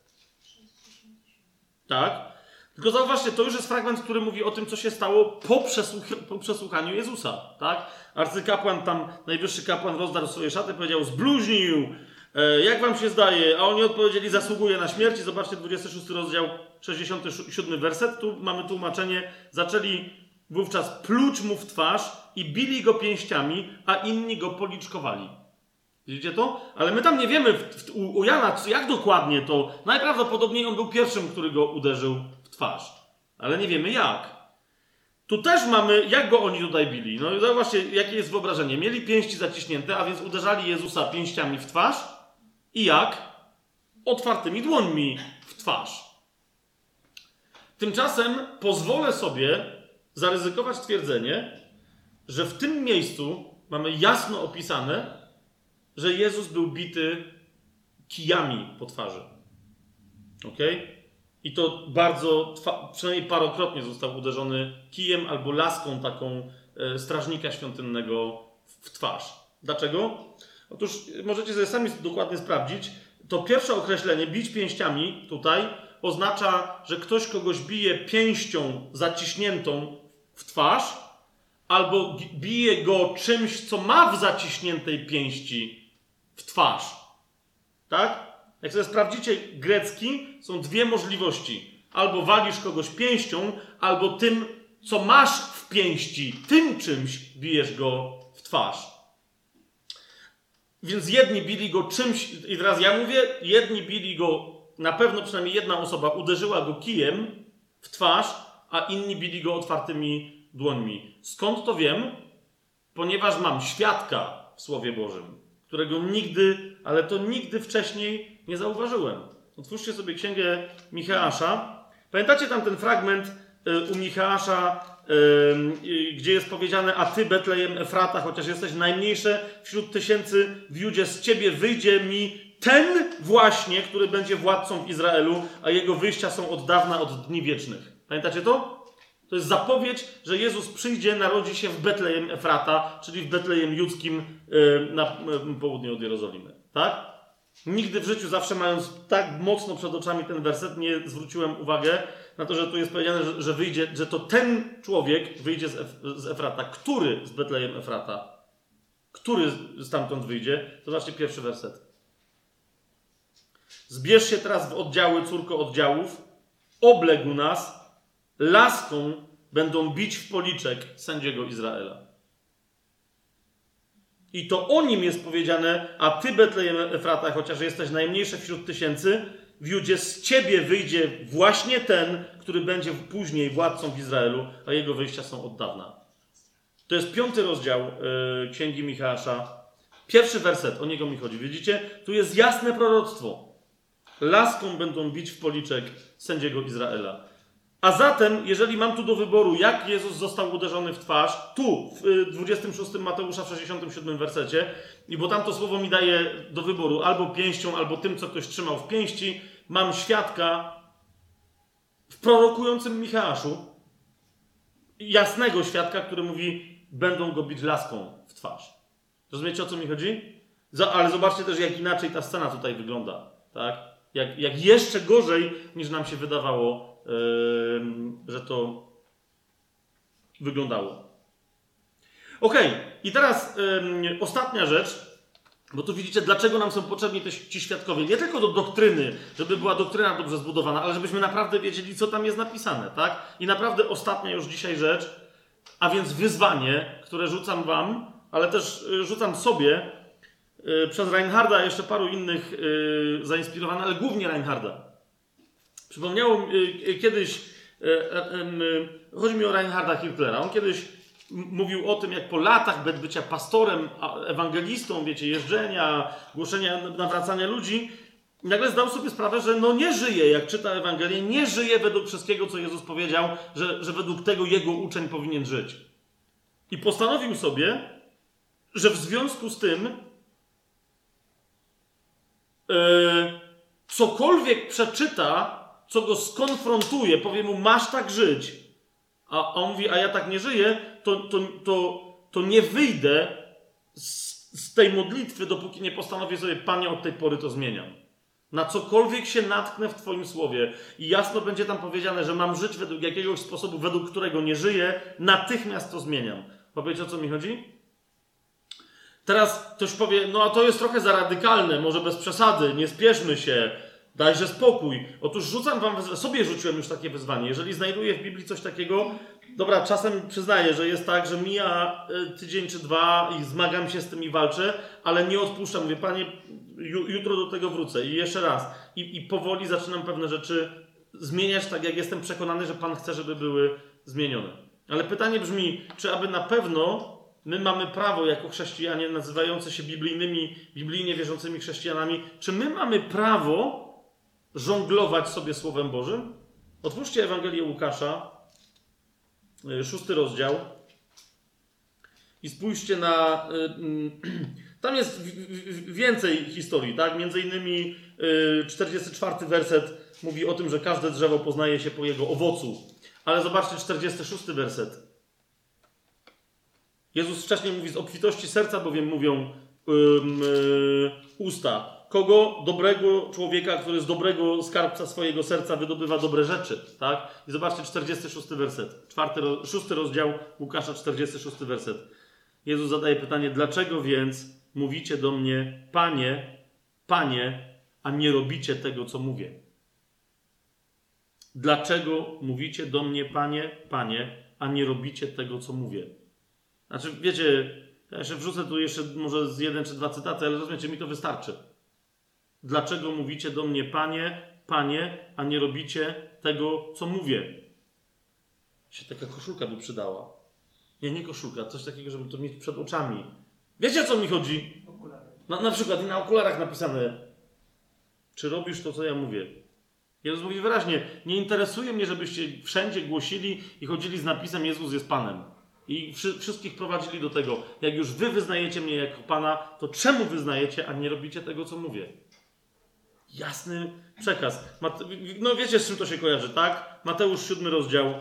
Tak. Tylko zauważcie, to już jest fragment, który mówi o tym, co się stało po przesłuchaniu Jezusa. Tak? Arcykapłan tam, najwyższy kapłan rozdarł swoje szaty, powiedział, zbluźnił, jak wam się zdaje? A oni odpowiedzieli, zasługuje na śmierć. I zobaczcie, 26 rozdział, 67 werset. Tu mamy tłumaczenie. Zaczęli wówczas pluć mu w twarz i bili go pięściami, a inni go policzkowali. Widzicie to? Ale my tam nie wiemy u Jana, jak dokładnie to. Najprawdopodobniej on był pierwszym, który go uderzył w twarz. Ale nie wiemy jak. Tu też mamy, jak go oni tutaj bili. No i zobaczcie, jakie jest wyobrażenie. Mieli pięści zaciśnięte, a więc uderzali Jezusa pięściami w twarz. I jak? Otwartymi dłońmi w twarz. Tymczasem pozwolę sobie zaryzykować twierdzenie, że w tym miejscu mamy jasno opisane, że Jezus był bity kijami po twarzy. Okej? I to bardzo, przynajmniej parokrotnie został uderzony kijem albo laską taką strażnika świątynnego w twarz. Dlaczego? Otóż możecie sobie sami dokładnie sprawdzić. To pierwsze określenie, bić pięściami tutaj, oznacza, że ktoś kogoś bije pięścią zaciśniętą w twarz, albo bije go czymś, co ma w zaciśniętej pięści w twarz. Tak? Jak sobie sprawdzicie grecki, są dwie możliwości. Albo walisz kogoś pięścią, albo tym, co masz w pięści, tym czymś bijesz go w twarz. Więc jedni bili go czymś, i teraz ja mówię, jedni bili go, na pewno przynajmniej jedna osoba uderzyła go kijem w twarz, a inni bili go otwartymi dłońmi. Skąd to wiem? Ponieważ mam świadka w Słowie Bożym, którego nigdy, ale to nigdy wcześniej nie zauważyłem. Otwórzcie sobie księgę Micheasza. Pamiętacie tam ten fragment u Micheasza, gdzie jest powiedziane, a ty, Betlejem Efrata, chociaż jesteś najmniejsze wśród tysięcy w Judzie, z ciebie wyjdzie mi ten właśnie, który będzie władcą w Izraelu, a jego wyjścia są od dawna, od dni wiecznych. Pamiętacie to? To jest zapowiedź, że Jezus przyjdzie, narodzi się w Betlejem Efrata, czyli w Betlejem Judzkim na południe od Jerozolimy. Tak? Nigdy w życiu, zawsze mając tak mocno przed oczami ten werset, nie zwróciłem uwagi na to, że tu jest powiedziane, że wyjdzie, że to ten człowiek wyjdzie z Efrata. Który z Betlejem Efrata? Który stamtąd wyjdzie? To zobaczcie pierwszy werset. Zbierz się teraz w oddziały, córko oddziałów, obległ nas, laską będą bić w policzek sędziego Izraela. I to o nim jest powiedziane, a ty, Betlejem Efrata, chociaż jesteś najmniejszy wśród tysięcy, w Judzie z ciebie wyjdzie właśnie ten, który będzie później władcą w Izraelu, a jego wyjścia są od dawna. To jest 5 rozdział Księgi Micheasza. Pierwszy werset, o niego mi chodzi. Widzicie? Tu jest jasne proroctwo. Laską będą bić w policzek sędziego Izraela. A zatem, jeżeli mam tu do wyboru, jak Jezus został uderzony w twarz, tu, w 26 Mateusza, w 67 wersecie, i bo tam to słowo mi daje do wyboru albo pięścią, albo tym, co ktoś trzymał w pięści, mam świadka w prorokującym Micheaszu, jasnego świadka, który mówi, będą go bić laską w twarz. Rozumiecie, o co mi chodzi? Ale zobaczcie też, jak inaczej ta scena tutaj wygląda. Tak? Jak jeszcze gorzej, niż nam się wydawało, że to wyglądało. Okej, i teraz ostatnia rzecz, bo tu widzicie, dlaczego nam są potrzebni ci świadkowie. Nie tylko do doktryny, żeby była doktryna dobrze zbudowana, ale żebyśmy naprawdę wiedzieli, co tam jest napisane. Tak? I naprawdę ostatnia już dzisiaj rzecz, a więc wyzwanie, które rzucam wam, ale też rzucam sobie przez Reinharda, jeszcze paru innych zainspirowanych, ale głównie Reinharda. Przypomniało kiedyś, chodzi mi o Reinharda Hirtlera, on kiedyś mówił o tym, jak po latach bycia pastorem, ewangelistą, wiecie, jeżdżenia, głoszenia, nawracania ludzi, nagle zdał sobie sprawę, że no nie żyje, jak czyta Ewangelię, nie żyje według wszystkiego, co Jezus powiedział, że według tego jego uczeń powinien żyć. I postanowił sobie, że w związku z tym cokolwiek przeczyta, co go skonfrontuje, powie mu, masz tak żyć, a on mówi, a ja tak nie żyję, to nie wyjdę z tej modlitwy, dopóki nie postanowię sobie, Panie, od tej pory to zmieniam. Na cokolwiek się natknę w Twoim słowie i jasno będzie tam powiedziane, że mam żyć według jakiegoś sposobu, według którego nie żyję, natychmiast to zmieniam. Powiecie, o co mi chodzi? Teraz ktoś powie, no a to jest trochę za radykalne, może bez przesady, nie spieszmy się, dajże spokój. Otóż rzucam wam, sobie rzuciłem już takie wyzwanie. Jeżeli znajduję w Biblii coś takiego, dobra, czasem przyznaję, że jest tak, że mija tydzień czy dwa i zmagam się z tym i walczę, ale nie odpuszczam. Mówię, Panie, jutro do tego wrócę i jeszcze raz. I powoli zaczynam pewne rzeczy zmieniać tak, jak jestem przekonany, że Pan chce, żeby były zmienione. Ale pytanie brzmi, czy aby na pewno my mamy prawo jako chrześcijanie nazywający się biblijnie wierzącymi chrześcijanami, czy my mamy prawo żonglować sobie Słowem Bożym? Otwórzcie Ewangelię Łukasza, 6 rozdział i spójrzcie na... Tam jest więcej historii, tak? Między innymi 44 werset mówi o tym, że każde drzewo poznaje się po jego owocu. Ale zobaczcie 46 werset. Jezus wcześniej mówi, z obfitości serca bowiem mówią usta. Kogo? Dobrego człowieka, który z dobrego skarbca swojego serca wydobywa dobre rzeczy. Tak? I zobaczcie 46 werset. 6 rozdział Łukasza, 46 werset. Jezus zadaje pytanie, dlaczego więc mówicie do mnie, Panie, Panie, a nie robicie tego, co mówię? Dlaczego mówicie do mnie, Panie, Panie, a nie robicie tego, co mówię? Znaczy, wiecie, ja się wrzucę tu jeszcze może z 1 czy 2 cytaty, ale rozumiecie, mi to wystarczy. Dlaczego mówicie do mnie, Panie, Panie, a nie robicie tego, co mówię? Się taka koszulka by przydała. Nie koszulka, coś takiego, żeby to mieć przed oczami. Wiecie, o co mi chodzi? Na przykład na okularach napisane, czy robisz to, co ja mówię? Jezus mówi wyraźnie, nie interesuje mnie, żebyście wszędzie głosili i chodzili z napisem Jezus jest Panem. I wszystkich prowadzili do tego, jak już wy wyznajecie mnie jako Pana, to czemu wyznajecie, a nie robicie tego, co mówię? Jasny przekaz. No wiecie, z czym to się kojarzy, tak? Mateusz 7 rozdział.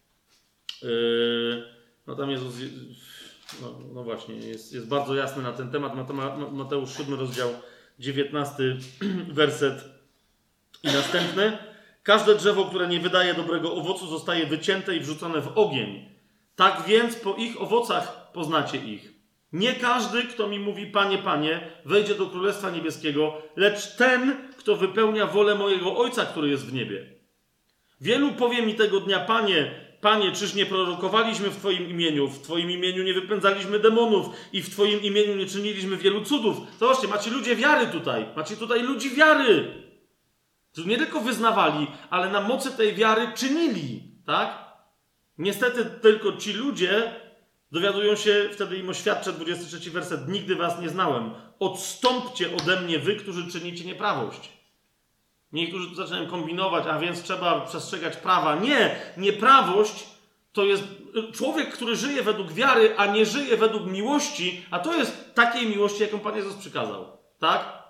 No tam Jezus... No właśnie, jest bardzo jasny na ten temat. Mateusz 7 rozdział, 19 werset i następny. Każde drzewo, które nie wydaje dobrego owocu, zostaje wycięte i wrzucone w ogień. Tak więc po ich owocach poznacie ich. Nie każdy, kto mi mówi, Panie, Panie, wejdzie do Królestwa Niebieskiego, lecz ten, kto wypełnia wolę mojego Ojca, który jest w niebie. Wielu powie mi tego dnia, Panie, Panie, czyż nie prorokowaliśmy w Twoim imieniu? W Twoim imieniu nie wypędzaliśmy demonów i w Twoim imieniu nie czyniliśmy wielu cudów. Zobaczcie, macie ludzie wiary tutaj. Macie tutaj ludzi wiary. Którzy nie tylko wyznawali, ale na mocy tej wiary czynili. Tak? Niestety tylko ci ludzie dowiadują się, wtedy im oświadczę, 23 werset, nigdy was nie znałem. Odstąpcie ode mnie wy, którzy czynicie nieprawość. Niektórzy tu zaczynają kombinować, a więc trzeba przestrzegać prawa. Nie! Nieprawość to jest człowiek, który żyje według wiary, a nie żyje według miłości, a to jest takiej miłości, jaką Pan Jezus przykazał. Tak?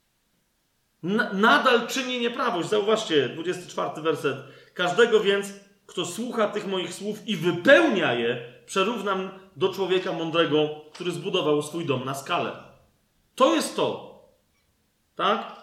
Nadal czyni nieprawość. Zauważcie, 24 werset. Każdego więc, kto słucha tych moich słów i wypełnia je, przerównam do człowieka mądrego, który zbudował swój dom na skalę. To jest to. Tak?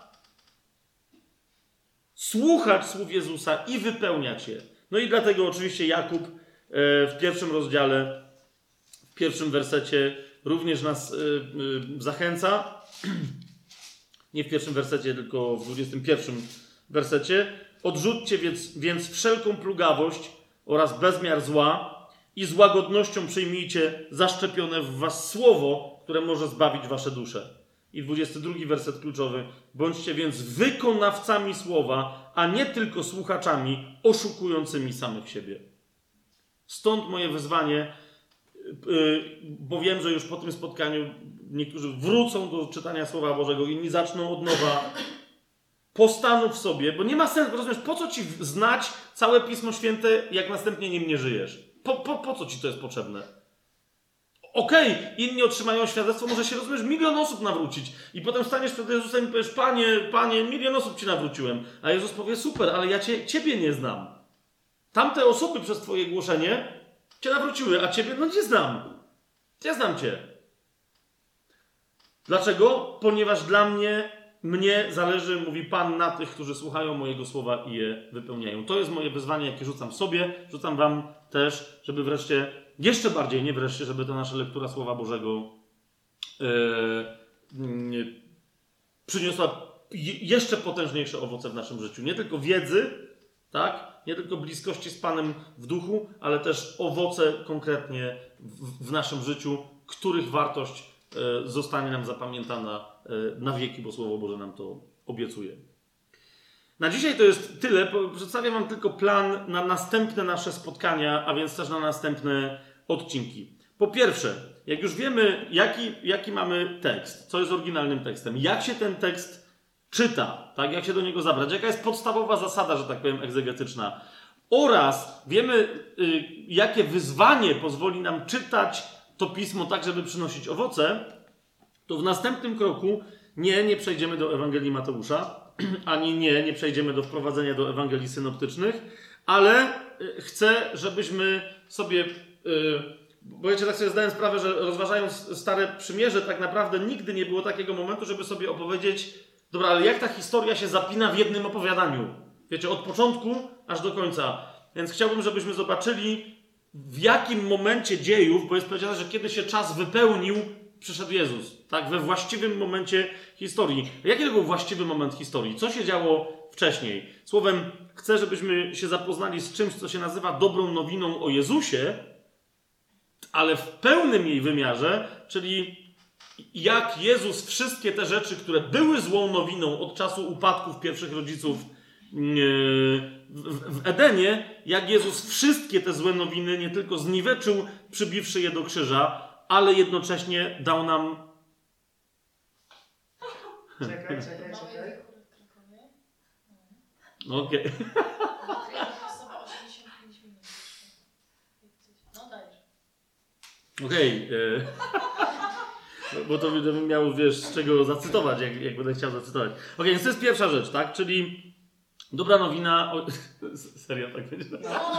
Słuchać słów Jezusa i wypełniać je. No i dlatego oczywiście Jakub w pierwszym rozdziale, w pierwszym wersecie również nas zachęca. Nie w pierwszym wersecie, tylko w 21 wersecie. Odrzućcie więc wszelką plugawość oraz bezmiar zła i z łagodnością przyjmijcie zaszczepione w was słowo, które może zbawić wasze dusze. I 22 werset kluczowy. Bądźcie więc wykonawcami słowa, a nie tylko słuchaczami oszukującymi samych siebie. Stąd moje wyzwanie, bo wiem, że już po tym spotkaniu niektórzy wrócą do czytania Słowa Bożego, inni zaczną od nowa. Postanów sobie, bo nie ma sensu, rozumiesz, po co ci znać całe Pismo Święte, jak następnie nim nie żyjesz? Po co ci to jest potrzebne? Okej, inni otrzymają świadectwo, może się, rozumiesz, 1 000 000 osób nawrócić. I potem staniesz przed Jezusem i powiesz, Panie, 1 000 000 osób ci nawróciłem. A Jezus powie, super, ale ja ciebie nie znam. Tamte osoby przez twoje głoszenie cię nawróciły, a ciebie, no nie znam. Ja znam cię. Dlaczego? Ponieważ dla mnie zależy, mówi Pan, na tych, którzy słuchają mojego słowa i je wypełniają. To jest moje wyzwanie, jakie rzucam sobie, rzucam wam też, żeby wreszcie, jeszcze bardziej, nie wreszcie, żeby ta nasza lektura Słowa Bożego przyniosła jeszcze potężniejsze owoce w naszym życiu. Nie tylko wiedzy, tak? Nie tylko bliskości z Panem w duchu, ale też owoce konkretnie w naszym życiu, których wartość zostanie nam zapamiętana na wieki, bo Słowo Boże nam to obiecuje. Na dzisiaj to jest tyle. Przedstawiam wam tylko plan na następne nasze spotkania, a więc też na następne odcinki. Po pierwsze, jak już wiemy, jaki mamy tekst, co jest oryginalnym tekstem, jak się ten tekst czyta, tak, jak się do niego zabrać, jaka jest podstawowa zasada, że tak powiem, egzegetyczna, oraz wiemy, jakie wyzwanie pozwoli nam czytać to Pismo tak, żeby przynosić owoce, to w następnym kroku nie przejdziemy do Ewangelii Mateusza, ani nie przejdziemy do wprowadzenia do Ewangelii synoptycznych, ale chcę, żebyśmy sobie, bo ja tak sobie zdałem sprawę, że rozważając Stare Przymierze, tak naprawdę nigdy nie było takiego momentu, żeby sobie opowiedzieć, dobra, ale jak ta historia się zapina w jednym opowiadaniu? Wiecie, od początku aż do końca. Więc chciałbym, żebyśmy zobaczyli, w jakim momencie dziejów, bo jest powiedziane, że kiedy się czas wypełnił, przyszedł Jezus. Tak, we właściwym momencie historii. Jaki to był właściwy moment historii? Co się działo wcześniej? Słowem, chcę, żebyśmy się zapoznali z czymś, co się nazywa dobrą nowiną o Jezusie, ale w pełnym jej wymiarze, czyli jak Jezus wszystkie te rzeczy, które były złą nowiną od czasu upadków pierwszych rodziców w Edenie, jak Jezus wszystkie te złe nowiny nie tylko zniweczył, przybiwszy je do krzyża, ale jednocześnie dał nam... Czekaj. Okej. Okej. Bo to bym miał, wiesz, z czego zacytować, jak będę chciał zacytować. Okej, więc to jest pierwsza rzecz, tak? Czyli dobra nowina... Serio tak będzie?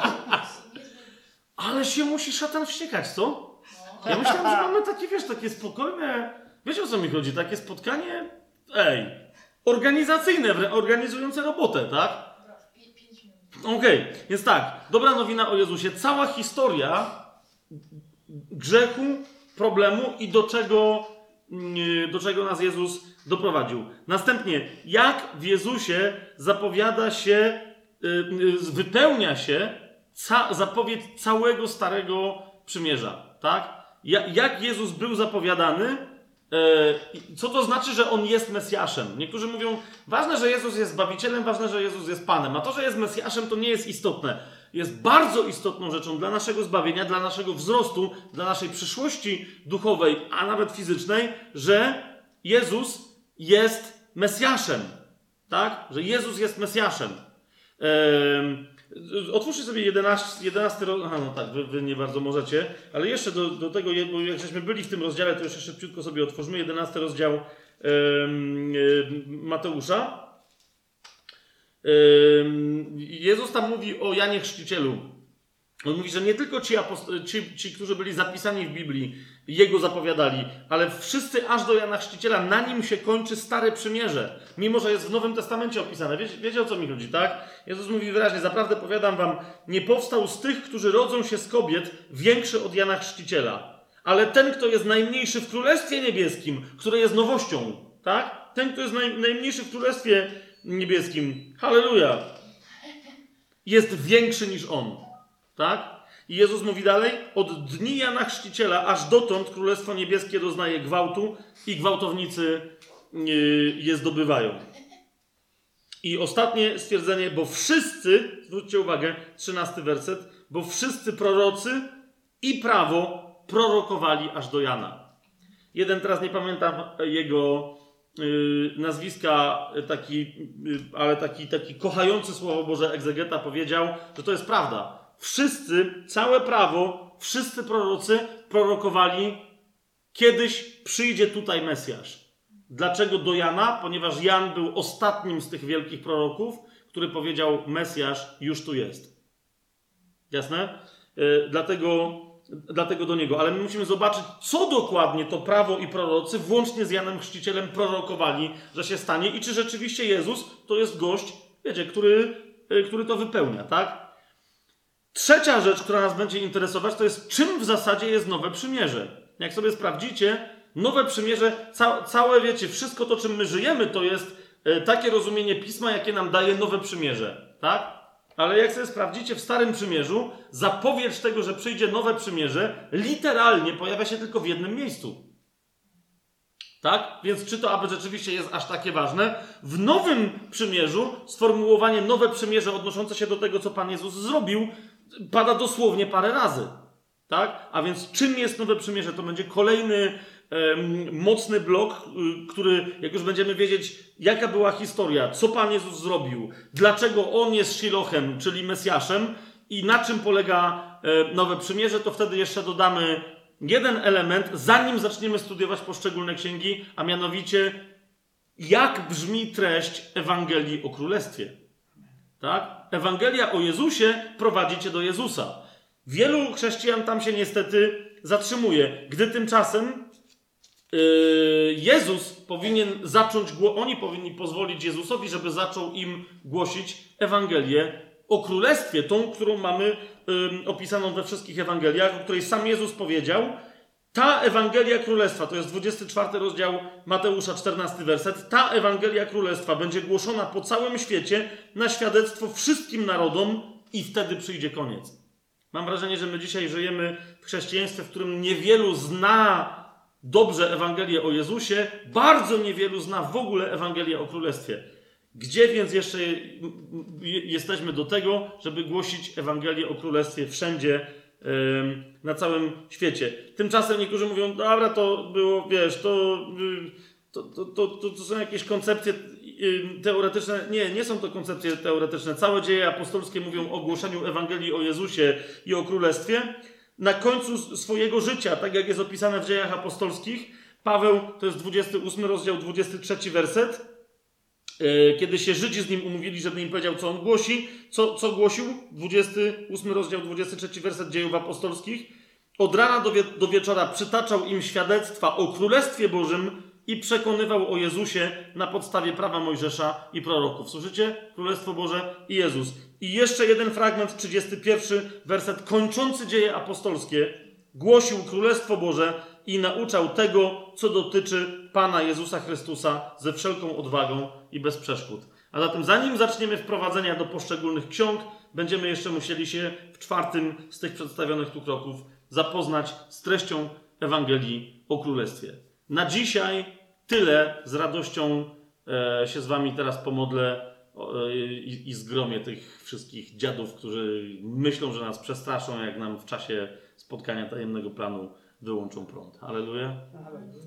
Ale się musi szatan wściekać, co? Ja myślałem, że mamy takie, wiesz, takie spokojne... Wiecie, o co mi chodzi? Takie spotkanie, organizacyjne, organizujące robotę, tak? Okej, więc tak, dobra nowina o Jezusie. Cała historia grzechu, problemu i do czego nas Jezus doprowadził. Następnie, jak w Jezusie zapowiada się, wypełnia się zapowiedź całego Starego Przymierza, tak? Jak Jezus był zapowiadany, co to znaczy, że On jest Mesjaszem. Niektórzy mówią, ważne, że Jezus jest Zbawicielem, ważne, że Jezus jest Panem, a to, że jest Mesjaszem, to nie jest istotne. Jest bardzo istotną rzeczą dla naszego zbawienia, dla naszego wzrostu, dla naszej przyszłości duchowej, a nawet fizycznej, że Jezus jest Mesjaszem. Tak? Że Jezus jest Mesjaszem. Otwórzcie sobie 11 rozdział. Aha, no tak, wy nie bardzo możecie, ale jeszcze do tego, bo jak żeśmy byli w tym rozdziale, to jeszcze szybciutko sobie otwórzmy 11 rozdział Mateusza. Jezus tam mówi o Janie Chrzcicielu. On mówi, że nie tylko ci, którzy byli zapisani w Biblii, Jego zapowiadali, ale wszyscy aż do Jana Chrzciciela, na nim się kończy Stare Przymierze. Mimo, że jest w Nowym Testamencie opisane. Wiecie, o co mi chodzi, tak? Jezus mówi wyraźnie, zaprawdę powiadam wam, nie powstał z tych, którzy rodzą się z kobiet, większy od Jana Chrzciciela. Ale ten, kto jest najmniejszy w Królestwie Niebieskim, które jest nowością, tak? Ten, kto jest najmniejszy w Królestwie Niebieskim, halleluja, jest większy niż on, tak? I Jezus mówi dalej, od dni Jana Chrzciciela aż dotąd Królestwo Niebieskie doznaje gwałtu i gwałtownicy je zdobywają. I ostatnie stwierdzenie, bo wszyscy, zwróćcie uwagę, 13 werset, bo wszyscy prorocy i prawo prorokowali aż do Jana. Jeden, teraz nie pamiętam jego nazwiska, ale taki kochający Słowo Boże egzegeta powiedział, że to jest prawda. Wszyscy, całe prawo, wszyscy prorocy prorokowali, kiedyś przyjdzie tutaj Mesjasz. Dlaczego do Jana? Ponieważ Jan był ostatnim z tych wielkich proroków, który powiedział, Mesjasz już tu jest. Jasne? Dlatego do niego. Ale my musimy zobaczyć, co dokładnie to prawo i prorocy, włącznie z Janem Chrzcicielem, prorokowali, że się stanie i czy rzeczywiście Jezus to jest gość, wiecie, który to wypełnia, tak? Trzecia rzecz, która nas będzie interesować, to jest, czym w zasadzie jest Nowe Przymierze. Jak sobie sprawdzicie, Nowe Przymierze, całe, wiecie, wszystko to, czym my żyjemy, to jest takie rozumienie Pisma, jakie nam daje Nowe Przymierze, tak? Ale jak sobie sprawdzicie, w Starym Przymierzu zapowiedź tego, że przyjdzie Nowe Przymierze, literalnie pojawia się tylko w jednym miejscu. Tak? Więc czy to aby rzeczywiście jest aż takie ważne? W Nowym Przymierzu sformułowanie Nowe Przymierze odnoszące się do tego, co Pan Jezus zrobił, pada dosłownie parę razy. Tak? A więc czym jest Nowe Przymierze? To będzie kolejny mocny blok, który, jak już będziemy wiedzieć, jaka była historia, co Pan Jezus zrobił, dlaczego On jest Szilochem, czyli Mesjaszem i na czym polega Nowe Przymierze, to wtedy jeszcze dodamy jeden element, zanim zaczniemy studiować poszczególne księgi, a mianowicie jak brzmi treść Ewangelii o Królestwie. Tak? Ewangelia o Jezusie prowadzi cię do Jezusa. Wielu chrześcijan tam się niestety zatrzymuje, gdy tymczasem Jezus powinien zacząć, oni powinni pozwolić Jezusowi, żeby zaczął im głosić Ewangelię o Królestwie, tą, którą mamy opisaną we wszystkich Ewangeliach, o której sam Jezus powiedział. Ta Ewangelia Królestwa, to jest 24 rozdział Mateusza, 14 werset, ta Ewangelia Królestwa będzie głoszona po całym świecie na świadectwo wszystkim narodom i wtedy przyjdzie koniec. Mam wrażenie, że my dzisiaj żyjemy w chrześcijaństwie, w którym niewielu zna dobrze Ewangelię o Jezusie, bardzo niewielu zna w ogóle Ewangelię o Królestwie. Gdzie więc jeszcze jesteśmy do tego, żeby głosić Ewangelię o Królestwie wszędzie, na całym świecie? Tymczasem niektórzy mówią, dobra, to było, wiesz, to są jakieś koncepcje teoretyczne. Nie są to koncepcje teoretyczne. Całe dzieje apostolskie mówią o głoszeniu Ewangelii o Jezusie i o Królestwie. Na końcu swojego życia, tak jak jest opisane w dziejach apostolskich, Paweł, to jest 28 rozdział, 23 werset, kiedy się Żydzi z nim umówili, żeby im powiedział, co on głosi, co głosił, 28 rozdział, 23 werset dziejów apostolskich, od rana do wieczora przytaczał im świadectwa o Królestwie Bożym i przekonywał o Jezusie na podstawie prawa Mojżesza i proroków. Słyszycie? Królestwo Boże i Jezus. I jeszcze jeden fragment, 31 werset, kończący dzieje apostolskie, głosił Królestwo Boże i nauczał tego, co dotyczy Pana Jezusa Chrystusa ze wszelką odwagą i bez przeszkód. A zatem zanim zaczniemy wprowadzenia do poszczególnych ksiąg, będziemy jeszcze musieli się w czwartym z tych przedstawionych tu kroków zapoznać z treścią Ewangelii o Królestwie. Na dzisiaj tyle. Z radością się z wami teraz pomodlę i zgromię tych wszystkich dziadów, którzy myślą, że nas przestraszą, jak nam w czasie spotkania tajemnego planu wyłączą prąd. Halleluja.